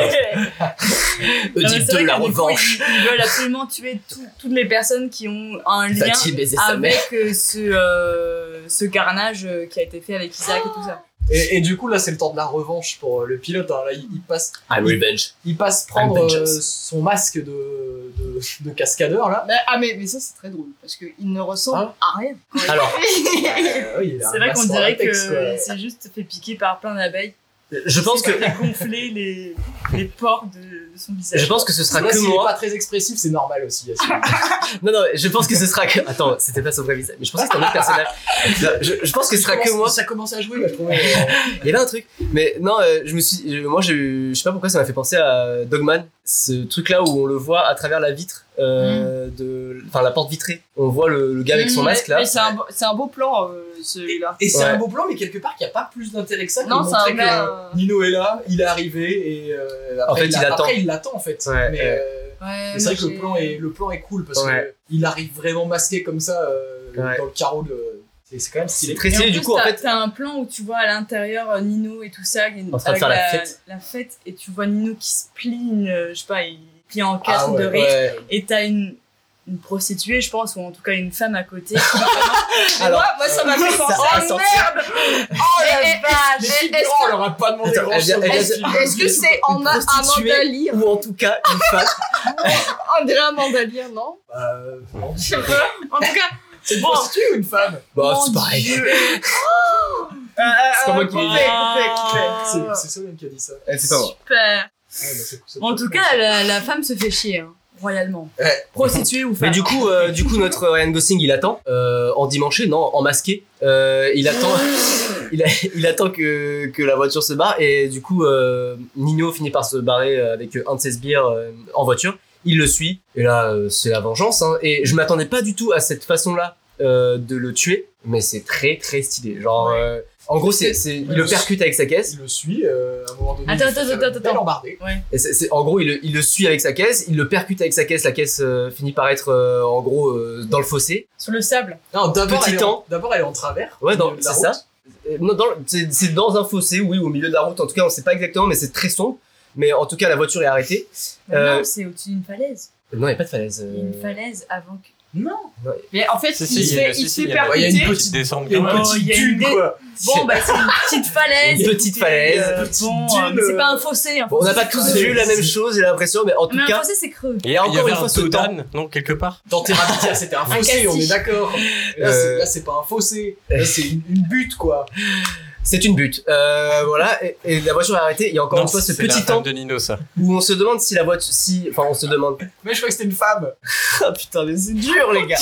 Speaker 4: le-
Speaker 3: Non, mais
Speaker 2: Oedipe
Speaker 3: c'est vrai
Speaker 2: de la
Speaker 3: que du coup,
Speaker 2: revanche.
Speaker 3: Ils, ils veulent absolument tuer tout- toutes les personnes qui ont un lien
Speaker 2: Va-t-il baiser sa mère?
Speaker 3: avec euh, ce, euh, ce carnage euh, qui a été fait avec Isaac et tout ça.
Speaker 1: Et, et du coup, là, c'est le temps de la revanche pour euh, le pilote. Hein. Là, il, il passe,
Speaker 2: I'm revenge.
Speaker 1: il passe prendre
Speaker 2: I'm
Speaker 1: euh,
Speaker 2: vengeance.
Speaker 1: son masque de, de, de cascadeur, là.
Speaker 5: Mais, ah, mais, mais ça, c'est très drôle, parce qu'il ne ressemble
Speaker 1: Hein
Speaker 5: à rien.
Speaker 2: Alors,
Speaker 1: Euh, oui, il a
Speaker 3: C'est
Speaker 1: un
Speaker 3: vrai
Speaker 1: masque
Speaker 3: qu'on
Speaker 1: en
Speaker 3: dirait
Speaker 1: latex, quoi.
Speaker 3: qu'il s'est juste fait piquer par plein d'abeilles.
Speaker 2: je pense que,
Speaker 3: Il a gonflé les, les pores de, de son visage.
Speaker 2: je pense que ce sera
Speaker 1: Là,
Speaker 2: que
Speaker 1: s'il est
Speaker 2: moi.
Speaker 1: pas très expressif, c'est normal aussi. Yassine.
Speaker 2: Non, non, je pense que ce sera que. Attends, c'était pas son vrai visage, mais je pensais que c'était un autre personnage. Non, je, je pense que ce sera que moi.
Speaker 1: Ça commence à jouer, là, je trouvais.
Speaker 2: Il y avait un truc, mais non, euh, je me suis, je- moi, j'ai eu- je sais pas pourquoi ça m'a fait penser à Dogman, ce truc-là où on le voit à travers la vitre, euh, de, enfin la porte vitrée. On voit le, le gars avec son
Speaker 5: Mm,
Speaker 2: masque
Speaker 5: mais-
Speaker 2: là.
Speaker 5: Mais c'est un, beau- c'est un beau plan, euh, celui-là.
Speaker 1: Et c'est
Speaker 2: Ouais.
Speaker 1: un beau plan, mais quelque part, il n'y a pas plus d'intérêt que ça que
Speaker 5: Non,
Speaker 1: de
Speaker 5: c'est un
Speaker 1: montrer que
Speaker 5: gars,
Speaker 1: euh,
Speaker 5: euh,
Speaker 1: Nino est là, il est arrivé, et euh, après,
Speaker 2: En fait,
Speaker 1: il,
Speaker 2: il
Speaker 1: a-
Speaker 2: attend.
Speaker 1: après, il l'attend, en fait.
Speaker 2: Ouais,
Speaker 1: mais
Speaker 2: ouais.
Speaker 1: euh,
Speaker 3: Ouais,
Speaker 1: mais c'est vrai que
Speaker 3: moi,
Speaker 1: le plan,
Speaker 3: j'ai-
Speaker 1: est, le plan est cool, parce
Speaker 2: Ouais.
Speaker 1: qu'il arrive vraiment masqué comme ça, euh,
Speaker 2: Ouais.
Speaker 1: dans le carreau de... C'est c'est quand même stylé.
Speaker 2: C'est très
Speaker 3: Et en
Speaker 2: stylé,
Speaker 3: plus,
Speaker 2: du coup, en
Speaker 3: t'as-
Speaker 2: fait.
Speaker 3: t'as un plan où tu vois à l'intérieur euh, Nino et tout ça,
Speaker 2: En train de
Speaker 3: avec
Speaker 2: faire la fête.
Speaker 3: la fête, et tu vois Nino qui se plie, une, euh, je sais pas, il plie en quatre
Speaker 1: Ah ouais,
Speaker 3: de rire,
Speaker 2: Ouais.
Speaker 3: et t'as une, une prostituée, je pense, ou en tout cas une femme à côté.
Speaker 5: Mais
Speaker 2: Alors,
Speaker 5: moi, moi, ça m'a fait
Speaker 2: ça
Speaker 5: penser.
Speaker 2: a
Speaker 5: Oh
Speaker 2: sorti-
Speaker 5: merde! Oh la
Speaker 3: Eh,
Speaker 5: vache!
Speaker 1: Les
Speaker 5: Et-
Speaker 1: filles,
Speaker 5: Est-ce
Speaker 1: oh, on leur a pas demandé
Speaker 2: Attends,
Speaker 1: grand
Speaker 2: elle vient-
Speaker 1: chose.
Speaker 2: elle vient-
Speaker 5: que- est-ce que c'est en
Speaker 2: Une
Speaker 5: a-
Speaker 2: prostituée
Speaker 5: Amanda Lear?
Speaker 2: ou en tout cas une femme.
Speaker 5: On dirait Amanda Lear, non?
Speaker 1: Euh, non.
Speaker 5: Je sais pas. En tout cas,
Speaker 1: C'est une
Speaker 3: Bon.
Speaker 1: prostituée ou une femme?
Speaker 2: Bah,
Speaker 3: Mon
Speaker 2: c'est pareil.
Speaker 3: Dieu.
Speaker 5: euh,
Speaker 2: C'est pas moi qui l'ai
Speaker 5: coupé,
Speaker 2: dit.
Speaker 5: coupé, coupé.
Speaker 1: C'est c'est Solène qui a dit ça.
Speaker 2: Eh, C'est pas moi.
Speaker 3: Super.
Speaker 1: Ouais, bah, c'est- c'est-
Speaker 3: En tout cas, la, la femme se fait chier, hein, royalement.
Speaker 1: Ouais.
Speaker 3: Prostituée ou femme.
Speaker 2: Mais du coup, euh, du coup, notre Ryan Gosling, il attend euh, en dimanche, non, en masqué. Euh, il attend, il, a- il attend que, que la voiture se barre et du coup, euh, Nino finit par se barrer avec un de ses sbires euh, en voiture. Il le suit et là, euh, c'est la vengeance. Hein, et je m'attendais pas du tout à cette façon-là euh, de le tuer, mais c'est très très stylé. Genre,
Speaker 3: Ouais.
Speaker 2: euh, en gros, c'est, c'est, il le percute avec sa caisse.
Speaker 1: Il le suit, euh, à un moment donné.
Speaker 3: Attends,
Speaker 1: il fait
Speaker 3: attends,
Speaker 1: faire
Speaker 3: attends,
Speaker 1: une belle
Speaker 3: attends.
Speaker 1: embardée.
Speaker 2: Et c'est, c'est- en gros, il le, il le suit avec sa caisse, il le percute avec sa caisse. La caisse euh, finit par être euh, en gros euh, dans le fossé.
Speaker 3: Sur le sable.
Speaker 1: Non, d'abord,
Speaker 2: Petit
Speaker 1: elle, est
Speaker 2: temps.
Speaker 1: en- d'abord, elle est en travers.
Speaker 2: Ouais,
Speaker 1: au
Speaker 2: dans-
Speaker 1: milieu de la
Speaker 2: c'est ça.
Speaker 1: route.
Speaker 2: Euh, non, dans, le- c'est, c'est dans un fossé, oui, au milieu de la route. En tout cas, on sait pas exactement, mais c'est très sombre. Mais en tout cas, la voiture est arrêtée.
Speaker 3: Mais
Speaker 2: Euh,
Speaker 3: Non, c'est au-dessus d'une falaise.
Speaker 2: Non, il n'y a pas de falaise.
Speaker 3: Il y a une
Speaker 2: euh.
Speaker 3: falaise avant que.
Speaker 1: Non.
Speaker 5: Mais en fait,
Speaker 4: Si,
Speaker 5: il
Speaker 4: si,
Speaker 5: se
Speaker 4: il y a-
Speaker 5: fait,
Speaker 4: si,
Speaker 5: il
Speaker 4: si,
Speaker 5: se fait
Speaker 4: il y a-
Speaker 1: Ouais, il y a une
Speaker 5: percuter.
Speaker 1: petite-
Speaker 4: descente
Speaker 1: Il y a une
Speaker 3: Oh,
Speaker 1: petite
Speaker 3: il y a
Speaker 1: dune,
Speaker 3: une dé-
Speaker 1: quoi.
Speaker 3: Bon, bah, c'est une petite falaise.
Speaker 2: Une petite
Speaker 3: et
Speaker 2: falaise.
Speaker 3: euh,
Speaker 1: Petite
Speaker 3: bon,
Speaker 1: dune,
Speaker 3: euh, mais c'est
Speaker 1: euh.
Speaker 3: pas un fossé. Un
Speaker 2: Bon, on n'a
Speaker 3: fossé,
Speaker 2: pas
Speaker 3: c'est
Speaker 2: tous
Speaker 3: creux.
Speaker 2: vu la même chose, j'ai l'impression, mais en tout
Speaker 3: Mais un
Speaker 2: cas,
Speaker 3: fossé, c'est creux.
Speaker 2: il y a
Speaker 4: Il y
Speaker 2: encore
Speaker 4: avait
Speaker 2: une
Speaker 4: un
Speaker 2: fois ce temps.
Speaker 4: Dodan, non, quelque part.
Speaker 1: Dans Terabithia, c'était un fossé, on
Speaker 3: cassis.
Speaker 1: est d'accord. Là,
Speaker 2: Euh.
Speaker 1: c'est- là, c'est pas un fossé. Là, c'est une, une butte, quoi.
Speaker 2: C'est une butte. Euh, voilà, et, et la voiture est arrêtée. Il y a encore
Speaker 4: Non,
Speaker 2: une fois ce
Speaker 4: c'est la
Speaker 2: petit
Speaker 4: femme
Speaker 2: temps
Speaker 4: de Nino, ça.
Speaker 2: où on se demande si la voiture, si, enfin, on se demande.
Speaker 1: Mais je crois que c'était une femme.
Speaker 2: Ah putain, mais c'est dur, les gars.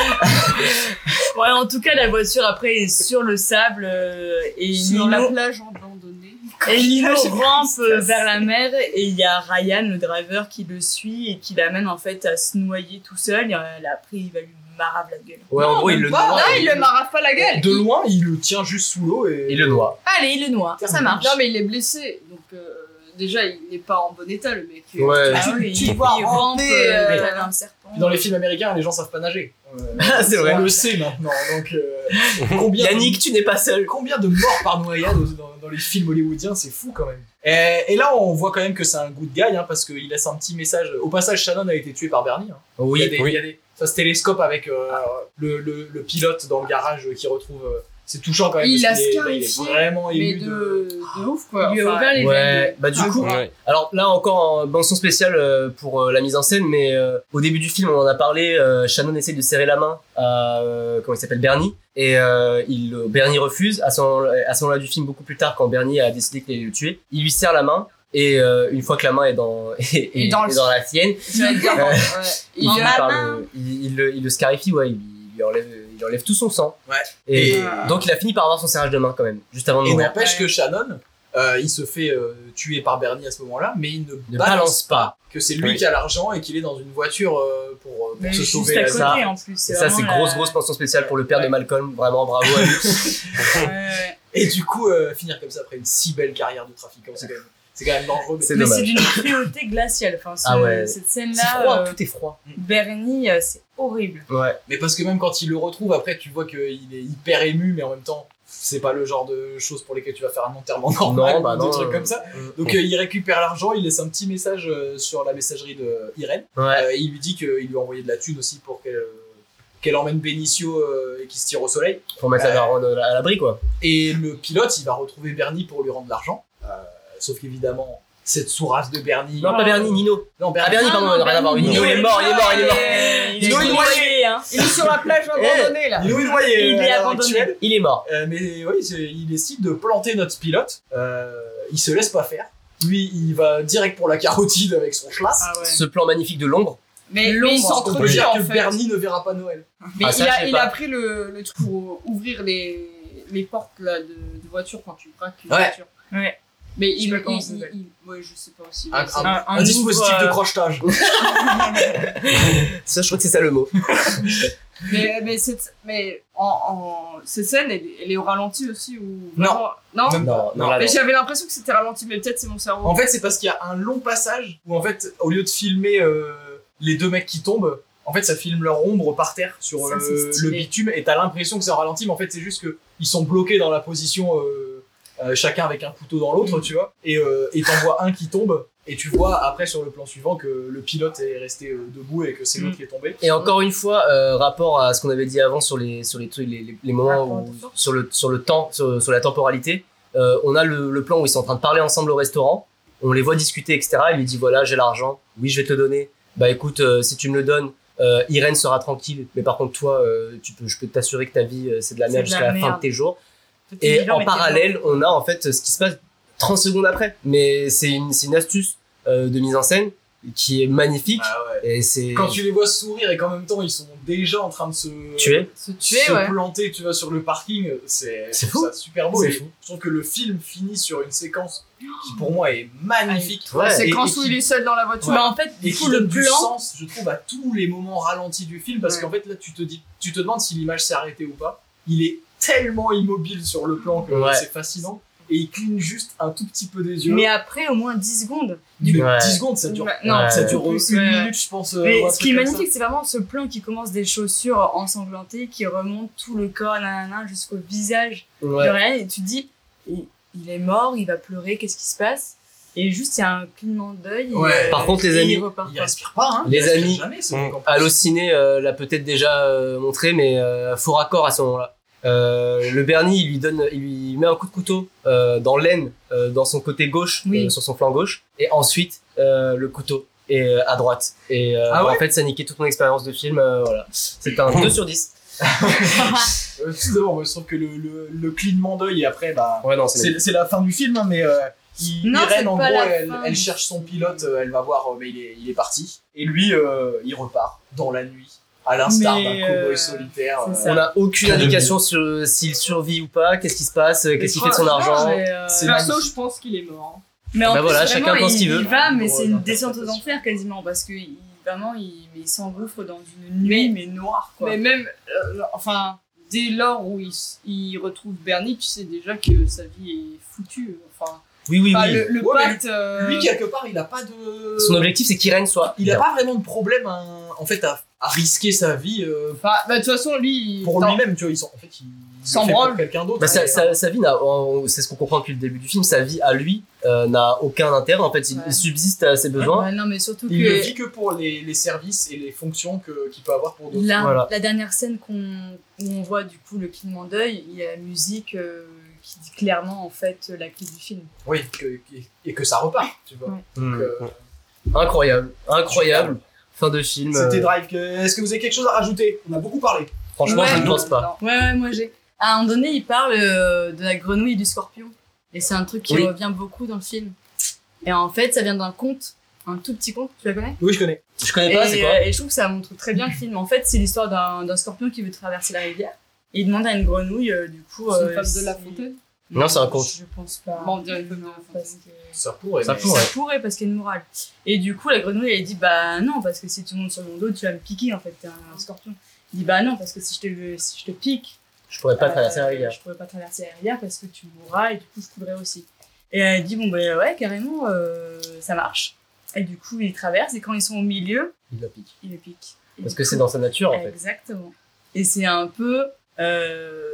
Speaker 3: Ouais, en tout cas, la voiture après est sur le sable euh, et
Speaker 5: Sur la
Speaker 3: Nino,
Speaker 5: plage abandonnée.
Speaker 3: et Nino
Speaker 5: Je sais pas
Speaker 3: rampe
Speaker 5: ce qui se
Speaker 3: euh,
Speaker 5: passe.
Speaker 3: vers la mer et il y a Ryan, le driver, qui le suit et qui l'amène en fait à se noyer tout seul. Et, euh, après, il va lui marave la gueule.
Speaker 2: Ouais, en
Speaker 1: Non,
Speaker 2: gros, il
Speaker 1: même
Speaker 2: le
Speaker 1: pas.
Speaker 2: noie.
Speaker 5: Non, il le marave pas la gueule.
Speaker 1: De loin, il le tient juste sous l'eau et.
Speaker 2: Il le noie.
Speaker 3: Allez, il le noie, ça marche.
Speaker 5: Non, mais il est blessé. Donc, euh, déjà, il n'est pas en bon état, le mec.
Speaker 2: Ouais.
Speaker 3: Ah
Speaker 5: Tu,
Speaker 3: oui,
Speaker 5: tu
Speaker 3: il,
Speaker 5: le vois
Speaker 3: il rampe
Speaker 5: ramper,
Speaker 3: euh,
Speaker 5: euh,
Speaker 3: tel un serpent.
Speaker 1: Puis dans les films américains, les gens savent pas nager. Euh,
Speaker 2: Ah, c'est vrai.
Speaker 1: On le sait maintenant. Donc, euh, combien,
Speaker 2: Yannick, tu n'es pas seul.
Speaker 1: combien de morts par noyade dans, dans les films hollywoodiens, c'est fou quand même. Et, et là, on voit quand même que c'est un good guy, hein, parce qu'il laisse un petit message. Au passage, Shannon a été tué par Bernie. Hein. Il y a
Speaker 2: Oui.
Speaker 1: des,
Speaker 4: oui.
Speaker 1: il y a des, ça se télescope avec euh, le, le, le pilote dans le garage qui retrouve euh, c'est touchant quand même.
Speaker 5: Il
Speaker 1: parce
Speaker 5: a
Speaker 1: qu'il est- bah, il est
Speaker 5: scarifié,
Speaker 1: vraiment
Speaker 5: mais
Speaker 1: ému
Speaker 5: de,
Speaker 1: de.
Speaker 5: de ouf, quoi.
Speaker 3: Il lui a
Speaker 5: Enfin,
Speaker 3: ouvert les
Speaker 2: Ouais,
Speaker 3: veines.
Speaker 2: bah du
Speaker 3: Ah,
Speaker 2: coup,
Speaker 3: voilà.
Speaker 4: Ouais.
Speaker 2: alors là encore en mention spéciale euh, pour euh, la mise en scène, mais euh, au début du film on en a parlé, euh, Shannon essaie de serrer la main à euh, comment il s'appelle Bernie et euh, il euh, Bernie refuse. À ce moment à ce moment-là du film, beaucoup plus tard, quand Bernie a décidé qu'il allait le tuer, il lui serre la main et euh, une fois que la main est dans est, est-
Speaker 5: Et dans le-
Speaker 2: est dans la sienne,
Speaker 5: j'allais dire,
Speaker 2: Ouais.
Speaker 5: ouais.
Speaker 2: il,
Speaker 5: Il
Speaker 3: Dans
Speaker 2: finit
Speaker 3: ma
Speaker 2: par
Speaker 3: main.
Speaker 2: le- il, il le, il le scarifie, ouais, il, il lui enlève il enlève tout son sang.
Speaker 1: Ouais.
Speaker 2: Et,
Speaker 1: Et-
Speaker 2: donc il a fini par avoir son serrage de main quand même, juste avant de
Speaker 1: Et
Speaker 2: mourir.
Speaker 1: n'empêche
Speaker 3: Ouais.
Speaker 1: que Shannon, euh, il se fait euh, tuer par Bernie à ce moment-là, mais il ne,
Speaker 2: Ne
Speaker 1: balance,
Speaker 2: balance pas.
Speaker 1: que c'est lui
Speaker 4: Oui.
Speaker 1: qui a l'argent et qu'il est dans une voiture euh, pour, euh, pour
Speaker 3: Mais
Speaker 1: se
Speaker 3: juste
Speaker 1: sauver
Speaker 3: à
Speaker 1: la
Speaker 3: côté
Speaker 2: ça.
Speaker 3: en plus.
Speaker 2: Et ça c'est
Speaker 3: vraiment
Speaker 2: grosse
Speaker 3: la-
Speaker 2: grosse mention spéciale pour le père
Speaker 1: Ouais.
Speaker 2: de Malcolm, vraiment bravo à lui.
Speaker 3: Ouais, ouais.
Speaker 1: Et du coup, euh, finir comme ça après une si belle carrière de trafiquant, c'est quand même, c'est quand même dangereux. mais-
Speaker 2: C'est
Speaker 3: Mais
Speaker 2: dommage.
Speaker 3: c'est d'une cruauté glaciale. Enfin, ce-
Speaker 2: Ah ouais.
Speaker 3: cette
Speaker 2: C'est
Speaker 3: scène-là,
Speaker 2: froid,
Speaker 3: euh,
Speaker 2: tout est froid.
Speaker 3: Bernie, euh, c'est horrible.
Speaker 2: Ouais.
Speaker 1: Mais parce que même quand il le retrouve, après, tu vois qu'il est hyper ému, mais en même temps, c'est pas le genre de choses pour lesquelles tu vas faire un enterrement normal
Speaker 2: Non, bah
Speaker 1: ou
Speaker 2: non,
Speaker 1: des trucs
Speaker 2: euh,
Speaker 1: comme ça.
Speaker 2: Mm.
Speaker 1: Donc euh, il récupère l'argent, il laisse un petit message euh, sur la messagerie de Irène.
Speaker 2: Ouais.
Speaker 1: Euh, et il lui dit qu'il lui a envoyé de la thune aussi pour qu'elle euh, qu'elle emmène Benicio euh, et qu'il se tire au soleil.
Speaker 2: Pour mettre la
Speaker 1: Euh,
Speaker 2: daronne à l'abri quoi.
Speaker 1: Et le pilote, il va retrouver Bernie pour lui rendre l'argent. Euh, sauf qu'évidemment, cette sous-race de Bernie.
Speaker 2: Non, pas Bernie, Nino.
Speaker 1: Non,
Speaker 2: Ah
Speaker 1: Bernie.
Speaker 2: Bernie, pardon,
Speaker 3: non,
Speaker 2: rien à voir.
Speaker 3: Bernie,
Speaker 2: Nino, il est mort, il est mort, il est mort.
Speaker 3: Il
Speaker 1: Nino,
Speaker 3: est
Speaker 1: il est
Speaker 3: noyé, hein.
Speaker 5: Il est sur la plage abandonnée, là.
Speaker 1: Il est noyé,
Speaker 3: Il
Speaker 1: euh,
Speaker 3: est
Speaker 1: à l'heure
Speaker 3: abandonné.
Speaker 1: actuelle.
Speaker 2: Il est mort.
Speaker 1: Euh, mais oui, c'est- il décide de planter notre pilote. Euh, il se laisse pas faire. Lui, il va direct pour la carotide avec son schlass.
Speaker 3: Ah ouais.
Speaker 2: Ce plan magnifique de l'ombre.
Speaker 5: Mais,
Speaker 3: L'ombre,
Speaker 5: mais il
Speaker 1: On peut
Speaker 5: s'entretue,
Speaker 1: dire
Speaker 5: en
Speaker 1: que
Speaker 5: fait.
Speaker 1: Bernie ne verra pas Noël.
Speaker 5: Mais
Speaker 2: Ah,
Speaker 5: il,
Speaker 2: ça, je
Speaker 5: a,
Speaker 2: sais
Speaker 5: il
Speaker 2: pas.
Speaker 5: a pris le, le truc pour ouvrir les, les portes là, de, de voiture quand tu braques une
Speaker 1: Ouais.
Speaker 5: voiture.
Speaker 3: Ouais.
Speaker 5: Mais
Speaker 3: Je sais
Speaker 5: il,
Speaker 3: pas comment
Speaker 5: il,
Speaker 3: ça
Speaker 5: il,
Speaker 3: s'appelle.
Speaker 5: il- ouais, je sais pas aussi.
Speaker 1: Un,
Speaker 5: mais c'est-
Speaker 1: un-
Speaker 3: un-
Speaker 1: un
Speaker 3: un
Speaker 1: dispositif
Speaker 3: ouvre,
Speaker 1: de
Speaker 3: euh,
Speaker 1: crochetage.
Speaker 2: Ça, je crois que c'est ça le mot.
Speaker 5: mais, mais, cette, mais en, en, cette scène, elle, elle est au ralenti aussi ou
Speaker 1: Non.
Speaker 5: vraiment- non.
Speaker 1: Même
Speaker 2: Non, non, là,
Speaker 5: Mais
Speaker 2: non.
Speaker 5: j'avais l'impression que c'était ralenti, mais peut-être c'est mon cerveau.
Speaker 1: En fait, c'est parce qu'il y a un long passage où, en fait, au lieu de filmer euh, les deux mecs qui tombent, en fait, ça filme leur ombre par terre sur
Speaker 3: Ça,
Speaker 1: le,
Speaker 3: c'est stylé.
Speaker 1: le bitume et t'as l'impression que c'est en ralenti, mais en fait, c'est juste que ils sont bloqués dans la position, euh, euh, chacun avec un couteau dans l'autre, tu vois, et euh, et t'en vois un qui tombe, et tu vois après sur le plan suivant que le pilote est resté euh, debout et que c'est l'autre
Speaker 3: Mm.
Speaker 1: qui est tombé.
Speaker 2: Et encore une fois, euh, rapport à ce qu'on avait dit avant sur les sur les trucs, les, les, les moments
Speaker 3: Rapport
Speaker 2: où,
Speaker 3: de force.
Speaker 2: sur le sur le temps, sur, sur la temporalité. Euh, on a le, le plan où ils sont en train de parler ensemble au restaurant. On les voit discuter, et cetera. Il lui dit voilà, j'ai l'argent. Oui, je vais te le donner. Bah écoute, euh, si tu me le donnes, euh, Irène sera tranquille. Mais par contre, toi, euh, tu peux, je peux t'assurer que ta vie euh, c'est de la
Speaker 3: C'est
Speaker 2: merde
Speaker 3: de la
Speaker 2: jusqu'à la fin
Speaker 3: merde.
Speaker 2: de tes jours.
Speaker 3: T'es
Speaker 2: Et
Speaker 3: vivant,
Speaker 2: en
Speaker 3: mais t'es
Speaker 2: parallèle,
Speaker 3: mort.
Speaker 2: on a en fait ce qui se passe trente secondes après. Mais c'est une, c'est une astuce euh, de mise en scène qui est magnifique.
Speaker 1: Ah ouais.
Speaker 2: Et c'est
Speaker 1: Quand tu les vois sourire et qu'en même temps ils sont déjà en train de se
Speaker 2: tué.
Speaker 5: Se tuer,
Speaker 1: se
Speaker 5: ouais.
Speaker 1: planter, tu vois, sur le parking, c'est
Speaker 2: C'est
Speaker 1: je trouve
Speaker 2: fou.
Speaker 1: ça super beau.
Speaker 2: C'est
Speaker 1: Et
Speaker 2: fou.
Speaker 1: je trouve que le film finit sur une séquence qui pour moi est magnifique.
Speaker 2: Ouais.
Speaker 5: La
Speaker 1: Et-
Speaker 5: séquence
Speaker 1: et
Speaker 5: où
Speaker 1: qui-
Speaker 5: il est seul dans la voiture.
Speaker 3: Bah, en fait,
Speaker 1: et
Speaker 3: du
Speaker 1: qui
Speaker 3: coup, le
Speaker 1: donne du
Speaker 3: plan,
Speaker 1: sens, je trouve, à tous les moments ralentis du film, parce
Speaker 5: Ouais.
Speaker 1: qu'en fait là tu te dis, tu te demandes si l'image s'est arrêtée ou pas. Il est tellement immobile sur le plan que
Speaker 2: Ouais.
Speaker 1: c'est fascinant. Et il cligne juste un tout petit peu des yeux.
Speaker 3: mais après au moins dix secondes.
Speaker 1: Mais
Speaker 2: Ouais.
Speaker 1: dix secondes, ça dure.
Speaker 3: Ouais, non,
Speaker 2: Ouais.
Speaker 1: Ça dure
Speaker 3: plus,
Speaker 1: une
Speaker 3: ouais.
Speaker 1: minute, je pense. euh,
Speaker 3: Mais
Speaker 1: ou un
Speaker 3: ce
Speaker 1: truc
Speaker 3: qui est
Speaker 1: comme ça.
Speaker 3: magnifique, c'est vraiment ce plan qui commence des chaussures ensanglantées, qui remonte tout le corps, nanana, jusqu'au visage
Speaker 2: Ouais.
Speaker 3: de Ryan, et tu te dis, il, il est mort, il va pleurer, qu'est-ce qui se passe? Et juste, il y a un clignement d'œil. et,
Speaker 1: Ouais.
Speaker 3: euh,
Speaker 2: Par contre, les
Speaker 3: et
Speaker 2: amis,
Speaker 3: il repart
Speaker 1: Il
Speaker 3: pas.
Speaker 1: respire pas, hein.
Speaker 2: Les
Speaker 1: Il respire
Speaker 2: amis,
Speaker 1: jamais, ce
Speaker 4: mm.
Speaker 1: mec, en plus.
Speaker 2: Allociné euh, l'a peut-être déjà euh, montré, mais euh, faux raccord à ce moment-là. Euh, le Bernie, il lui donne, il lui met un coup de couteau euh, dans l'aine, euh, dans son côté gauche,
Speaker 3: Oui.
Speaker 2: euh, sur son flanc gauche, et ensuite euh, le couteau est euh, à droite. Et euh,
Speaker 1: Ah ouais
Speaker 2: en fait, ça a niqué toute mon expérience de film. euh, voilà, c'est un deux sur dix.
Speaker 1: Euh, tout d'abord, moi, je trouve que le, le, le clignement d'œil et après, bah,
Speaker 2: Ouais, non, c'est
Speaker 1: c'est c'est la fin du film, hein, mais euh, il,
Speaker 3: Non,
Speaker 1: Irène,
Speaker 3: c'est
Speaker 1: en
Speaker 3: pas
Speaker 1: gros,
Speaker 3: la
Speaker 1: elle,
Speaker 3: fin.
Speaker 1: elle cherche son pilote, euh, elle va voir, euh, mais il est, il est parti. Et lui, euh, il repart dans la nuit, à l'instar
Speaker 3: Mais,
Speaker 1: d'un cowboy
Speaker 3: euh,
Speaker 1: solitaire.
Speaker 3: c'est
Speaker 1: euh,
Speaker 3: ça.
Speaker 2: On n'a aucune
Speaker 4: Quelle
Speaker 2: indication sur s'il survit ou pas, qu'est-ce qui se passe, euh, qu'est-ce qu'il fait de son
Speaker 5: franchement,
Speaker 2: argent.
Speaker 3: Mais, euh,
Speaker 1: C'est
Speaker 5: Perso,
Speaker 1: magnifique.
Speaker 5: je pense qu'il est mort.
Speaker 3: mais en
Speaker 2: Bah
Speaker 3: plus,
Speaker 2: voilà,
Speaker 3: vraiment,
Speaker 2: chacun pense
Speaker 3: il,
Speaker 2: ce qu'il veut.
Speaker 3: il va, mais
Speaker 1: Drôle
Speaker 3: c'est une descente aux
Speaker 1: d'interprétation.
Speaker 3: enfers quasiment, parce que il, vraiment, il, il s'engouffre dans une nuit, mais, noire, quoi.
Speaker 5: Mais même, euh, enfin, dès lors où il, s- il retrouve Bernie, tu sais déjà que sa vie est foutue. Enfin,
Speaker 2: Oui, oui,
Speaker 5: enfin,
Speaker 2: oui.
Speaker 5: le, le
Speaker 1: Ouais, mais
Speaker 5: pacte. euh,
Speaker 1: Lui, quelque part, il a pas de.
Speaker 2: Son objectif, c'est qu'Irène soit.
Speaker 1: Il a pas vraiment de problème, à- en fait, à, à risquer sa vie euh,
Speaker 5: Enfin, bah, de toute façon, lui. il-
Speaker 1: pour
Speaker 5: dans-
Speaker 1: lui-même, tu vois. Ils sont, en fait, il, il
Speaker 5: S'en
Speaker 1: le fait pour
Speaker 5: branle.
Speaker 1: quelqu'un d'autre.
Speaker 2: Bah, sa,
Speaker 1: mais-
Speaker 2: sa, sa vie n'a, on- c'est ce qu'on comprend depuis le début du film, sa vie à lui euh, n'a aucun intérêt. En fait, il,
Speaker 3: Ouais.
Speaker 2: il subsiste à ses besoins.
Speaker 3: Ouais, non, mais surtout
Speaker 1: Il ne
Speaker 3: que
Speaker 1: vit que pour les, les services et les fonctions que, qu'il peut avoir pour d'autres.
Speaker 3: la,
Speaker 2: Voilà.
Speaker 3: la dernière scène qu'on, où on voit du coup le client en deuil, il y a la musique euh, qui dit clairement en fait la clé du film.
Speaker 1: Oui, que- et que ça repart, tu vois.
Speaker 3: Ouais.
Speaker 2: Hmm.
Speaker 1: Donc, euh,
Speaker 2: Incroyable, incroyable. Fin de film.
Speaker 1: C'était
Speaker 2: euh,
Speaker 1: Drive. Que- Est-ce que vous avez quelque chose à rajouter? On a beaucoup parlé.
Speaker 2: franchement,
Speaker 3: Ouais,
Speaker 2: je ne
Speaker 3: non,
Speaker 2: pense pas.
Speaker 3: Ouais, ouais, moi j'ai. À un moment donné, il parle euh, de la grenouille et du scorpion. Et c'est un truc qui
Speaker 2: Oui.
Speaker 3: revient beaucoup dans le film. Et en fait, ça vient d'un conte, un tout petit conte, tu la connais?
Speaker 1: Oui, je connais.
Speaker 2: Je connais pas,
Speaker 3: et,
Speaker 2: c'est quoi
Speaker 3: euh, et je trouve que ça montre très bien le film. En fait, c'est l'histoire d'un, d'un scorpion qui veut traverser la rivière. Et il demande à une grenouille, euh, du coup.
Speaker 5: C'est une
Speaker 3: euh,
Speaker 5: fable de La
Speaker 3: si-
Speaker 5: Fontaine.
Speaker 2: Non, c'est un conte.
Speaker 3: Je pense pas.
Speaker 5: Bon, on dirait une fable de La
Speaker 3: Non,
Speaker 5: Fontaine.
Speaker 3: parce que-
Speaker 1: Ça pourrait.
Speaker 2: Ça
Speaker 1: mais-
Speaker 2: pourrait.
Speaker 3: Ça pourrait parce qu'il y a une morale. Et du coup, la grenouille, elle dit bah non, parce que si tu montes sur mon dos, tu vas me piquer en fait, t'es un scorpion. Il dit bah non, parce que si je te, si je te pique,
Speaker 2: Je pourrais pas
Speaker 3: euh,
Speaker 2: traverser la rivière.
Speaker 3: je pourrais pas traverser la rivière parce que tu mourras et du coup, je coulerai aussi. Et elle dit bon, bah ouais, carrément, euh, ça marche. Et du coup, ils traversent et quand ils sont au milieu,
Speaker 2: Il la pique.
Speaker 3: ils le piquent. Et
Speaker 2: Parce
Speaker 3: du
Speaker 2: que
Speaker 3: coup-
Speaker 2: c'est dans sa nature en fait.
Speaker 3: Exactement. Et c'est un peu euh,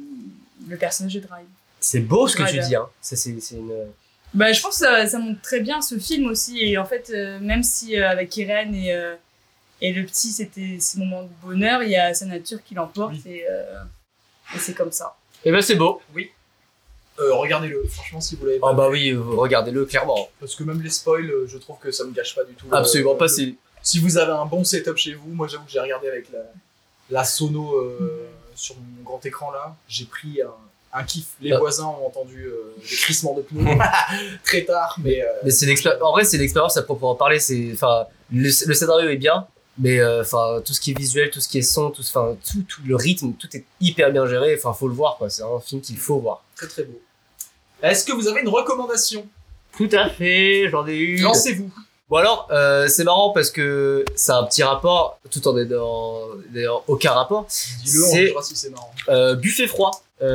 Speaker 3: le personnage de Drive.
Speaker 2: C'est beau ce que tu
Speaker 3: Driver.
Speaker 2: dis, hein. C'est, c'est, c'est une.
Speaker 3: Bah, je pense que ça, ça montre très bien ce film aussi. Et en fait, euh, même si euh, avec Irène et, euh, et le petit, c'était ces moments de bonheur, il y a sa nature qui l'emporte.
Speaker 1: Oui.
Speaker 3: Et, euh, et c'est comme ça.
Speaker 2: Eh ben c'est beau.
Speaker 1: Euh, regardez-le, franchement, si vous l'avez pas.
Speaker 2: Ah bah oui, euh, regardez-le clairement.
Speaker 1: Parce que même les spoils, euh, je trouve que ça me gâche pas du tout.
Speaker 2: Absolument
Speaker 1: Euh,
Speaker 2: pas.
Speaker 1: je-
Speaker 2: C'est.
Speaker 1: Si vous avez un bon setup chez vous, moi j'avoue que j'ai regardé avec la, la sono euh, sur mon grand écran là, j'ai pris un, un kiff. Les
Speaker 2: Ah.
Speaker 1: voisins ont entendu euh, des crissements de pneus très tard, mais, euh,
Speaker 2: Mais c'est l'expé- en vrai, c'est l'expérience à proprement parler. C'est, enfin, le, le scénario est bien, mais euh, enfin, tout ce qui est visuel, tout ce qui est son, tout, enfin, tout, tout le rythme, tout est hyper bien géré. Enfin, faut le voir, quoi. C'est un film qu'il faut voir.
Speaker 1: très très beau. Est-ce que vous avez une recommandation?
Speaker 2: Tout à fait, j'en ai eu.
Speaker 1: Lancez-vous.
Speaker 2: Bon alors, euh, c'est marrant parce que c'est un petit rapport, tout en ayant d'ailleurs aucun rapport.
Speaker 1: Dis-le, on
Speaker 2: C'est-
Speaker 1: verra si c'est marrant.
Speaker 2: Euh, buffet froid.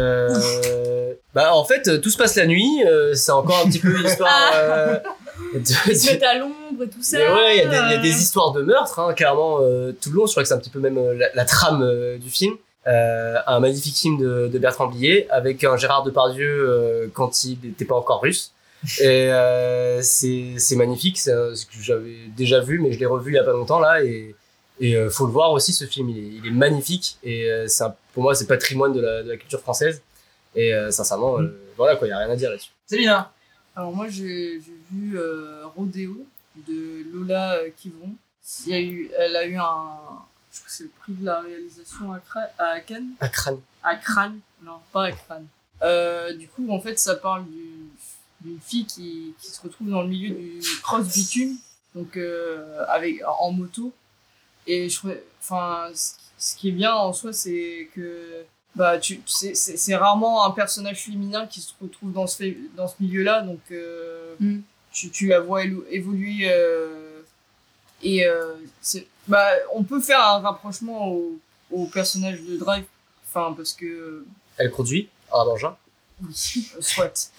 Speaker 2: Euh, bah en fait, tout se passe la nuit. euh, c'est encore un petit peu l'histoire. Euh, de-
Speaker 3: Ils se mettent à l'ombre et tout ça.
Speaker 2: Mais ouais, il y, a des- il y a
Speaker 3: euh,
Speaker 2: des histoires de meurtre, hein, clairement, euh, tout le long. Je crois que c'est un petit peu même euh, la, la trame euh, du film. Euh, un magnifique film de, de Bertrand Blier avec un Gérard Depardieu euh, quand il n'était pas encore russe. Et euh, c'est c'est magnifique, c'est un- ce que j'avais déjà vu, mais je l'ai revu il y a pas longtemps là. Et et euh, faut le voir aussi, ce film. Il est, il est magnifique et euh, c'est un- pour moi c'est patrimoine de la, de la culture française. Et euh, sincèrement, euh, voilà quoi, il y a rien à dire là-dessus.
Speaker 1: Célina.
Speaker 5: Alors moi j'ai j'ai vu euh, Rodéo de Lola euh, Kivron. Il y a eu, elle a eu un, je crois que c'est le prix de la réalisation à, Cra- à Cannes,
Speaker 2: Un crâne.
Speaker 5: à Crâne, non pas à Crâne. Euh, du coup en fait ça parle du- d'une fille qui, qui se retrouve dans le milieu du cross bitume, donc euh, avec en moto. Et je trouvais- enfin ce ce qui est bien en soi c'est que bah tu c'est c'est c'est rarement un personnage féminin qui se retrouve dans ce fait- dans ce milieu-là, donc euh,
Speaker 3: Mm.
Speaker 5: tu tu la vois élo- évoluer euh, et euh, c'est bah on peut faire un rapprochement au au personnage de Drive, enfin parce que
Speaker 2: Elle conduit un engin.
Speaker 5: oui, soit.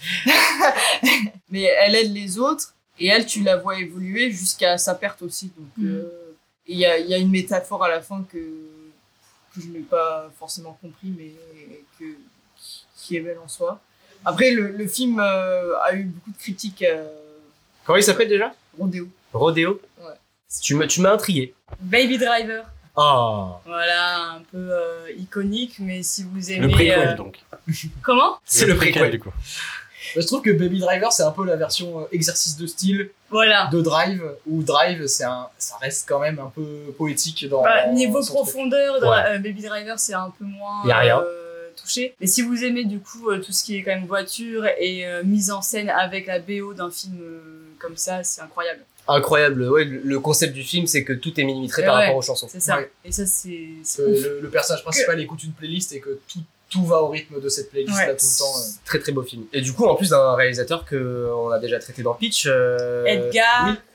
Speaker 5: Mais elle aide les autres et elle, tu la vois évoluer jusqu'à sa perte aussi. Donc,
Speaker 3: Mhm.
Speaker 5: euh, et il y a, il y a une métaphore à la fin que, que je n'ai pas forcément compris, mais que, qui est belle en soi. Après, le, le film euh, a eu beaucoup de critiques à
Speaker 2: Comment il s'appelle déjà?
Speaker 5: Rodéo.
Speaker 2: Rodéo.
Speaker 5: Ouais.
Speaker 2: Tu m'as tu m'as intrigué.
Speaker 3: Baby Driver.
Speaker 2: Ah.
Speaker 3: Voilà, un peu euh, iconique, mais si vous aimez.
Speaker 4: Le préquel
Speaker 3: euh,
Speaker 4: donc.
Speaker 3: Comment?
Speaker 2: C'est le préquel.
Speaker 4: du coup.
Speaker 1: Je trouve que Baby Driver, c'est un peu la version euh, exercice de style
Speaker 3: Voilà.
Speaker 1: de Drive, où Drive, c'est un, ça reste quand même un peu poétique dans.
Speaker 3: Bah,
Speaker 1: dans
Speaker 3: niveau
Speaker 1: son truc.
Speaker 3: profondeur, dans
Speaker 2: Ouais.
Speaker 3: euh, Baby Driver, c'est un peu moins
Speaker 2: Y a rien.
Speaker 3: euh, touché. Mais si vous aimez du coup euh, tout ce qui est quand même voiture et euh, mise en scène avec la B O d'un film euh, comme ça, c'est incroyable.
Speaker 2: Incroyable. Ouais, le le concept du film, c'est que tout est millimétré
Speaker 3: Et
Speaker 2: par
Speaker 3: ouais.
Speaker 2: rapport aux chansons.
Speaker 3: C'est ça.
Speaker 1: Ouais.
Speaker 3: Et ça, c'est c'est
Speaker 1: Euh,
Speaker 3: ouf.
Speaker 1: le, le personnage principal écoute une playlist et que tout, tout va au rythme de cette playlist là
Speaker 3: Ouais.
Speaker 1: tout le temps. euh.
Speaker 2: Très très beau film. Et du coup, en plus d'un réalisateur que on a déjà traité dans Pitch. euh,
Speaker 3: Edgar
Speaker 2: oui.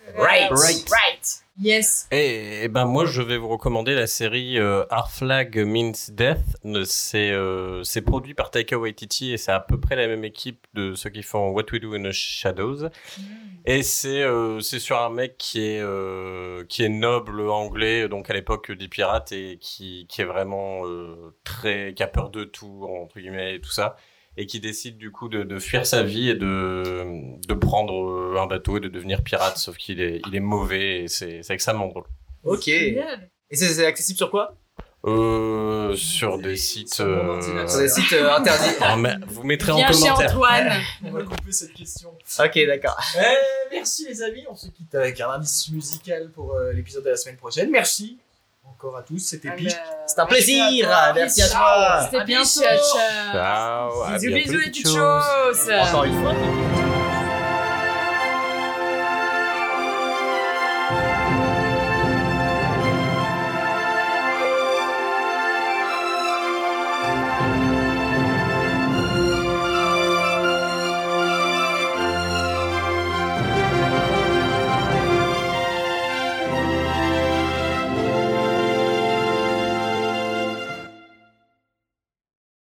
Speaker 2: Right.
Speaker 4: Right.
Speaker 3: Right. Yes.
Speaker 4: Et, et ben moi je vais vous recommander la série euh, Our Flag Means Death. C'est euh, c'est produit par Taika Waititi et c'est à peu près la même équipe de ceux qui font What We Do in the Shadows. Mm. Et c'est euh, c'est sur un mec qui est euh, qui est noble anglais, donc à l'époque des pirates, et qui qui est vraiment euh, très qui a peur de tout entre guillemets et tout ça, et qui décide du coup de, de fuir sa vie et de de prendre un bateau et de devenir pirate, sauf qu'il est il est mauvais et c'est c'est extrêmement drôle.
Speaker 2: Ok. Et c'est, c'est accessible sur quoi?
Speaker 4: Euh, sur des sites euh...
Speaker 2: sur des sites euh, interdits.
Speaker 4: Alors, mais vous mettrez
Speaker 3: Viens
Speaker 4: en
Speaker 3: chez
Speaker 4: commentaire.
Speaker 3: Antoine.
Speaker 1: On va couper cette question.
Speaker 2: Ok, d'accord.
Speaker 1: Euh, merci les amis, on se quitte avec un indice musical pour euh, l'épisode de la semaine prochaine. Merci encore à tous, c'était
Speaker 3: Ah
Speaker 1: Piche.
Speaker 3: bah,
Speaker 2: C'est un plaisir. Merci à
Speaker 3: Ciao.
Speaker 2: toi.
Speaker 3: C'était
Speaker 5: À bientôt.
Speaker 3: bientôt.
Speaker 4: Ciao, à
Speaker 3: Bisous,
Speaker 4: bientôt,
Speaker 3: bisous les
Speaker 4: petites
Speaker 3: petites choses.
Speaker 2: Encore une fois.